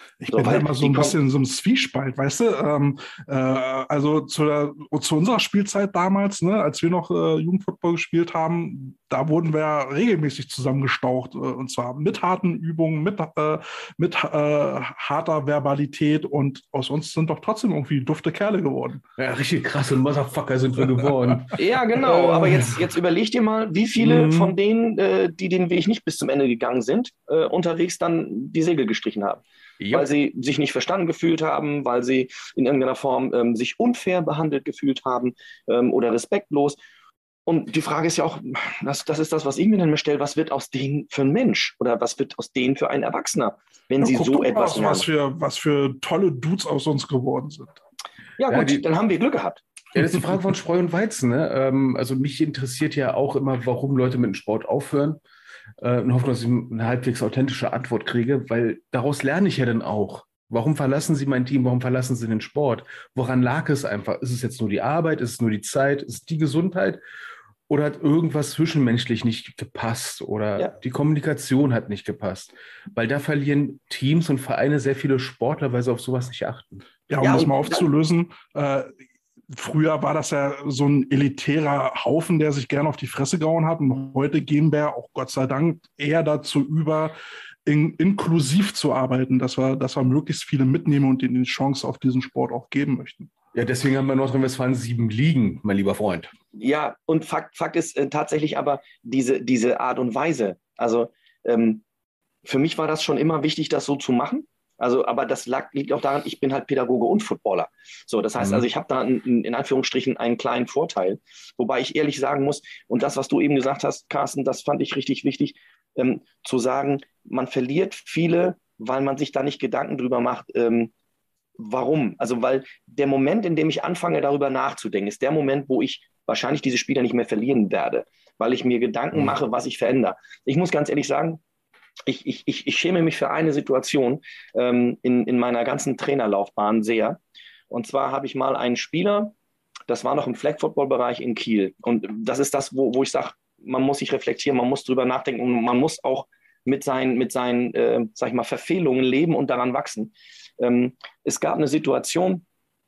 Ich So, bin da weil immer so die ein kommen- bisschen in so einem Zwiespalt, weißt du? Ähm, äh, also zu, der, zu unserer Spielzeit damals, ne, als wir noch äh, Jugendfootball gespielt haben, da wurden wir ja regelmäßig zusammengestaucht. Äh, und zwar mit harten Übungen, mit, äh, mit äh, harter Verbalität. Und aus uns sind doch trotzdem irgendwie dufte Kerle geworden. Ja, richtig krasse Motherfucker sind wir geworden. Ja, genau. Äh. Aber jetzt, jetzt überleg dir mal, wie viele Mhm. von denen, äh, die den Weg nicht bis zum Ende gegangen sind, äh, unterwegs dann die Segel gestrichen haben. Weil sie sich nicht verstanden gefühlt haben, weil sie in irgendeiner Form ähm, sich unfair behandelt gefühlt haben ähm, oder respektlos. Und die Frage ist ja auch, das, das ist das, was ich mir dann mir stelle, was wird aus denen für ein Mensch oder was wird aus denen für ein Erwachsener, wenn Ja, sie guck so doch mal, etwas was, was, lernen? für, was für tolle Dudes aus uns geworden sind. Ja Ja, gut, die- dann haben wir Glück gehabt. Ja, das ist die Frage von Spreu und Weizen. Ne? Ähm, also mich interessiert ja auch immer, warum Leute mit dem Sport aufhören. Äh, und hoffe, dass ich eine halbwegs authentische Antwort kriege, weil daraus lerne ich ja dann auch. Warum verlassen Sie mein Team? Warum verlassen Sie den Sport? Woran lag es einfach? Ist es jetzt nur die Arbeit? Ist es nur die Zeit? Ist es die Gesundheit? Oder hat irgendwas zwischenmenschlich nicht gepasst? Oder Ja. die Kommunikation hat nicht gepasst? Weil da verlieren Teams und Vereine sehr viele Sportler, weil sie auf sowas nicht achten. Ja, um Ja, das und mal dann- aufzulösen, äh, früher war das ja so ein elitärer Haufen, der sich gerne auf die Fresse gehauen hat. Und heute gehen wir auch Gott sei Dank eher dazu über, in, inklusiv zu arbeiten, dass wir, dass wir möglichst viele mitnehmen und ihnen die Chance auf diesen Sport auch geben möchten. Ja, deswegen haben wir in Nordrhein-Westfalen sieben Ligen, mein lieber Freund. Ja, und Fakt, Fakt ist äh, tatsächlich aber diese, diese Art und Weise. Also ähm, für mich war das schon immer wichtig, das so zu machen. Also, aber das lag, liegt auch daran, ich bin halt Pädagoge und Footballer. So, das heißt Mhm. also, ich habe da in, in Anführungsstrichen einen kleinen Vorteil. Wobei ich ehrlich sagen muss, und das, was du eben gesagt hast, Carsten, das fand ich richtig wichtig, ähm, zu sagen, man verliert viele, weil man sich da nicht Gedanken drüber macht, ähm, warum. Also, weil der Moment, in dem ich anfange, darüber nachzudenken, ist der Moment, wo ich wahrscheinlich diese Spieler nicht mehr verlieren werde, weil ich mir Gedanken Mhm. mache, was ich verändere. Ich muss ganz ehrlich sagen, Ich, ich, ich, ich schäme mich für eine Situation ähm, in, in meiner ganzen Trainerlaufbahn sehr. Und zwar habe ich mal einen Spieler, das war noch im Flag-Football-Bereich in Kiel. Und das ist das, wo, wo ich sage, man muss sich reflektieren, man muss drüber nachdenken und man muss auch mit seinen, mit seinen äh, sag ich mal, Verfehlungen leben und daran wachsen. Ähm, es gab eine Situation,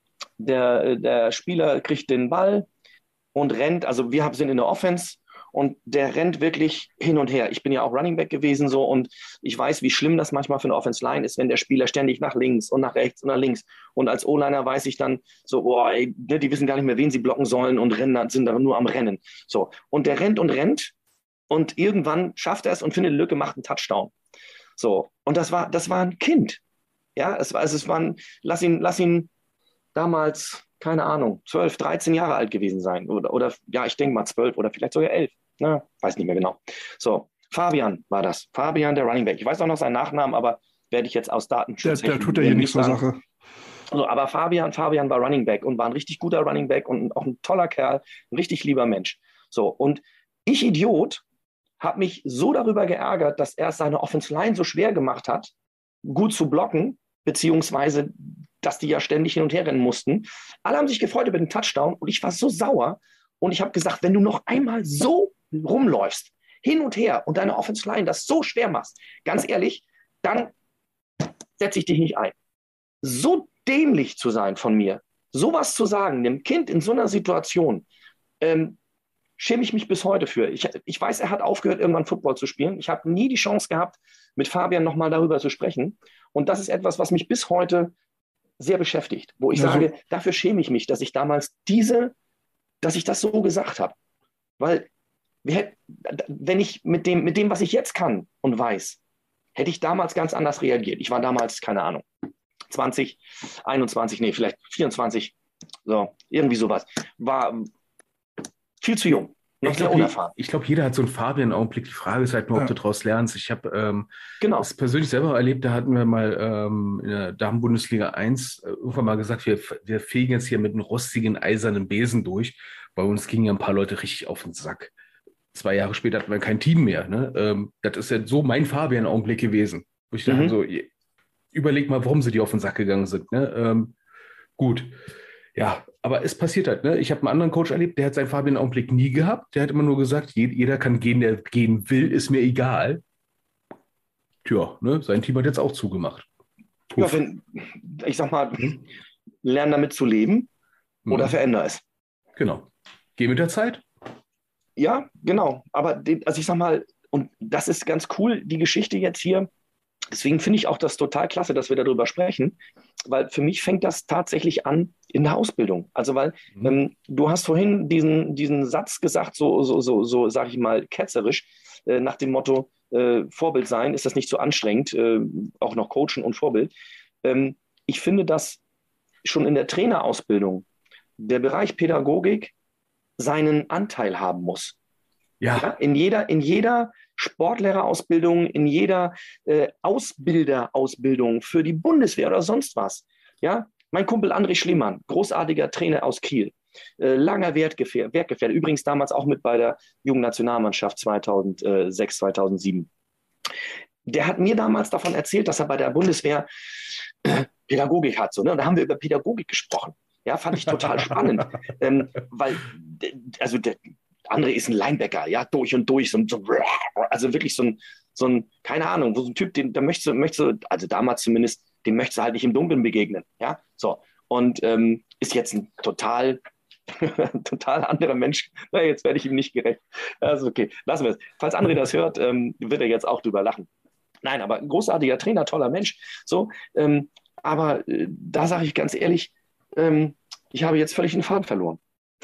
der, der Spieler kriegt den Ball und rennt, also wir sind in der Offense, und der rennt wirklich hin und her. Ich bin ja auch Running Back gewesen so und ich weiß, wie schlimm das manchmal für eine Offense Line ist, wenn der Spieler ständig nach links und nach rechts und nach links. Und als O-Liner weiß ich dann so, boah, ey, ne, die wissen gar nicht mehr, wen sie blocken sollen und rennen, sind da nur am Rennen. So. Und der rennt und rennt und irgendwann schafft er es und findet eine Lücke, macht einen Touchdown. So. Und das war, das war ein Kind. Ja, es war, also es war ein, lass ihn, lass ihn damals, keine Ahnung, zwölf, dreizehn Jahre alt gewesen sein. Oder, oder ja, ich denke mal zwölf oder vielleicht sogar elf. Na, weiß nicht mehr genau. So, Fabian war das. Fabian, der Running Back. Ich weiß auch noch seinen Nachnamen, aber werde ich jetzt aus Der, Datenschutz der tut ja hier nicht zur Sache. So, aber Fabian, Fabian war Running Back und war ein richtig guter Running Back und auch ein toller Kerl, ein richtig lieber Mensch. So, und ich, Idiot, habe mich so darüber geärgert, dass er seine Offensive Line so schwer gemacht hat, gut zu blocken, beziehungsweise, dass die ja ständig hin und her rennen mussten. Alle haben sich gefreut über den Touchdown und ich war so sauer und ich habe gesagt, wenn du noch einmal so rumläufst, hin und her und deine Offensive Line das so schwer machst, ganz ehrlich, dann setze ich dich nicht ein. So dämlich zu sein von mir, sowas zu sagen, dem Kind in so einer Situation, ähm, schäme ich mich bis heute für. Ich, ich weiß, er hat aufgehört, irgendwann Football zu spielen. Ich habe nie die Chance gehabt, mit Fabian nochmal darüber zu sprechen. Und das ist etwas, was mich bis heute sehr beschäftigt, wo ich Ja, so- sage, dafür schäme ich mich, dass ich damals diese, dass ich das so gesagt habe. Weil, wir hätt- wenn ich mit dem, mit dem, was ich jetzt kann und weiß, hätte ich damals ganz anders reagiert. Ich war damals, keine Ahnung, zwanzig, einundzwanzig, nee, vielleicht vierundzwanzig, so, irgendwie sowas. War viel zu jung, noch Ich sehr glaube, unerfahren. ich glaub, jeder hat so einen Fabian-Augenblick. Die Frage ist halt nur, ob Ja. du daraus lernst. Ich habe ähm, Genau. das persönlich selber erlebt. Da hatten wir mal ähm, in der Damen-Bundesliga eins äh, irgendwann mal gesagt, wir, wir fegen jetzt hier mit einem rostigen, eisernen Besen durch. Bei uns gingen ja ein paar Leute richtig auf den Sack. Zwei Jahre später hatten wir kein Team mehr. Ne? Ähm, das ist ja so mein Fabian-Augenblick gewesen. Wo ich dachte, Mhm. so, ihr- überleg mal, warum sie dir auf den Sack gegangen sind. Ne? Ähm, gut. Ja, aber es passiert halt. Ne? Ich habe einen anderen Coach erlebt, der hat seinen Fabian-Augenblick nie gehabt. Der hat immer nur gesagt, je- jeder kann gehen, der gehen will, ist mir egal. Tja, ne? Sein Team hat jetzt auch zugemacht. Ja, wenn, ich sag mal, lern damit zu leben oder mhm. verändere es. Genau. Geh mit der Zeit. Ja, genau. Aber den, also ich sag mal, und das ist ganz cool, die Geschichte jetzt hier. Deswegen finde ich auch das total klasse, dass wir darüber sprechen, weil für mich fängt das tatsächlich an in der Ausbildung. Also weil mhm. ähm, du hast vorhin diesen, diesen Satz gesagt, so, so, so, so sage ich mal, ketzerisch, äh, nach dem Motto, äh, Vorbild sein, ist das nicht so anstrengend, äh, auch noch Coachen und Vorbild. Ähm, ich finde, dass schon in der Trainerausbildung der Bereich Pädagogik seinen Anteil haben muss. Ja. Ja, in jeder, in jeder Sportlehrerausbildung, in jeder äh, Ausbilderausbildung für die Bundeswehr oder sonst was. Ja, mein Kumpel André Schliemann, großartiger Trainer aus Kiel, äh, langer Wertgefährte, Wertgefährte, übrigens damals auch mit bei der Jugendnationalmannschaft zweitausendsechs, zweitausendsieben. Der hat mir damals davon erzählt, dass er bei der Bundeswehr äh, Pädagogik hat. So, ne? Und da haben wir über Pädagogik gesprochen. Ja, fand ich total spannend, ähm, weil also der André ist ein Linebacker, ja, durch und durch, so, so also wirklich so ein, so ein, keine Ahnung, so ein Typ, den, der möchte, möchte, also damals zumindest, dem möchte halt nicht im Dunkeln begegnen, ja, so. Und ähm, ist jetzt ein total, total anderer Mensch. Na, jetzt werde ich ihm nicht gerecht. Also okay, lassen wir es. Falls André das hört, ähm, wird er jetzt auch drüber lachen. Nein, aber ein großartiger Trainer, toller Mensch, so, ähm, aber äh, da sage ich ganz ehrlich, ähm, ich habe jetzt völlig den Faden verloren.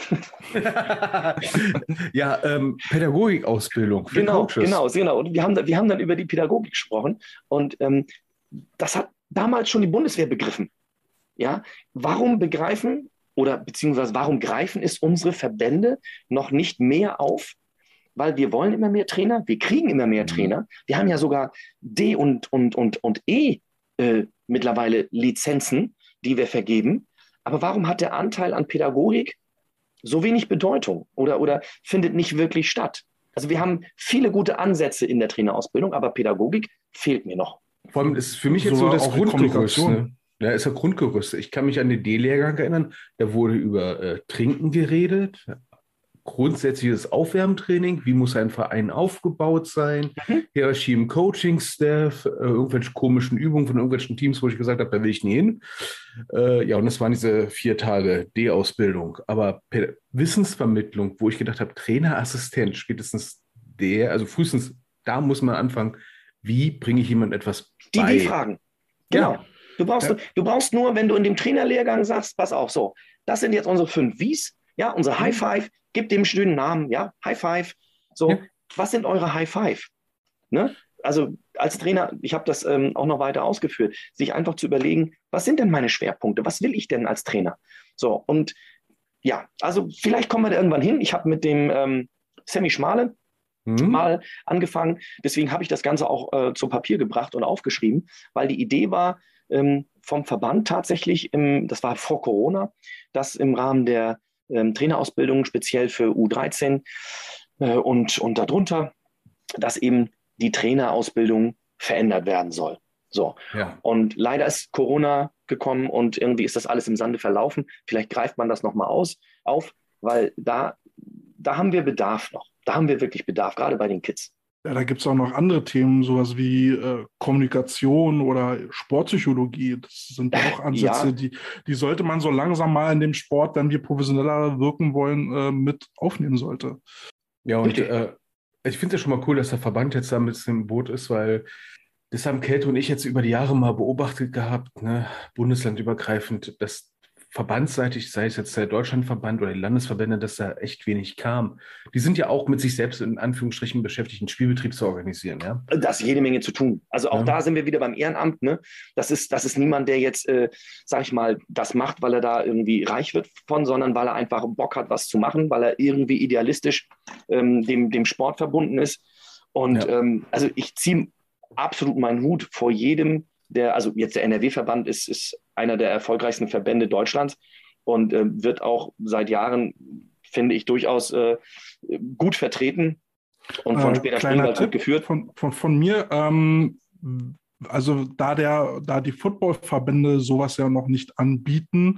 ja, ähm, Pädagogikausbildung für genau, Coaches. Genau, genau. Und wir haben, wir haben dann über die Pädagogik gesprochen und ähm, das hat damals schon die Bundeswehr begriffen. Ja, warum begreifen oder beziehungsweise warum greifen es unsere Verbände noch nicht mehr auf? Weil wir wollen immer mehr Trainer, wir kriegen immer mehr mhm. Trainer. Wir haben ja sogar D und, und, und, und E äh, mittlerweile Lizenzen, die wir vergeben. Aber warum hat der Anteil an Pädagogik so wenig Bedeutung oder, oder findet nicht wirklich statt? Also wir haben viele gute Ansätze in der Trainerausbildung, aber Pädagogik fehlt mir noch. Vor allem ist für mich jetzt so das Grundgerüst. Ne? Ja, ist ja Grundgerüst. Ich kann mich an den D-Lehrgang erinnern, da wurde über äh, Trinken geredet, grundsätzliches Aufwärmtraining, wie muss ein Verein aufgebaut sein, mhm. Hierarchie im Coaching-Staff, äh, irgendwelche komischen Übungen von irgendwelchen Teams, wo ich gesagt habe, da will ich nie hin. Äh, ja, und das waren diese vier Tage D-Ausbildung. Aber per Wissensvermittlung, wo ich gedacht habe, Trainerassistent, spätestens der, also frühestens da muss man anfangen, wie bringe ich jemandem etwas bei? Die Die-Fragen. Genau. Ja. Du brauchst, ja. du brauchst nur, wenn du in dem Trainerlehrgang sagst, pass auf, so, das sind jetzt unsere fünf Wies, ja, unser High Five, gib dem schönen Namen, ja, High Five. So, ja. Was sind eure High Five? Ne? Also als Trainer, ich habe das ähm, auch noch weiter ausgeführt, sich einfach zu überlegen, was sind denn meine Schwerpunkte? Was will ich denn als Trainer? So, und ja, also vielleicht kommen wir da irgendwann hin. Ich habe mit dem ähm, Sammy Schmale mhm. mal angefangen. Deswegen habe ich das Ganze auch äh, zu Papier gebracht und aufgeschrieben, weil die Idee war, ähm, vom Verband tatsächlich, im, das war vor Corona, dass im Rahmen der ähm, Trainerausbildung speziell für U dreizehn äh, und, und darunter, dass eben die Trainerausbildung verändert werden soll. So. Ja. Und leider ist Corona gekommen und irgendwie ist das alles im Sande verlaufen. Vielleicht greift man das nochmal aus, auf, weil da, da haben wir Bedarf noch. Da haben wir wirklich Bedarf, gerade bei den Kids. Ja, da gibt es auch noch andere Themen, sowas wie äh, Kommunikation oder Sportpsychologie. Das sind ja auch Ansätze, ja. die, die sollte man so langsam mal in dem Sport, wenn wir professioneller wirken wollen, äh, mit aufnehmen sollte. Ja, und äh, ich finde es ja schon mal cool, dass der Verband jetzt da mit im Boot ist, weil das haben Kälte und ich jetzt über die Jahre mal beobachtet gehabt, ne, bundeslandübergreifend, dass verbandsseitig, sei es jetzt der Deutschlandverband oder die Landesverbände, dass da echt wenig kam. Die sind ja auch mit sich selbst in Anführungsstrichen beschäftigt, einen Spielbetrieb zu organisieren. Ja? Da ist jede Menge zu tun. Also auch ja. da sind wir wieder beim Ehrenamt. Ne? Das ist, das ist niemand, der jetzt, äh, sag ich mal, das macht, weil er da irgendwie reich wird von, sondern weil er einfach Bock hat, was zu machen, weil er irgendwie idealistisch ähm, dem, dem Sport verbunden ist. Und ja. ähm, also ich ziehe absolut meinen Hut vor jedem, der, also jetzt der N R W-Verband ist, ist einer der erfolgreichsten Verbände Deutschlands und äh, wird auch seit Jahren, finde ich, durchaus äh, gut vertreten und von äh, Peter Springwald gut geführt. Von, von, von mir, ähm, also da, der, da die Footballverbände sowas ja noch nicht anbieten,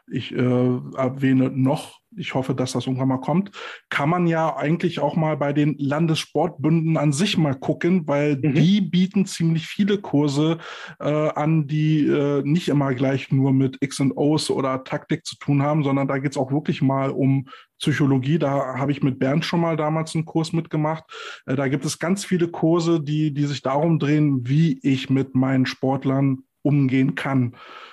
ich äh, erwähne noch, ich hoffe, dass das irgendwann mal kommt, kann man ja eigentlich auch mal bei den Landessportbünden an sich mal gucken, weil mhm. die bieten ziemlich viele Kurse äh, an, die äh, nicht immer gleich nur mit X und O's oder Taktik zu tun haben, sondern da geht es auch wirklich mal um Psychologie. Da habe ich mit Bernd schon mal damals einen Kurs mitgemacht. Äh, da gibt es ganz viele Kurse, die, die sich darum drehen, wie ich mit meinen Sportlern umgehen kann.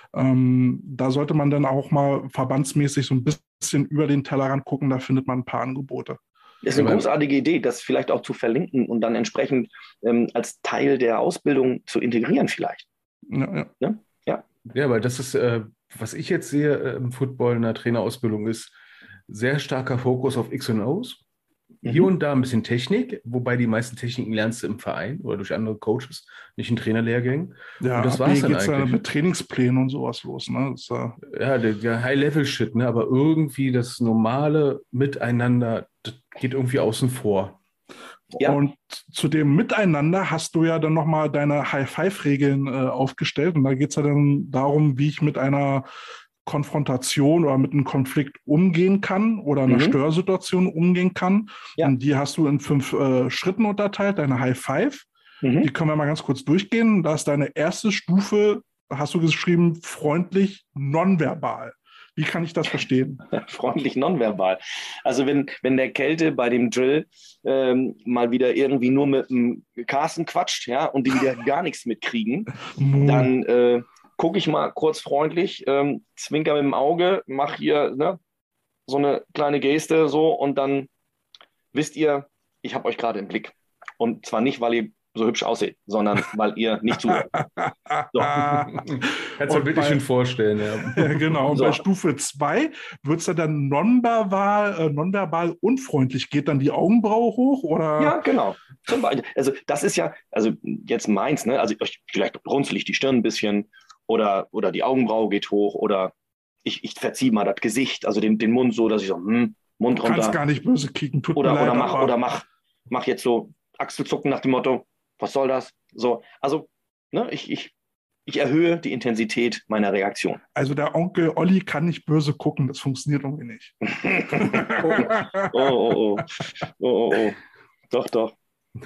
Ähm, da sollte man dann auch mal verbandsmäßig so ein bisschen über den Tellerrand gucken, da findet man ein paar Angebote. Das ist eine großartige Idee, das vielleicht auch zu verlinken und dann entsprechend ähm, als Teil der Ausbildung zu integrieren vielleicht. Ja, ja. Ja? Ja. Ja, weil das ist, äh, was ich jetzt sehe äh, im Football in der Trainerausbildung ist, sehr starker Fokus auf X und O's. Hier mhm. und da ein bisschen Technik, wobei die meisten Techniken lernst du im Verein oder durch andere Coaches, nicht in Trainerlehrgängen. Ja, und das war es dann eigentlich. Ja mit Trainingsplänen und sowas los. Ne? Das, äh ja, der, der High-Level-Shit, ne? Aber irgendwie das normale Miteinander, das geht irgendwie außen vor. Ja. Und zu dem Miteinander hast du ja dann nochmal deine High-Five-Regeln äh, aufgestellt. Und da geht es ja dann darum, wie ich mit einer Konfrontation oder mit einem Konflikt umgehen kann oder einer mhm. Störsituation umgehen kann. Ja. Und die hast du in fünf äh, Schritten unterteilt, deine High Five. Mhm. Die können wir mal ganz kurz durchgehen. Da ist deine erste Stufe, hast du geschrieben, freundlich nonverbal. Wie kann ich das verstehen? Freundlich nonverbal. Also wenn, wenn der Kälte bei dem Drill ähm, mal wieder irgendwie nur mit dem Carsten quatscht, ja, und die wieder gar nichts mitkriegen, dann äh, gucke ich mal kurz freundlich, ähm, zwinker mit dem Auge, mach hier ne, so eine kleine Geste so und dann wisst ihr, ich habe euch gerade im Blick. Und zwar nicht, weil ihr so hübsch aussieht, sondern weil ihr nicht zuhört. So. Kannst du wirklich schon vorstellen. Ja. Ja, genau. Und so. Bei Stufe zwei wird es dann nonverbal, äh, nonverbal unfreundlich. Geht dann die Augenbraue hoch? Oder? Ja, genau. Zum Beispiel. Also das ist ja, also jetzt meins, ne? Also vielleicht runzel ich die Stirn ein bisschen oder, oder die Augenbraue geht hoch oder ich, ich verziehe mal das Gesicht, also den, den Mund so, dass ich so, hm, Mund runter. Du kannst gar nicht böse kicken, tut oder, mir leid. Oder mach, oder mach, mach jetzt so Achselzucken nach dem Motto, was soll das? So, also, ne, ich, ich, ich erhöhe die Intensität meiner Reaktion. Also der Onkel Olli kann nicht böse gucken, das funktioniert irgendwie nicht. oh, oh, oh, oh, oh, oh, doch, doch.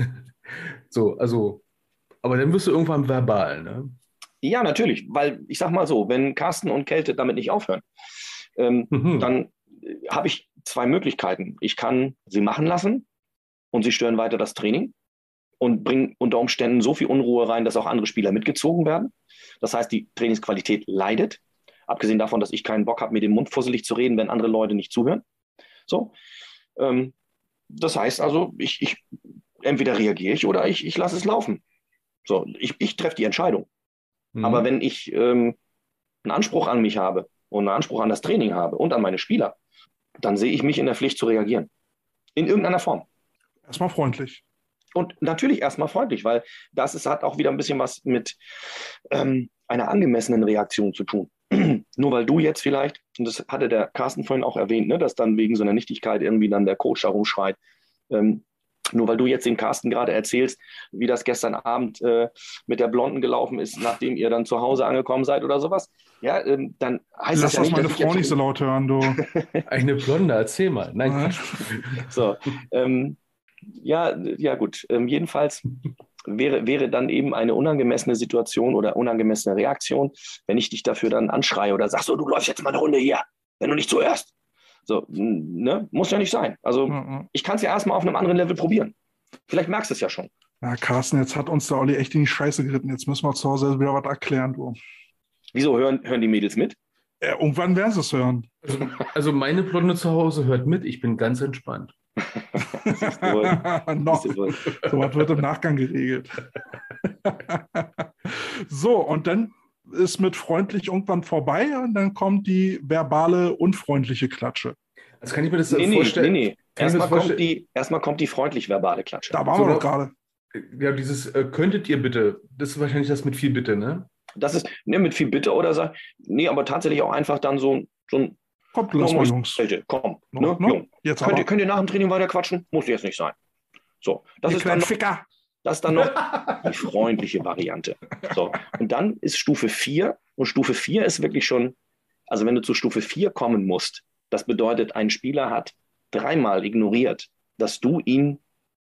So, also, aber dann wirst du irgendwann verbal, ne? Ja, natürlich, weil ich sag mal so, wenn Carsten und Kälte damit nicht aufhören, ähm, mhm. dann habe ich zwei Möglichkeiten. Ich kann sie machen lassen und sie stören weiter das Training und bringen unter Umständen so viel Unruhe rein, dass auch andere Spieler mitgezogen werden. Das heißt, die Trainingsqualität leidet, abgesehen davon, dass ich keinen Bock habe, mir den Mund fusselig zu reden, wenn andere Leute nicht zuhören. So, ähm, das heißt also, ich, ich entweder reagiere ich oder ich, ich lasse es laufen. So, ich, ich treffe die Entscheidung. Mhm. Aber wenn ich ähm, einen Anspruch an mich habe und einen Anspruch an das Training habe und an meine Spieler, dann sehe ich mich in der Pflicht zu reagieren. In irgendeiner Form. Erstmal freundlich. Und natürlich erstmal freundlich, weil das ist, hat auch wieder ein bisschen was mit ähm, einer angemessenen Reaktion zu tun. Nur weil du jetzt vielleicht, und das hatte der Carsten vorhin auch erwähnt, ne, dass dann wegen so einer Nichtigkeit irgendwie dann der Coach da rumschreit, ähm, nur weil du jetzt den Carsten gerade erzählst, wie das gestern Abend äh, mit der Blonden gelaufen ist, nachdem ihr dann zu Hause angekommen seid oder sowas, ja, ähm, dann heißt Lass das ja nicht, meine Frau nicht so laut hören, du. Eine Blonde, erzähl mal. Nein, Quatsch. So, ähm, ja, ja gut. Ähm, jedenfalls wäre, wäre dann eben eine unangemessene Situation oder unangemessene Reaktion, wenn ich dich dafür dann anschreie oder sag so, du läufst jetzt mal eine Runde hier, wenn du nicht zuhörst. So, ne? Muss ja nicht sein. Also mhm. ich kann es ja erstmal auf einem anderen Level probieren. Vielleicht merkst du es ja schon. Ja, Carsten, jetzt hat uns der Olli echt in die Scheiße geritten. Jetzt müssen wir zu Hause wieder was erklären, du. Wieso hören, hören die Mädels mit? Ja, irgendwann werden sie es hören. Also, also meine Blonde zu Hause hört mit, ich bin ganz entspannt. Noch. So was wird im Nachgang geregelt. So, und dann ist mit freundlich irgendwann vorbei und dann kommt die verbale, unfreundliche Klatsche. Also kann ich mir das nee, vorstellen? Nee, nee, nee. Erstmal kommt, die, erstmal kommt die freundlich-verbale Klatsche. Da waren so, wir doch gerade. Ja, dieses äh, könntet ihr bitte, das ist wahrscheinlich das mit viel Bitte, ne? Das ist, ne, mit viel Bitte oder so, nee, aber tatsächlich auch einfach dann so, so ein Kommt, lass mal, Jungs. Komm, no, ne, no, Jung. Jetzt könnt, ihr, könnt ihr nach dem Training weiter quatschen? Muss jetzt nicht sein. So, das ist dann noch, Ficker. Das ist dann noch die freundliche Variante. So, und dann ist Stufe vier und Stufe vier ist wirklich schon Also wenn du zu Stufe vier kommen musst, das bedeutet, ein Spieler hat dreimal ignoriert, dass du ihn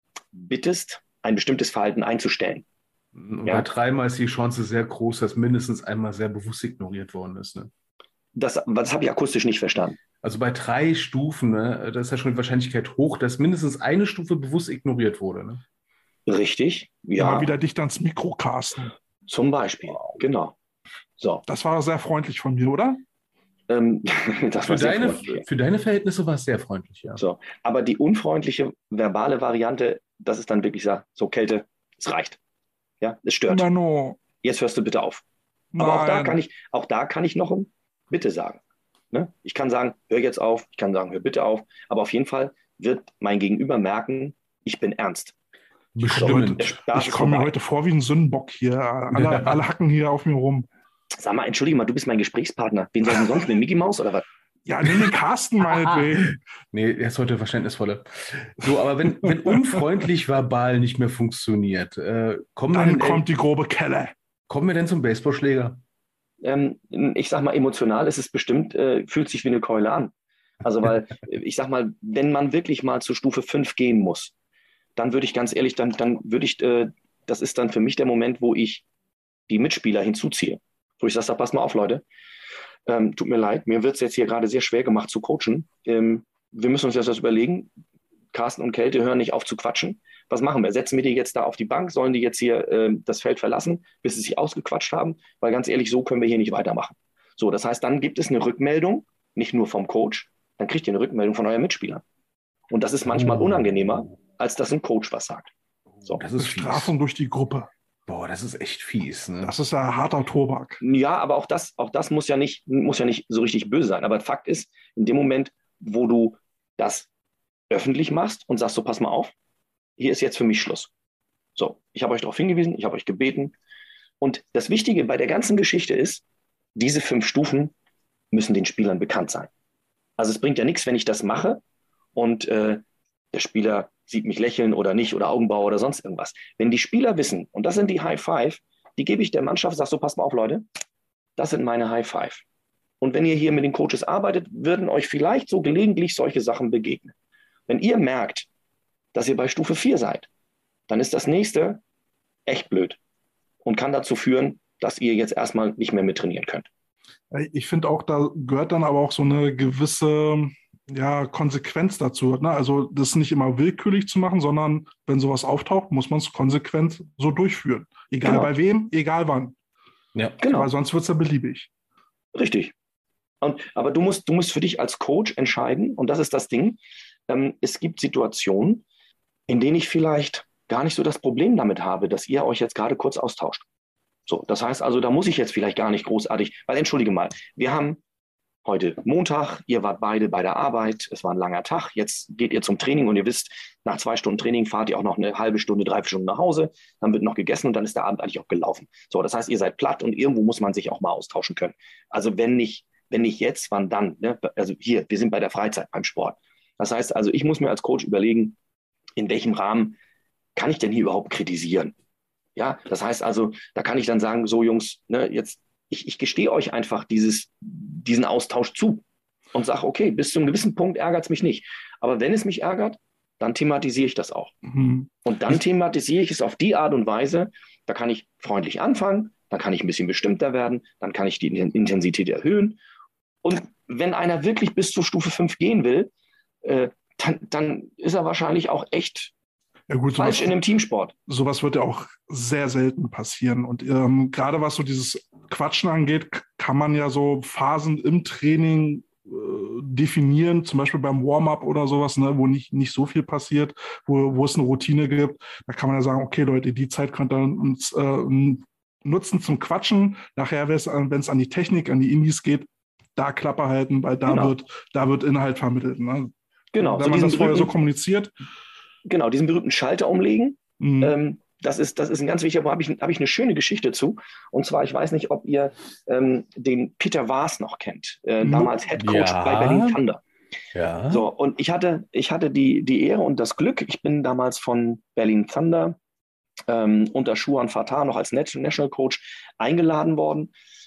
bittest, ein bestimmtes Verhalten einzustellen. Und Ja? bei dreimal ist die Chance sehr groß, dass mindestens einmal sehr bewusst ignoriert worden ist. Ne? Das, das habe ich akustisch nicht verstanden. Also bei drei Stufen, ne, da ist ja schon die Wahrscheinlichkeit hoch, dass mindestens eine Stufe bewusst ignoriert wurde. Ne? Richtig, ja. Mal wieder dicht ans Mikro casten. Zum Beispiel, genau. So. Das war sehr freundlich von mir, oder? Ähm, das Für war sehr deine, freundlich. für deine Verhältnisse war es sehr freundlich, ja. So. Aber die unfreundliche verbale Variante, das ist dann wirklich so, Kälte, es reicht. Ja, es stört. Na no. Jetzt hörst du bitte auf. Nein. Aber auch da kann ich, auch da kann ich noch ein Bitte sagen. Ne? Ich kann sagen, hör jetzt auf, ich kann sagen, hör bitte auf. Aber auf jeden Fall wird mein Gegenüber merken, ich bin ernst. Bestimmend. So, ich komme mir heute vor wie ein Sündenbock hier. Alle, alle hacken hier auf mir rum. Sag mal, entschuldige mal, du bist mein Gesprächspartner. Wen soll ich denn sonst nehmen? Mickey Mouse oder was? Ja, nimm den Carsten meinetwegen. Nee, er ist heute verständnisvoller. So, aber wenn, wenn unfreundlich verbal nicht mehr funktioniert, äh, kommen dann wir denn, kommt die grobe Kelle. Kommen wir denn zum Baseballschläger? Ähm, ich sag mal, emotional ist es bestimmt, äh, fühlt sich wie eine Keule an. Also, weil, ich sag mal, wenn man wirklich mal zu Stufe fünf gehen muss, dann würde ich ganz ehrlich, dann, dann würde ich, äh, das ist dann für mich der Moment, wo ich die Mitspieler hinzuziehe. Wo ich sage, pass mal auf, Leute, ähm, tut mir leid, mir wird es jetzt hier gerade sehr schwer gemacht zu coachen. Ähm, wir müssen uns jetzt das überlegen. Carsten und Kälte hören nicht auf zu quatschen. Was machen wir? Setzen wir die jetzt da auf die Bank? Sollen die jetzt hier äh, das Feld verlassen, bis sie sich ausgequatscht haben? Weil ganz ehrlich, so können wir hier nicht weitermachen. So, das heißt, dann gibt es eine Rückmeldung, nicht nur vom Coach, dann kriegt ihr eine Rückmeldung von euren Mitspielern. Und das ist manchmal Oh. unangenehmer, als dass ein Coach was sagt. So. Das ist Bestrafung fies. durch die Gruppe. Boah, das ist echt fies. Ne? Das ist ja harter Tobak. Ja, aber auch das, auch das muss ja nicht, muss ja nicht so richtig böse sein. Aber Fakt ist, in dem Moment, wo du das öffentlich machst und sagst so, pass mal auf, hier ist jetzt für mich Schluss. So, ich habe euch darauf hingewiesen, ich habe euch gebeten. Und das Wichtige bei der ganzen Geschichte ist, diese fünf Stufen müssen den Spielern bekannt sein. Also es bringt ja nichts, wenn ich das mache und äh, der Spieler sieht mich lächeln oder nicht oder Augenbraue oder sonst irgendwas. Wenn die Spieler wissen, und das sind die High Five, die gebe ich der Mannschaft, sag so, pass mal auf, Leute, das sind meine High Five. Und wenn ihr hier mit den Coaches arbeitet, würden euch vielleicht so gelegentlich solche Sachen begegnen. Wenn ihr merkt, dass ihr bei Stufe vier seid, dann ist das nächste echt blöd und kann dazu führen, dass ihr jetzt erstmal nicht mehr mittrainieren könnt. Ich finde auch, da gehört dann aber auch so eine gewisse ja, Konsequenz dazu. Ne? Also das nicht immer willkürlich zu machen, sondern wenn sowas auftaucht, muss man es konsequent so durchführen. Egal Genau. bei wem, egal wann. Ja. Genau. Weil sonst wird es ja beliebig. Richtig. Und, aber du musst, du musst für dich als Coach entscheiden, und das ist das Ding, ähm, es gibt Situationen, in denen ich vielleicht gar nicht so das Problem damit habe, dass ihr euch jetzt gerade kurz austauscht. So, das heißt also, da muss ich jetzt vielleicht gar nicht großartig, weil entschuldige mal, wir haben heute Montag, ihr wart beide bei der Arbeit, es war ein langer Tag, jetzt geht ihr zum Training und ihr wisst, nach zwei Stunden Training fahrt ihr auch noch eine halbe Stunde, drei Stunden nach Hause, dann wird noch gegessen und dann ist der Abend eigentlich auch gelaufen. So, das heißt, ihr seid platt und irgendwo muss man sich auch mal austauschen können. Also wenn nicht, wenn nicht jetzt, wann dann? Ne? Also hier, wir sind bei der Freizeit, beim Sport. Das heißt also, ich muss mir als Coach überlegen, in welchem Rahmen kann ich denn hier überhaupt kritisieren? Ja, das heißt also, da kann ich dann sagen, so Jungs, ne, jetzt, ich, ich gestehe euch einfach dieses, diesen Austausch zu und sage, okay, bis zu einem gewissen Punkt ärgert es mich nicht. Aber wenn es mich ärgert, dann thematisiere ich das auch. Mhm. Und dann thematisiere ich es auf die Art und Weise, da kann ich freundlich anfangen, dann kann ich ein bisschen bestimmter werden, dann kann ich die Intensität erhöhen. Und wenn einer wirklich bis zur Stufe fünf gehen will, äh, dann, dann ist er wahrscheinlich auch echt Ja, gut, falsch sowas, in einem Teamsport. sowas wird ja auch sehr selten passieren. Und ähm, gerade was so dieses Quatschen angeht, k- kann man ja so Phasen im Training äh, definieren, zum Beispiel beim Warm-up oder sowas, ne, wo nicht, nicht so viel passiert, wo, wo es eine Routine gibt. Da kann man ja sagen, okay, Leute, die Zeit könnt ihr uns äh, nutzen zum Quatschen. Nachher, wenn es an die Technik, an die Indies geht, da Klappe halten, weil da, Genau. wird, da wird Inhalt vermittelt. Ne? Genau, Wenn so man diesen das vorher so berühmten- kommuniziert. Genau, diesen berühmten Schalter umlegen. mh, Ähm, das ist, das ist ein ganz wichtiger, da habe ich, hab ich eine schöne Geschichte zu. Und zwar, ich weiß nicht, ob ihr ähm, den Peter Waas noch kennt, äh, Mhm. damals Head Coach Ja. bei Berlin Thunder. Ja. So, und ich hatte, ich hatte die, die Ehre und das Glück, ich bin damals von Berlin Thunder ähm, unter Schuhan Fatah noch als National Coach eingeladen worden.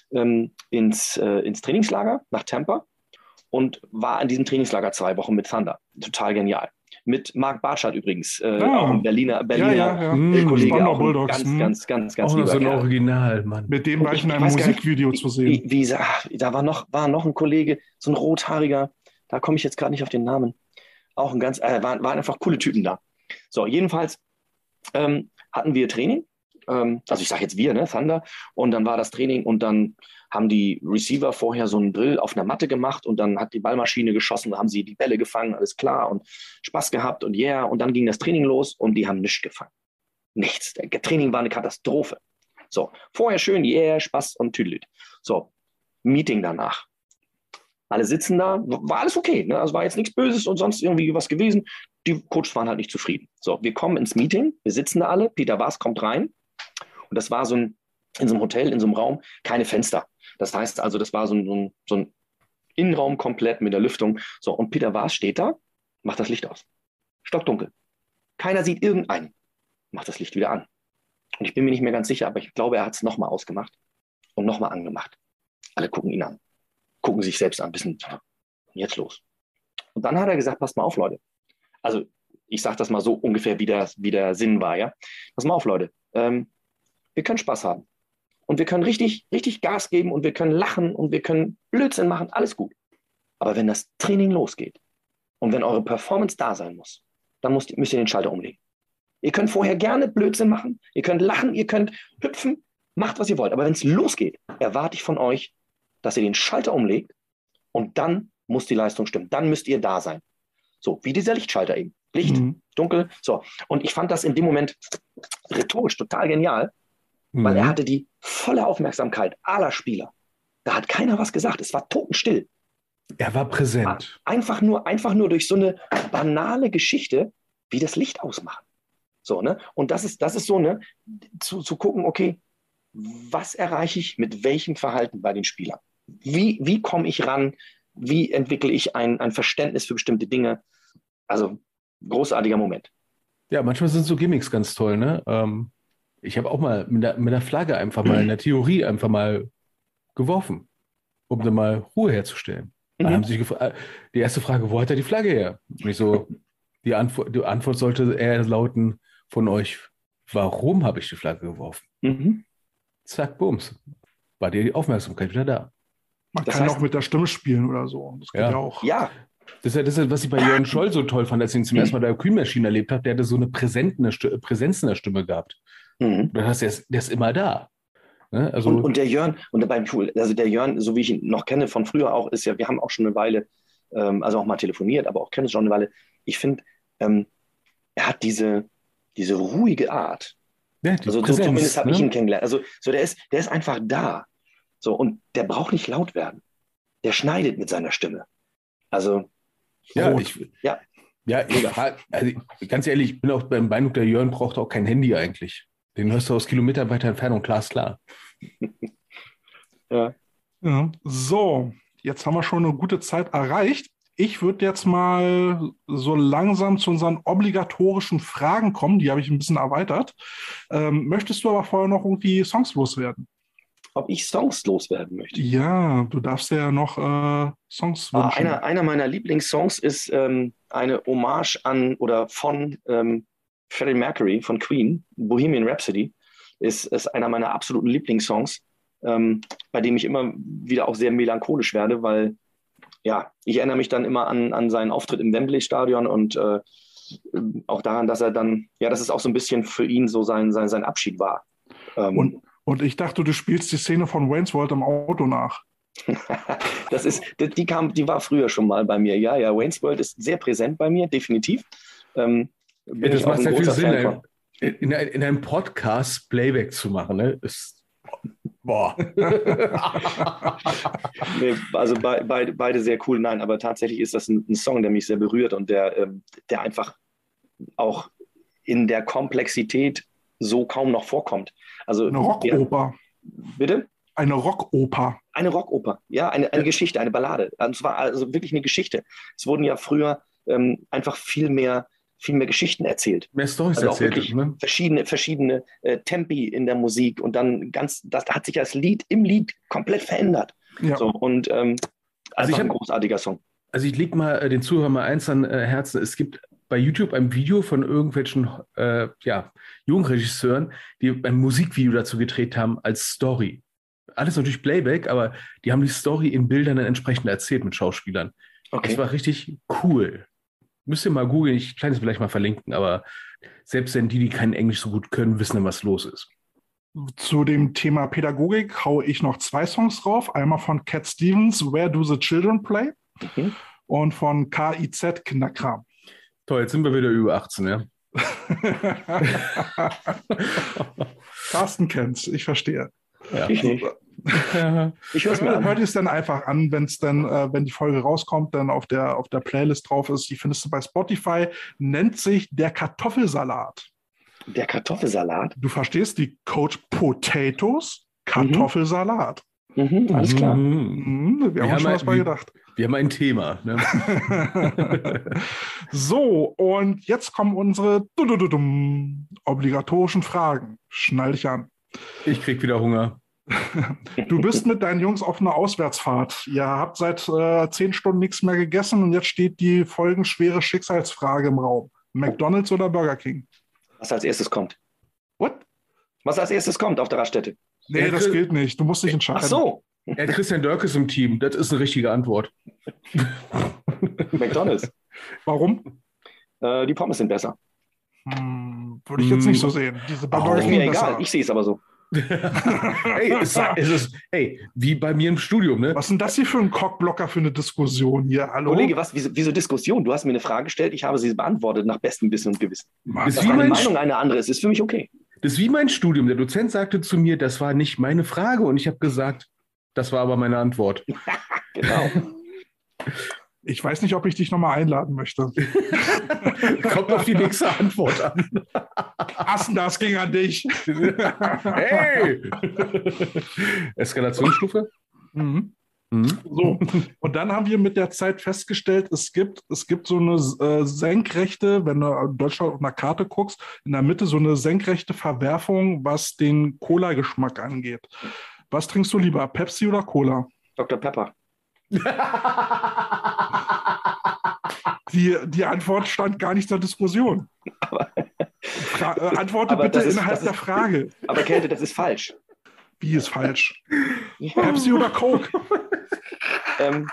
ähm, ins, äh, ins Trainingslager nach Tampa und war in diesem Trainingslager zwei Wochen mit Thunder. Total genial. Mit Marc Bartschat übrigens, äh, Ah. auch ein Berliner, Berliner Ja, ja, ja. äh, Mm. Kollege, Spandau auch ein Bulldogs, ganz, hm. ganz, ganz, ganz Auch noch lieber so ein Kerl. Original, Mann. Mit dem war ich in Ich einem weiß gar nicht, Musikvideo zu sehen. Wie, wie, ach, da war noch, war noch ein Kollege, so ein rothaariger, da komme ich jetzt gerade nicht auf den Namen. Auch ein ganz, äh, waren, waren einfach coole Typen da. So, jedenfalls ähm, hatten wir Training. Ähm, also ich sage jetzt wir, ne, Thunder. Und dann war das Training und dann haben die Receiver vorher so einen Drill auf einer Matte gemacht und dann hat die Ballmaschine geschossen, da haben sie die Bälle gefangen, alles klar und Spaß gehabt und yeah. Und dann ging das Training los und die haben nichts gefangen. Nichts. Der Training war eine Katastrophe. So, vorher schön, yeah, Spaß und Tüdelüt. So, Meeting danach. Alle sitzen da, war alles okay, ne? Also war jetzt nichts Böses und sonst irgendwie was gewesen. Die Coaches waren halt nicht zufrieden. So, wir kommen ins Meeting, wir sitzen da alle, Peter Waas kommt rein und das war so ein, in so einem Hotel, in so einem Raum, keine Fenster. Das heißt also, das war so ein, so ein, so ein Innenraum komplett mit der Lüftung. So, und Peter Waas steht da, macht das Licht aus. Stockdunkel. Keiner sieht irgendeinen. Macht das Licht wieder an. Und ich bin mir nicht mehr ganz sicher, aber ich glaube, er hat es nochmal ausgemacht und nochmal angemacht. Alle gucken ihn an. Gucken sich selbst an, wissen, jetzt los. Und dann hat er gesagt, passt mal auf, Leute. Also ich sage das mal so ungefähr, wie der, wie der Sinn war, ja. Pass mal auf, Leute. Ähm, wir können Spaß haben. Und wir können richtig, richtig Gas geben und wir können lachen und wir können Blödsinn machen, alles gut. Aber wenn das Training losgeht und wenn eure Performance da sein muss, dann müsst, müsst ihr den Schalter umlegen. Ihr könnt vorher gerne Blödsinn machen, ihr könnt lachen, ihr könnt hüpfen, macht, was ihr wollt. Aber wenn es losgeht, erwarte ich von euch, dass ihr den Schalter umlegt und dann muss die Leistung stimmen. Dann müsst ihr da sein. So, wie dieser Lichtschalter eben. Licht, mhm. dunkel, so. Und ich fand das in dem Moment rhetorisch total genial, mhm. weil er hatte die volle Aufmerksamkeit aller Spieler. Da hat keiner was gesagt. Es war totenstill. Er war präsent. Einfach nur, einfach nur durch so eine banale Geschichte, wie das Licht ausmachen. So, ne? Und das ist, das ist so, ne, zu, zu gucken, okay, was erreiche ich mit welchem Verhalten bei den Spielern? Wie, wie komme ich ran? Wie entwickle ich ein, ein Verständnis für bestimmte Dinge? Also, großartiger Moment. Ja, manchmal sind so Gimmicks ganz toll, ne? Ähm, ich habe auch mal mit der, mit der Flagge einfach mal in der Theorie einfach mal geworfen, um dann mal Ruhe herzustellen. Dann mhm. haben sie gefra- die erste Frage, wo hat er die Flagge her? Und ich so, die Antwort, die Antwort sollte eher lauten von euch, warum habe ich die Flagge geworfen? Mhm. Zack, bums. War die Aufmerksamkeit wieder da. Man das kann heißt, auch mit der Stimme spielen oder so. Das geht ja, ja auch. Ja. Das ist ja das, was ich bei Jörn Scholl so toll fand, als ich ihn zum ersten Mal bei der Queen Machine erlebt habe. Der hatte so eine Präsenz in der Stimme gehabt. Mhm. Das heißt, der ist, der ist immer da. Ne? Also und, und der Jörn, und beim also der Jörn, so wie ich ihn noch kenne von früher auch, ist ja, wir haben auch schon eine Weile, ähm, also auch mal telefoniert, aber auch kennen es schon eine Weile. Ich finde, ähm, er hat diese, diese ruhige Art. Ja, die also Präsenz, so zumindest habe ne? ich ihn kennengelernt. Also so der ist, der ist einfach da. So, und der braucht nicht laut werden. Der schneidet mit seiner Stimme. Also ja, ich, ja. ja ich, also ganz ehrlich, ich bin auch beim Meinung, der Jörn braucht auch kein Handy eigentlich. Den hörst du aus kilometerweiter Entfernung, glasklar. ja. ja. So, jetzt haben wir schon eine gute Zeit erreicht. Ich würde jetzt mal so langsam zu unseren obligatorischen Fragen kommen. Die habe ich ein bisschen erweitert. Ähm, möchtest du aber vorher noch irgendwie Songs loswerden? Ob ich Songs loswerden möchte? Ja, du darfst ja noch äh, Songs wünschen. Ah, einer, einer meiner Lieblingssongs ist ähm, eine Hommage an oder von ähm, Freddie Mercury von Queen, Bohemian Rhapsody, ist, ist einer meiner absoluten Lieblingssongs, ähm, bei dem ich immer wieder auch sehr melancholisch werde, weil ja, ich erinnere mich dann immer an, an seinen Auftritt im Wembley-Stadion und äh, auch daran, dass er dann, ja, dass es auch so ein bisschen für ihn so sein, sein, sein Abschied war. Ähm, und, und ich dachte, du spielst die Szene von Wayne's World im Auto nach. das ist, die kam, die war früher schon mal bei mir. Ja, ja, Wayne's World ist sehr präsent bei mir, definitiv. Ähm, ja, das macht sehr viel Sinn, in, in einem Podcast Playback zu machen, ne? Ist, boah. nee, also be, be, beide sehr cool, nein, aber tatsächlich ist das ein, ein Song, der mich sehr berührt und der, ähm, der einfach auch in der Komplexität so kaum noch vorkommt. Also, eine Rockoper. Ja, bitte? Eine Rockoper. Eine Rockoper, ja, eine, eine ja. Geschichte, eine Ballade. Und zwar also wirklich eine Geschichte. Es wurden ja früher ähm, einfach viel mehr viel mehr Geschichten erzählt. Mehr Storys Also auch erzählt, wirklich ne? verschiedene, verschiedene äh, Tempi in der Musik und dann ganz, das hat sich das Lied im Lied komplett verändert. Ja. So, und ähm, Also ich einfach ein hab- großartiger Song. Also ich leg mal äh, den Zuhörern mal eins an äh, Herzen. Es gibt bei YouTube ein Video von irgendwelchen äh, ja, Jungregisseuren, die ein Musikvideo dazu gedreht haben als Story. Alles natürlich Playback, aber die haben die Story in Bildern dann entsprechend erzählt mit Schauspielern. Okay. Das war richtig cool. Müsst ihr mal googeln, ich kann es vielleicht mal verlinken, aber selbst wenn die, die kein Englisch so gut können, wissen dann, was los ist. Zu dem Thema Pädagogik haue ich noch zwei Songs drauf. Einmal von Cat Stevens, Where Do the Children Play? Mhm. Und von K I Z, Kinderkram. Toll, jetzt sind wir wieder über achtzehn, ja? Carsten kennt's, ich verstehe. Ja. Ich nicht. Ich höre es mir an. Hört ihr es dann einfach an, wenn es dann, äh, wenn die Folge rauskommt, dann auf der, auf der Playlist drauf ist. Die findest du bei Spotify. Nennt sich der Kartoffelsalat. Der Kartoffelsalat. Du verstehst die Coach Potatoes, Kartoffelsalat. Mhm, alles klar. Mhm. Mhm, wir, Wir haben uns haben schon ein- was bei wir- gedacht. Wir haben ein Thema. Ne? So, und jetzt kommen unsere du-du-du-dum obligatorischen Fragen. Schnall dich an. Ich krieg wieder Hunger. Du bist mit deinen Jungs auf einer Auswärtsfahrt. Ihr habt seit äh, zehn Stunden nichts mehr gegessen und jetzt steht die folgenschwere Schicksalsfrage im Raum. McDonald's oder Burger King? Was als erstes kommt. What? Was als erstes kommt auf der Raststätte. Nee, Ja, das Chris- gilt nicht. Du musst dich entscheiden. Ach so, Ja, Christian Dörk ist im Team. Das ist eine richtige Antwort. McDonald's. Warum? Äh, die Pommes sind besser. Hm, würde ich jetzt nicht so sehen. Diese bei Oh, Burger Ist King mir besser. egal, ich sehe es aber so. Hey, es, es ist, hey, wie bei mir im Studium, ne? Was ist denn das hier für ein Cockblocker für eine Diskussion hier? Hallo? Kollege, was, wieso, wieso Diskussion? Du hast mir eine Frage gestellt, ich habe sie beantwortet nach bestem Wissen und Gewissen. Mann, Ist Dass wie deine mein Meinung eine andere ist, ist für mich okay. Das ist wie mein Studium. Der Dozent sagte zu mir, das war nicht meine Frage und ich habe gesagt, das war aber meine Antwort. Genau. ich weiß nicht, ob ich dich nochmal einladen möchte. Kommt auf die nächste Antwort an. Assen, das ging an dich. Hey! Eskalationsstufe? Mhm. Mhm. So, und dann haben wir mit der Zeit festgestellt, es gibt, es gibt so eine äh, senkrechte, wenn du in Deutschland auf einer Karte guckst, in der Mitte so eine senkrechte Verwerfung, was den Cola-Geschmack angeht. Was trinkst du lieber, Pepsi oder Cola? Doktor Pepper. Die, die Antwort stand gar nicht zur Diskussion. Fra äh, antworte Aber bitte das ist- innerhalb das der ist- Frage. Aber Kälte, das ist falsch. Wie ist falsch? Pepsi oder Coke? Ähm,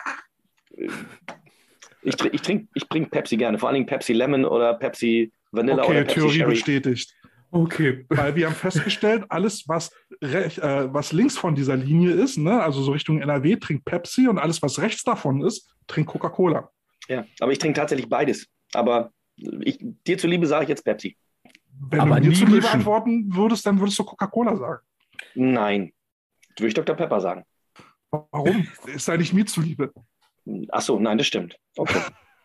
ich tr- ich trinke ich trink Pepsi gerne, vor allen Dingen Pepsi Lemon oder Pepsi Vanilla Okay, oder Pepsi Theorie Sherry. bestätigt. Okay. Weil wir haben festgestellt, alles, was, rech, äh, was links von dieser Linie ist, ne, also so Richtung N R W, trinkt Pepsi und alles, was rechts davon ist, trinkt Coca-Cola. Ja, aber ich trinke tatsächlich beides. Aber ich, dir zuliebe sage ich jetzt Pepsi. Wenn Aber du mir nie zuliebe mischen. antworten würdest, dann würdest du Coca-Cola sagen. Nein, würde ich Doktor Pepper sagen. Warum? Ist da nicht mir zuliebe? Ach so, nein, das stimmt. Okay.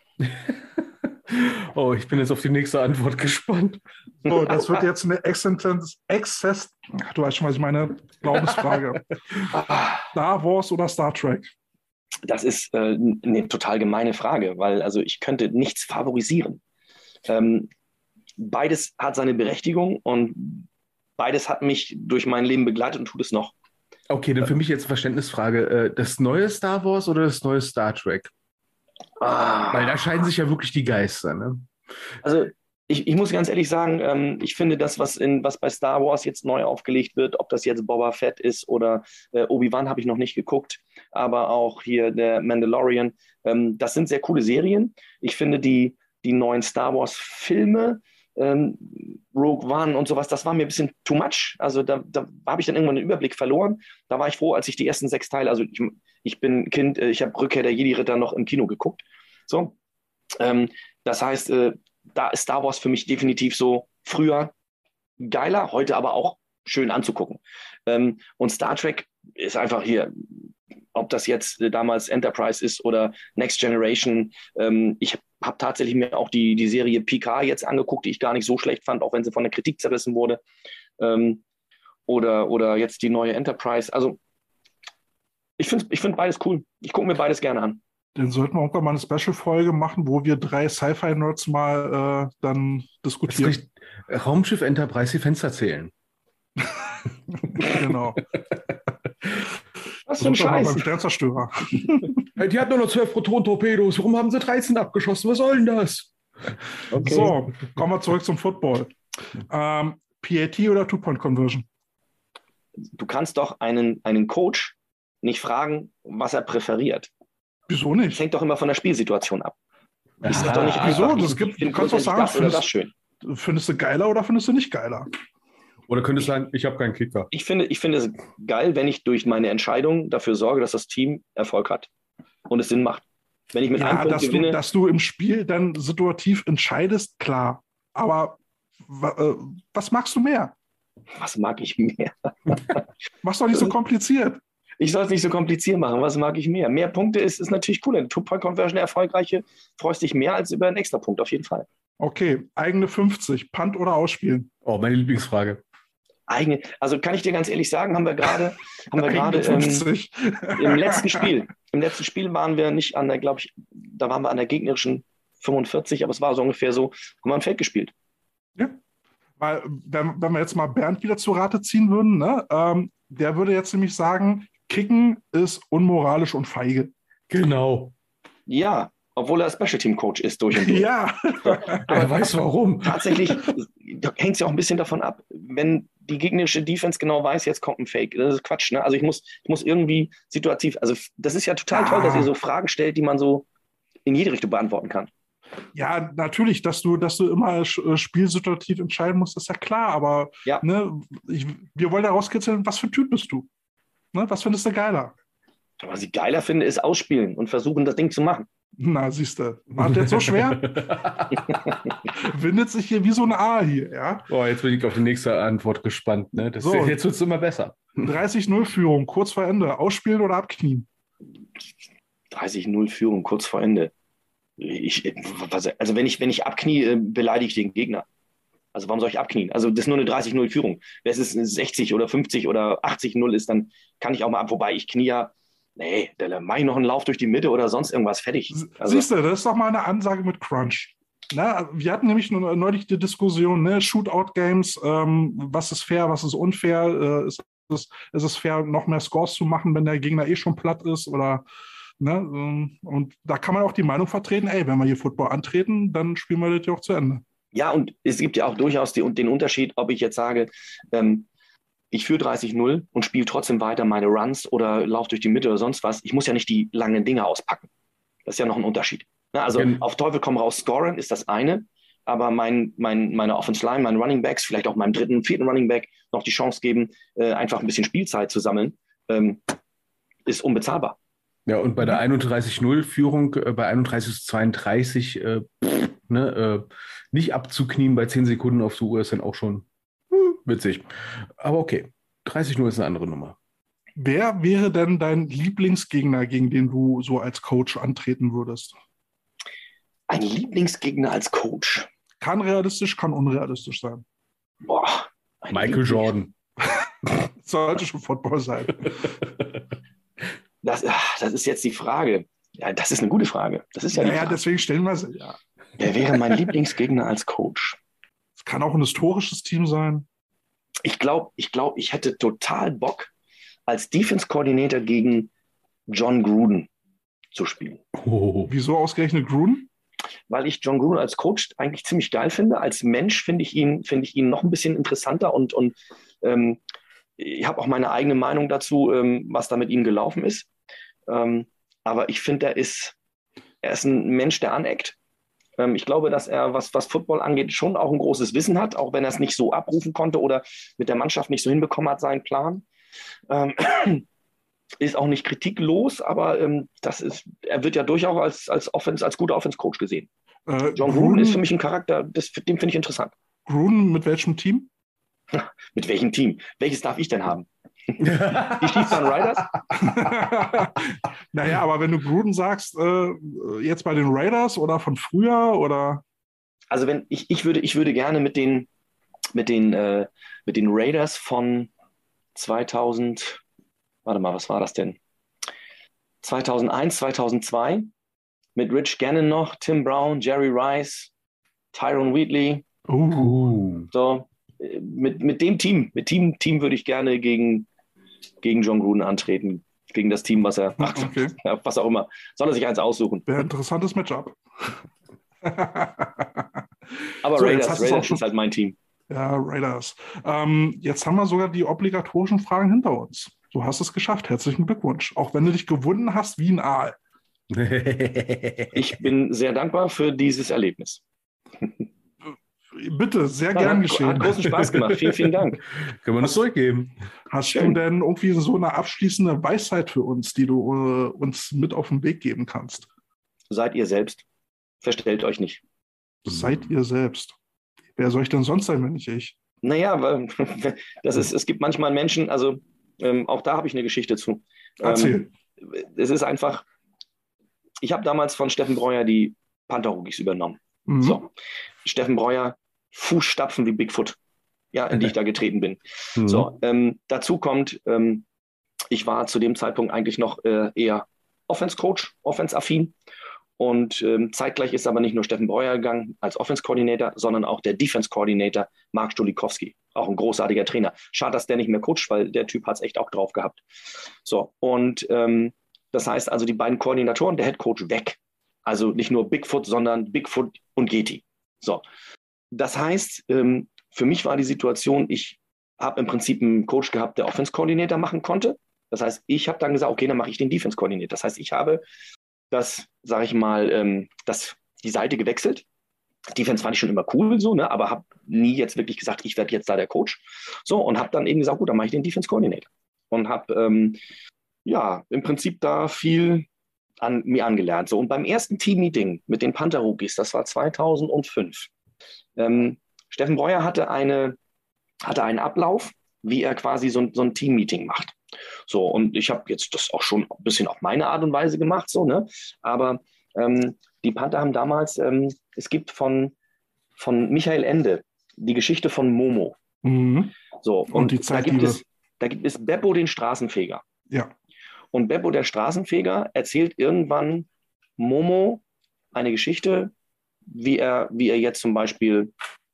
Oh, ich bin jetzt auf die nächste Antwort gespannt. So, das wird jetzt eine Existenz, Exzess, ach, du weißt schon, was ich meine, Glaubensfrage. Star Wars oder Star Trek? Das ist äh, eine total gemeine Frage, weil also ich könnte nichts favorisieren. Ähm, beides hat seine Berechtigung und beides hat mich durch mein Leben begleitet und tut es noch. Okay, dann für mich jetzt Verständnisfrage. äh, Das neue Star Wars oder das neue Star Trek? Ah. Weil da scheiden sich ja wirklich die Geister, ne? Also ich, ich muss ganz ehrlich sagen, ähm, ich finde das, was, in, was bei Star Wars jetzt neu aufgelegt wird, ob das jetzt Boba Fett ist oder äh, Obi-Wan, habe ich noch nicht geguckt, aber auch hier der Mandalorian, ähm, das sind sehr coole Serien. Ich finde die, die neuen Star Wars-Filme, ähm, Rogue One und sowas, das war mir ein bisschen too much. Also da, da habe ich dann irgendwann den Überblick verloren. Da war ich froh, als ich die ersten sechs Teile, also ich, ich bin Kind, äh, ich habe Rückkehr der Jedi-Ritter noch im Kino geguckt. So, ähm, das heißt, äh, da ist Star Wars für mich definitiv so früher geiler, heute aber auch schön anzugucken. Ähm, und Star Trek ist einfach hier, ob das jetzt äh, damals Enterprise ist oder Next Generation. Ähm, ich habe tatsächlich mir auch die, die Serie Picard jetzt angeguckt, die ich gar nicht so schlecht fand, auch wenn sie von der Kritik zerrissen wurde. Ähm, oder, oder jetzt die neue Enterprise. Also ich finde ich find beides cool. Ich gucke mir beides gerne an. Dann sollten wir irgendwann mal eine Special-Folge machen, wo wir drei Sci-Fi-Nerds mal äh, dann diskutieren. Jetzt kriegt Raumschiff Enterprise die Fenster zählen. Genau. Was für ein Scheiß. Beim Sternzerstörer. Die hat nur noch zwölf Proton-Torpedos. Warum haben sie dreizehn abgeschossen? Was soll denn das? Okay. So, kommen wir zurück zum Football. Ähm, P A T oder Two-Point-Conversion? Du kannst doch einen, einen Coach nicht fragen, was er präferiert. Wieso nicht? Das hängt doch immer von der Spielsituation ab. Ich sag doch nicht, wieso? Das gibt, du kannst doch sagen, das oder das schön. Findest du geiler oder findest du nicht geiler? Oder könntest du sagen, ich habe keinen Kicker? Ich finde, ich finde es geil, wenn ich durch meine Entscheidung dafür sorge, dass das Team Erfolg hat und es Sinn macht. Wenn ich mit ja, einem Punkt dass gewinne... Du, dass du im Spiel dann situativ entscheidest, klar. Aber äh, was magst du mehr? Was mag ich mehr? Mach's doch nicht so kompliziert. Ich soll es nicht so kompliziert machen. Was mag ich mehr? Mehr Punkte ist, ist natürlich cool. Eine Two-Point-Conversion, erfolgreiche, freust dich mehr als über einen Extrapunkt, auf jeden Fall. Okay, eigene fünfzig, Punt oder Ausspielen? Oh, meine Lieblingsfrage. Eigene, also kann ich dir ganz ehrlich sagen, haben wir gerade, haben wir gerade ähm, im letzten Spiel, im letzten Spiel waren wir nicht an der, glaube ich, da waren wir an der gegnerischen fünfundvierzig, aber es war so ungefähr so, haben wir ein Feld gespielt. Ja, weil wenn, wenn wir jetzt mal Bernd wieder zu Rate ziehen würden, ne, ähm, der würde jetzt nämlich sagen, Kicken ist unmoralisch und feige. Genau. Ja, obwohl er Special Team Coach ist durch und durch. Ja. Aber er weiß warum. Tatsächlich hängt es ja auch ein bisschen davon ab, wenn die gegnerische Defense genau weiß, jetzt kommt ein Fake. Das ist Quatsch, ne? Also ich muss, ich muss irgendwie situativ, also das ist ja total ja. toll, dass ihr so Fragen stellt, die man so in jede Richtung beantworten kann. Ja, natürlich, dass du, dass du immer spielsituativ entscheiden musst, ist ja klar, aber ja. Ne, ich, wir wollen herauskitzeln, was für ein Typ bist du? Ne, was findest du geiler? Was ich geiler finde, ist ausspielen und versuchen, das Ding zu machen. Na, siehst du, war das jetzt so schwer? Windet sich hier wie so ein A hier, ja? Boah, jetzt bin ich auf die nächste Antwort gespannt. Ne? Das, so, jetzt wird es immer besser. dreißig null Führung, kurz vor Ende. Ausspielen oder abknien? dreißig null Führung, kurz vor Ende. Ich, also wenn ich, wenn ich abknie, beleidige ich den Gegner. Also warum soll ich abknien? Also das ist nur eine dreißig null Führung. Wenn es sechzig oder fünfzig oder achtzig null ist, dann kann ich auch mal ab. Wobei ich knie ja, nee, da mache ich noch einen Lauf durch die Mitte oder sonst irgendwas, fertig. Also, siehst du, das ist doch mal eine Ansage mit Crunch. Na, wir hatten nämlich neulich die Diskussion, ne? Shootout-Games, ähm, was ist fair, was ist unfair? Äh, ist, es, ist es fair, noch mehr Scores zu machen, wenn der Gegner eh schon platt ist? Oder, ne? Und da kann man auch die Meinung vertreten, ey, wenn wir hier Football antreten, dann spielen wir das ja auch zu Ende. Ja, und es gibt ja auch durchaus die, den Unterschied, ob ich jetzt sage, ähm, ich führe dreißig null und spiele trotzdem weiter meine Runs oder laufe durch die Mitte oder sonst was. Ich muss ja nicht die langen Dinge auspacken. Das ist ja noch ein Unterschied. Na, also okay. Auf Teufel komm raus scoren ist das eine, aber mein, mein, meine Offense Line, meinen Running Backs, vielleicht auch meinem dritten, vierten Running Back noch die Chance geben, äh, einfach ein bisschen Spielzeit zu sammeln, ähm, ist unbezahlbar. Ja, und bei der einunddreißig null Führung, äh, bei einunddreißig zu zweiunddreißig, äh, pff, ne, äh, nicht abzuknien bei zehn Sekunden auf die Uhr ist dann auch schon hm, witzig. Aber okay, dreißig null ist eine andere Nummer. Wer wäre denn dein Lieblingsgegner, gegen den du so als Coach antreten würdest? Ein Lieblingsgegner als Coach? Kann realistisch, kann unrealistisch sein. Boah, Michael Jordan. Sollte schon Football sein. Das, das ist jetzt die Frage. Ja, das ist eine gute Frage. Das ist ja, ja, ja deswegen stellen wir sie. Ja. Wer wäre mein Lieblingsgegner als Coach? Es kann auch ein historisches Team sein. Ich glaube, ich, glaub, ich hätte total Bock, als Defense-Coordinator gegen John Gruden zu spielen. Oh. Wieso ausgerechnet Gruden? Weil ich John Gruden als Coach eigentlich ziemlich geil finde. Als Mensch finde ich ihn, finde ich ihn noch ein bisschen interessanter und, und ähm, ich habe auch meine eigene Meinung dazu, ähm, was da mit ihm gelaufen ist. Ähm, aber ich finde, er ist, er ist ein Mensch, der aneckt. Ähm, ich glaube, dass er, was, was Football angeht, schon auch ein großes Wissen hat, auch wenn er es nicht so abrufen konnte oder mit der Mannschaft nicht so hinbekommen hat, seinen Plan. Ähm, ist auch nicht kritiklos, aber ähm, das ist, er wird ja durchaus als, als, Offense, als guter Offense-Coach gesehen. Äh, John Gruden, Gruden ist für mich ein Charakter, das, den finde ich interessant. Gruden mit welchem Team? Mit welchem Team? Welches darf ich denn haben? Die Chiefs und Raiders? Naja, aber wenn du Gruden sagst, äh, jetzt bei den Raiders oder von früher oder? Also wenn ich, ich würde, ich würde gerne mit den, mit den, äh, mit den Raiders von zweitausend, warte mal, was war das denn? zweitausendeins, zweitausendzwei mit Rich Gannon noch, Tim Brown, Jerry Rice, Tyrone Wheatley. Uh. So, mit, mit dem Team, mit Team, Team würde ich gerne gegen, gegen John Gruden antreten. Gegen das Team, was er macht. Okay. Ja, was auch immer. Soll er sich eins aussuchen. Wäre ein interessantes Matchup. Aber So, Raiders, Raiders schon... ist halt mein Team. Ja, Raiders. Ähm, jetzt haben wir sogar die obligatorischen Fragen hinter uns. Du hast es geschafft. Herzlichen Glückwunsch. Auch wenn du dich gewunden hast wie ein Aal. Ich bin sehr dankbar für dieses Erlebnis. Bitte, sehr ja, gern hat, geschehen. Hat großen Spaß gemacht. Vielen, vielen Dank. Können wir das zurückgeben? Hast Schön. du denn irgendwie so eine abschließende Weisheit für uns, die du äh, uns mit auf den Weg geben kannst? Seid ihr selbst. Verstellt euch nicht. Seid ihr selbst. Wer soll ich denn sonst sein, wenn nicht ich? Naja, das ist, es gibt manchmal Menschen, also ähm, auch da habe ich eine Geschichte zu. Erzähl. Ähm, es ist einfach, ich habe damals von Steffen Breuer die Panther-Rookies übernommen. Mhm. So, Steffen Breuer, Fußstapfen wie Bigfoot, ja, in die ich da getreten bin. Mhm. So, ähm, dazu kommt, ähm, ich war zu dem Zeitpunkt eigentlich noch äh, eher Offense-Coach, Offense-affin. Und ähm, zeitgleich ist aber nicht nur Steffen Breuer gegangen als Offense-Coordinator, sondern auch der Defense-Coordinator Mark Stolikowski, auch ein großartiger Trainer. Schade, dass der nicht mehr coacht, weil der Typ hat es echt auch drauf gehabt. So, und ähm, das heißt also, die beiden Koordinatoren, der Head-Coach weg. Also nicht nur Bigfoot, sondern Bigfoot und Getty. So, das heißt, ähm, für mich war die Situation, ich habe im Prinzip einen Coach gehabt, der Offense-Coordinator machen konnte. Das heißt, ich habe dann gesagt, okay, dann mache ich den Defense-Coordinator. Das heißt, ich habe das, sage ich mal, ähm, das, die Seite gewechselt. Defense fand ich schon immer cool, so, ne, aber habe nie jetzt wirklich gesagt, ich werde jetzt da der Coach. So, und habe dann eben gesagt, gut, dann mache ich den Defense-Coordinator. Und habe, ähm, ja, im Prinzip da viel an mir angelernt. So, und beim ersten Team-Meeting mit den Panther-Rookies, das war zweitausendfünf, ähm, Steffen Breuer hatte, eine, hatte einen Ablauf, wie er quasi so, so ein Team-Meeting macht. So, und ich habe jetzt das auch schon ein bisschen auf meine Art und Weise gemacht, so, ne? Aber ähm, die Panther haben damals, ähm, es gibt von, von Michael Ende die Geschichte von Momo. Mhm. So, und, Und die da, gibt Zeitliebe. es, da gibt es Beppo, den Straßenfeger. Ja. Und Beppo, der Straßenfeger, erzählt irgendwann Momo eine Geschichte, wie er, wie er jetzt zum Beispiel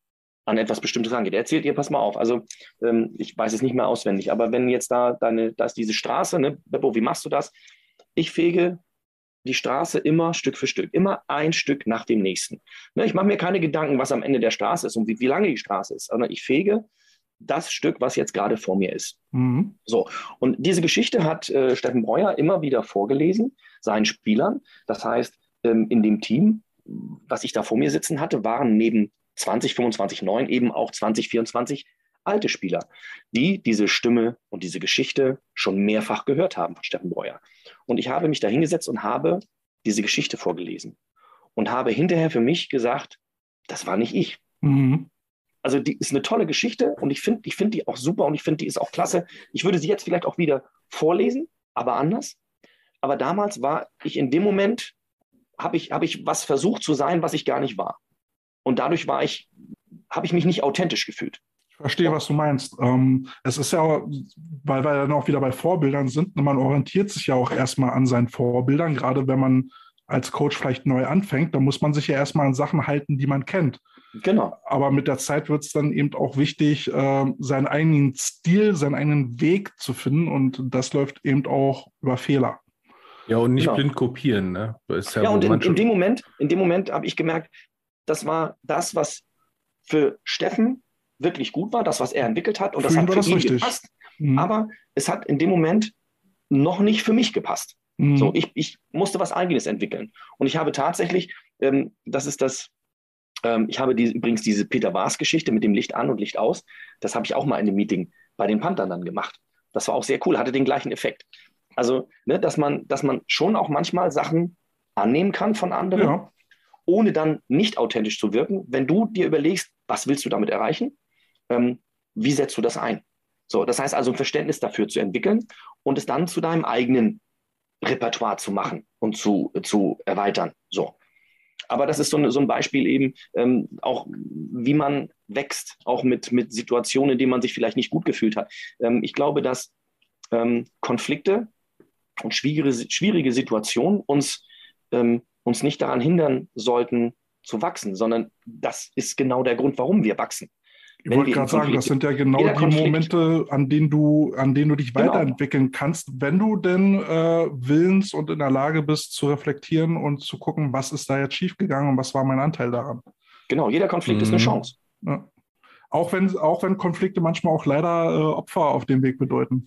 an etwas Bestimmtes rangeht. Er erzählt ihr, pass mal auf, also ähm, ich weiß es nicht mehr auswendig, aber wenn jetzt da deine, da ist diese Straße, ne, Beppo, wie machst du das? Ich fege die Straße immer Stück für Stück, immer ein Stück nach dem nächsten. Ne, ich mache mir keine Gedanken, was am Ende der Straße ist und wie, wie lange die Straße ist, sondern ich fege das Stück, was jetzt gerade vor mir ist. Mhm. So, und diese Geschichte hat äh, Steffen Breuer immer wieder vorgelesen, seinen Spielern. Das heißt, ähm, in dem Team, was ich da vor mir sitzen hatte, waren neben zwanzig, fünfundzwanzig, neun eben auch zwanzig, vierundzwanzig alte Spieler, die diese Stimme und diese Geschichte schon mehrfach gehört haben von Steffen Breuer. Und ich habe mich da hingesetzt und habe diese Geschichte vorgelesen und habe hinterher für mich gesagt, das war nicht ich. Mhm. Also die ist eine tolle Geschichte und ich finde ich find die auch super und ich finde, die ist auch klasse. Ich würde sie jetzt vielleicht auch wieder vorlesen, aber anders. Aber damals war ich in dem Moment, habe ich, hab ich was versucht zu sein, was ich gar nicht war. Und dadurch war ich, habe ich mich nicht authentisch gefühlt. Ich verstehe, was du meinst. Ähm, es ist ja, weil wir dann auch wieder bei Vorbildern sind, man orientiert sich ja auch erstmal an seinen Vorbildern, gerade wenn man als Coach vielleicht neu anfängt, dann muss man sich ja erstmal an Sachen halten, die man kennt. Genau. Aber mit der Zeit wird es dann eben auch wichtig, äh, seinen eigenen Stil, seinen eigenen Weg zu finden und das läuft eben auch über Fehler. Ja, und nicht Genau. blind kopieren, ne? Das ist ja, Ja, wo und in, man in schon- dem Moment, in dem Moment habe ich gemerkt, das war das, was für Steffen wirklich gut war, das, was er entwickelt hat. Und Für das ihn hat war für das ihn richtig. gepasst. Mhm. Aber es hat in dem Moment noch nicht für mich gepasst. Mhm. So, ich, ich musste was Eigenes entwickeln. Und ich habe tatsächlich, ähm, das ist das, ähm, ich habe die, übrigens diese Peter Waas-Geschichte mit dem Licht an und Licht aus, das habe ich auch mal in einem Meeting bei den Panthern dann gemacht. Das war auch sehr cool, hatte den gleichen Effekt. Also, ne, dass man, dass man schon auch manchmal Sachen annehmen kann von anderen, Ja. ohne dann nicht authentisch zu wirken. Wenn du dir überlegst, was willst du damit erreichen, ähm, wie setzt du das ein? So, das heißt also, ein Verständnis dafür zu entwickeln und es dann zu deinem eigenen Repertoire zu machen und zu, zu erweitern. So. Aber das ist so, eine, so ein Beispiel eben ähm, auch, wie man wächst, auch mit, mit Situationen, in denen man sich vielleicht nicht gut gefühlt hat. Ähm, ich glaube, dass ähm, Konflikte und schwierige, schwierige Situationen uns ähm, uns nicht daran hindern sollten, zu wachsen, sondern das ist genau der Grund, warum wir wachsen. Ich wollte gerade sagen, das sind ja genau die Konflikt, Momente, an denen du, an denen du dich genau. weiterentwickeln kannst, wenn du denn äh, willens und in der Lage bist, zu reflektieren und zu gucken, was ist da jetzt schiefgegangen und was war mein Anteil daran. Genau, jeder Konflikt mhm. ist eine Chance. Ja. Auch wenn, auch wenn Konflikte manchmal auch leider äh, Opfer auf dem Weg bedeuten.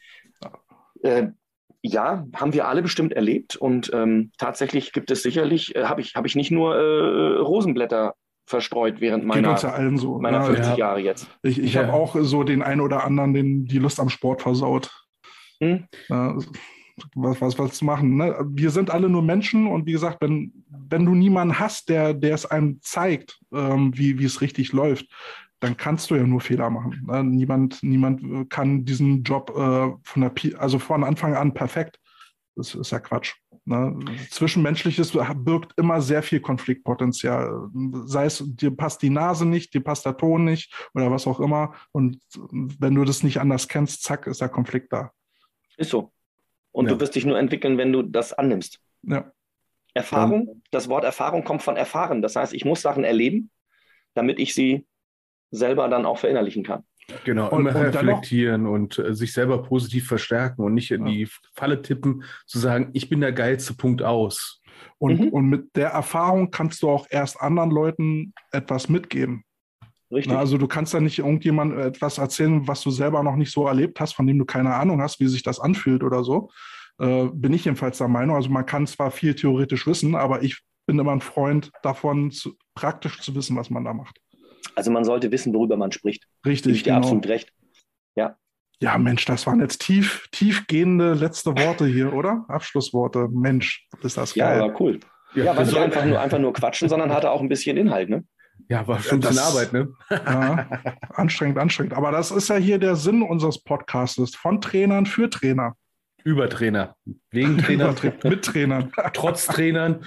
Äh, ja, haben wir alle bestimmt erlebt und ähm, tatsächlich gibt es sicherlich, äh, habe ich, hab ich nicht nur äh, Rosenblätter verstreut während meiner, uns ja allen so. meiner ja, fünfzig ja. Jahre jetzt. Ich, ich ja. habe auch so den einen oder anderen den, die Lust am Sport versaut. Hm? Ja, was, was, was zu machen. Ne? Wir sind alle nur Menschen und wie gesagt, wenn, wenn du niemanden hast, der, der es einem zeigt, ähm, wie, wie es richtig läuft, dann kannst du ja nur Fehler machen. Ne? Niemand, niemand kann diesen Job äh, von der Pi- also von Anfang an perfekt. Das ist ja Quatsch. Ne? Zwischenmenschliches birgt immer sehr viel Konfliktpotenzial. Sei es, dir passt die Nase nicht, dir passt der Ton nicht oder was auch immer. Und wenn du das nicht anders kennst, zack, ist der Konflikt da. Ist so. Und ja. du wirst dich nur entwickeln, wenn du das annimmst. Ja. Erfahrung, ja. das Wort Erfahrung kommt von erfahren. Das heißt, ich muss Sachen erleben, damit ich sie selber dann auch verinnerlichen kann. Genau, und, immer und reflektieren noch, und äh, sich selber positiv verstärken und nicht in ja. die Falle tippen, zu sagen, ich bin der geilste, Punkt aus. Und, mhm. und mit der Erfahrung kannst du auch erst anderen Leuten etwas mitgeben. Richtig. Na, also du kannst ja nicht irgendjemandem etwas erzählen, was du selber noch nicht so erlebt hast, von dem du keine Ahnung hast, wie sich das anfühlt oder so. Äh, bin ich jedenfalls der Meinung. Also man kann zwar viel theoretisch wissen, aber ich bin immer ein Freund davon, zu, praktisch zu wissen, was man da macht. Also man sollte wissen, worüber man spricht. Richtig, ich dir genau. absolut recht. Ja. Ja, Mensch, das waren jetzt tief, tiefgehende letzte Worte hier, oder? Abschlussworte. Mensch, ist das geil. Ja, war cool. Ja, ja war nicht einfach nur, einfach nur quatschen, sondern hatte auch ein bisschen Inhalt, ne? Ja, war schon ein bisschen Arbeit, ne? Ja, anstrengend, anstrengend. Aber das ist ja hier der Sinn unseres Podcasts. Von Trainern für Trainer. Über Trainer. Wegen Trainern. Mit Trainern. Trotz Trainern.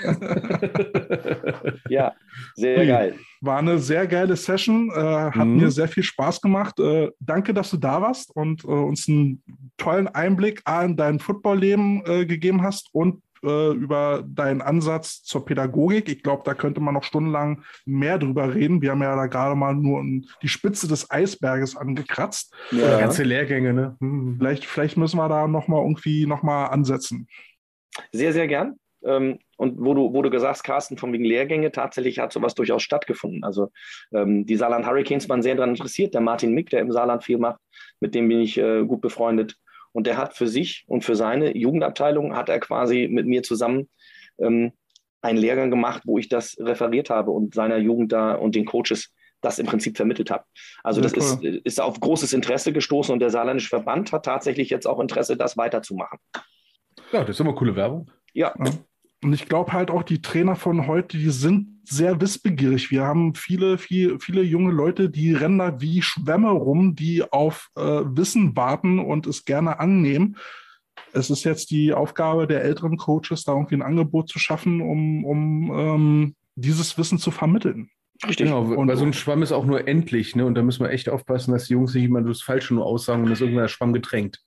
Ja, sehr Ui. geil. War eine sehr geile Session. Äh, hat mhm. mir sehr viel Spaß gemacht. Äh, danke, dass du da warst und äh, uns einen tollen Einblick in dein Footballleben äh, gegeben hast und äh, über deinen Ansatz zur Pädagogik. Ich glaube, da könnte man noch stundenlang mehr drüber reden. Wir haben ja da gerade mal nur die Spitze des Eisberges angekratzt. Ja. Ganze Lehrgänge, ne? Hm. Vielleicht, vielleicht müssen wir da noch mal irgendwie noch mal ansetzen. Sehr, sehr gern. Ähm, und wo du, wo du gesagt hast, Carsten, von wegen Lehrgänge, tatsächlich hat sowas durchaus stattgefunden. Also ähm, die Saarland Hurricanes waren sehr daran interessiert. Der Martin Mick, der im Saarland viel macht, mit dem bin ich äh, gut befreundet. Und der hat für sich und für seine Jugendabteilung, hat er quasi mit mir zusammen ähm, einen Lehrgang gemacht, wo ich das referiert habe und seiner Jugend da und den Coaches das im Prinzip vermittelt habe. Also das ist, ist auf großes Interesse gestoßen und der Saarländische Verband hat tatsächlich jetzt auch Interesse, das weiterzumachen. Ja, das ist immer coole Werbung. Ja. ja. Und ich glaube halt auch, die Trainer von heute, die sind sehr wissbegierig. Wir haben viele, viele, viele junge Leute, die rennen da wie Schwämme rum, die auf äh, Wissen warten und es gerne annehmen. Es ist jetzt die Aufgabe der älteren Coaches, da irgendwie ein Angebot zu schaffen, um, um ähm, dieses Wissen zu vermitteln. Richtig. Genau, und weil so ein Schwamm ist auch nur endlich, ne? Und da müssen wir echt aufpassen, dass die Jungs nicht immer das Falsche nur aussagen und ist irgendein Schwamm getränkt.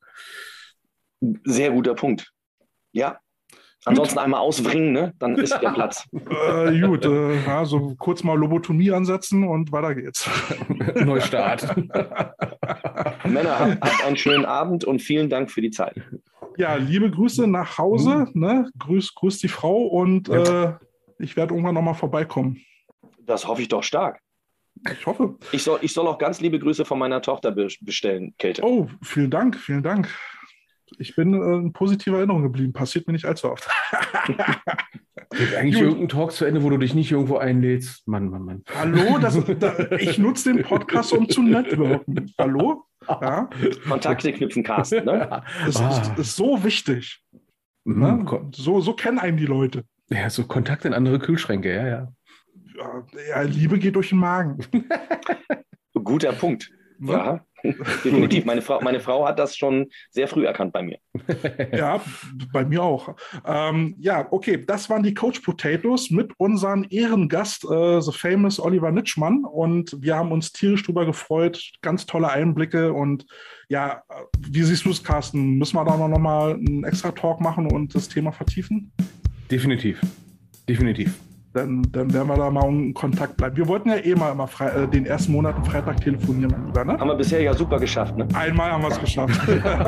Sehr guter Punkt. Ja. Ansonsten einmal ausbringen, ne? Dann ist der Platz. Äh, gut, äh, ja, so kurz mal Lobotomie ansetzen und weiter geht's. Neustart. Männer, habt einen schönen Abend und vielen Dank für die Zeit. Ja, liebe Grüße nach Hause, mhm. ne? Grüß, grüß die Frau und ja. äh, ich werde irgendwann nochmal vorbeikommen. Das hoffe ich doch stark. Ich hoffe. Ich soll, ich soll auch ganz liebe Grüße von meiner Tochter bestellen, Käthe. Oh, vielen Dank, vielen Dank. Ich bin äh, in positiver Erinnerung geblieben. Passiert mir nicht allzu oft. Geht eigentlich irgendein Talk zu Ende, wo du dich nicht irgendwo einlädst? Mann, Mann, Mann. Hallo? Das, da, ich nutze den Podcast, um zu networken. Hallo? Ja? Kontakte knüpfen, Carsten. Ne? Das ah. ist, ist so wichtig. Mhm. Ne? So, so kennen einen die Leute. Ja, so Kontakt in andere Kühlschränke, ja, ja. Ja, ja, Liebe geht durch den Magen. Guter Punkt. Ne? Ja, definitiv. Meine Frau, meine Frau hat das schon sehr früh erkannt bei mir. Ja, bei mir auch. Ähm, ja, okay, das waren die Coach Potatoes mit unserem Ehrengast, äh, the famous Oliver Nitschmann. Und wir haben uns tierisch drüber gefreut. Ganz tolle Einblicke. Und ja, wie siehst du es, Carsten? Müssen wir da noch mal einen extra Talk machen und das Thema vertiefen? Definitiv. Definitiv. Dann, dann werden wir da mal in Kontakt bleiben. Wir wollten ja eh mal immer frei, äh, den ersten Monat am Freitag telefonieren, mein Lieber, ne? Haben wir bisher ja super geschafft, ne? Einmal haben wir es geschafft.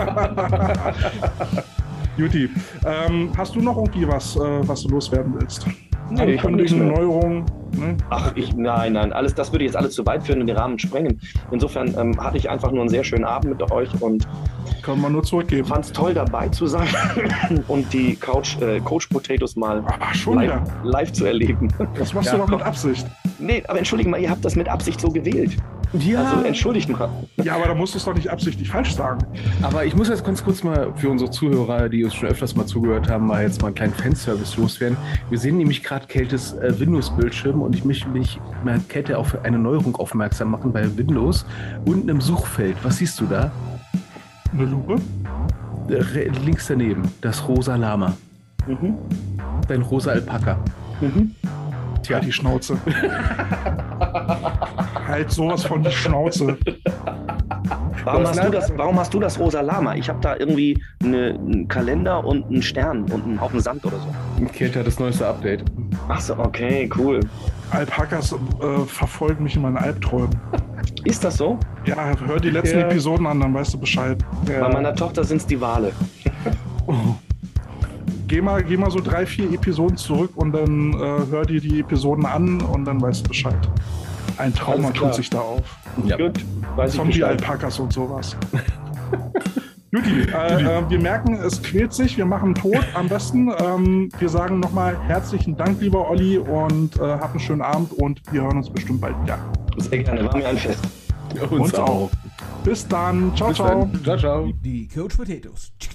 Juti, ähm, hast du noch irgendwie was, äh, was du loswerden willst? Nee, ich hab nichts mehr. Neuerungen? Ne? Ach, ich, nein, nein, alles, das würde jetzt alles zu weit führen und den Rahmen sprengen. Insofern ähm, hatte ich einfach nur einen sehr schönen Abend mit euch und kann man nur zurückgeben. Fand es toll, dabei zu sein und die Couch, äh, Coach Potatoes mal Ach, schon live, wieder. live zu erleben. Das machst ja. du doch mit Absicht. Nee, aber entschuldigt mal, ihr habt das mit Absicht so gewählt. Ja. Also entschuldigt mal. Ja, aber da musst du es doch nicht absichtlich falsch sagen. Aber ich muss jetzt ganz kurz mal für unsere Zuhörer, die uns schon öfters mal zugehört haben, mal jetzt mal einen kleinen Fanservice loswerden. Wir sehen nämlich gerade Keltes äh, Windows-Bildschirm und ich möchte mich mal Kälte auf eine Neuerung aufmerksam machen bei Windows. Unten im Suchfeld, was siehst du da? Eine Lupe? Äh, links daneben, das rosa Lama. Mhm. Dein rosa Alpaka. Mhm. Tja, die Schnauze. Halt sowas von die Schnauze. Warum hast, du das, warum hast du das rosa Lama? Ich habe da irgendwie eine, einen Kalender und einen Stern und einen Haufen Sand oder so. Kälte hat das neueste Update. Ach so, okay, cool. Alpakas äh, verfolgen mich in meinen Albträumen. Ist das so? Ja, hör die letzten Ja. Episoden an, dann weißt du Bescheid. Ja. Bei meiner Tochter sind es die Wale. Oh. Geh mal, geh mal so drei, vier Episoden zurück und dann äh, hör dir die Episoden an und dann weißt du Bescheid. Ein Trauma tut sich da auf. Ja. Gut, weiß ich Bescheid. Zombie-Alpakas und sowas. Juti, äh, äh, wir merken, es quält sich, wir machen tot am besten. Ähm, wir sagen nochmal herzlichen Dank, lieber Olli, und äh, habt einen schönen Abend und wir hören uns bestimmt bald wieder. Sehr gerne, war mir ein Fest. Uns, Uns auch. Bis dann. Ciao, Bis ciao. dann. Ciao, ciao. Die Coach Potatoes.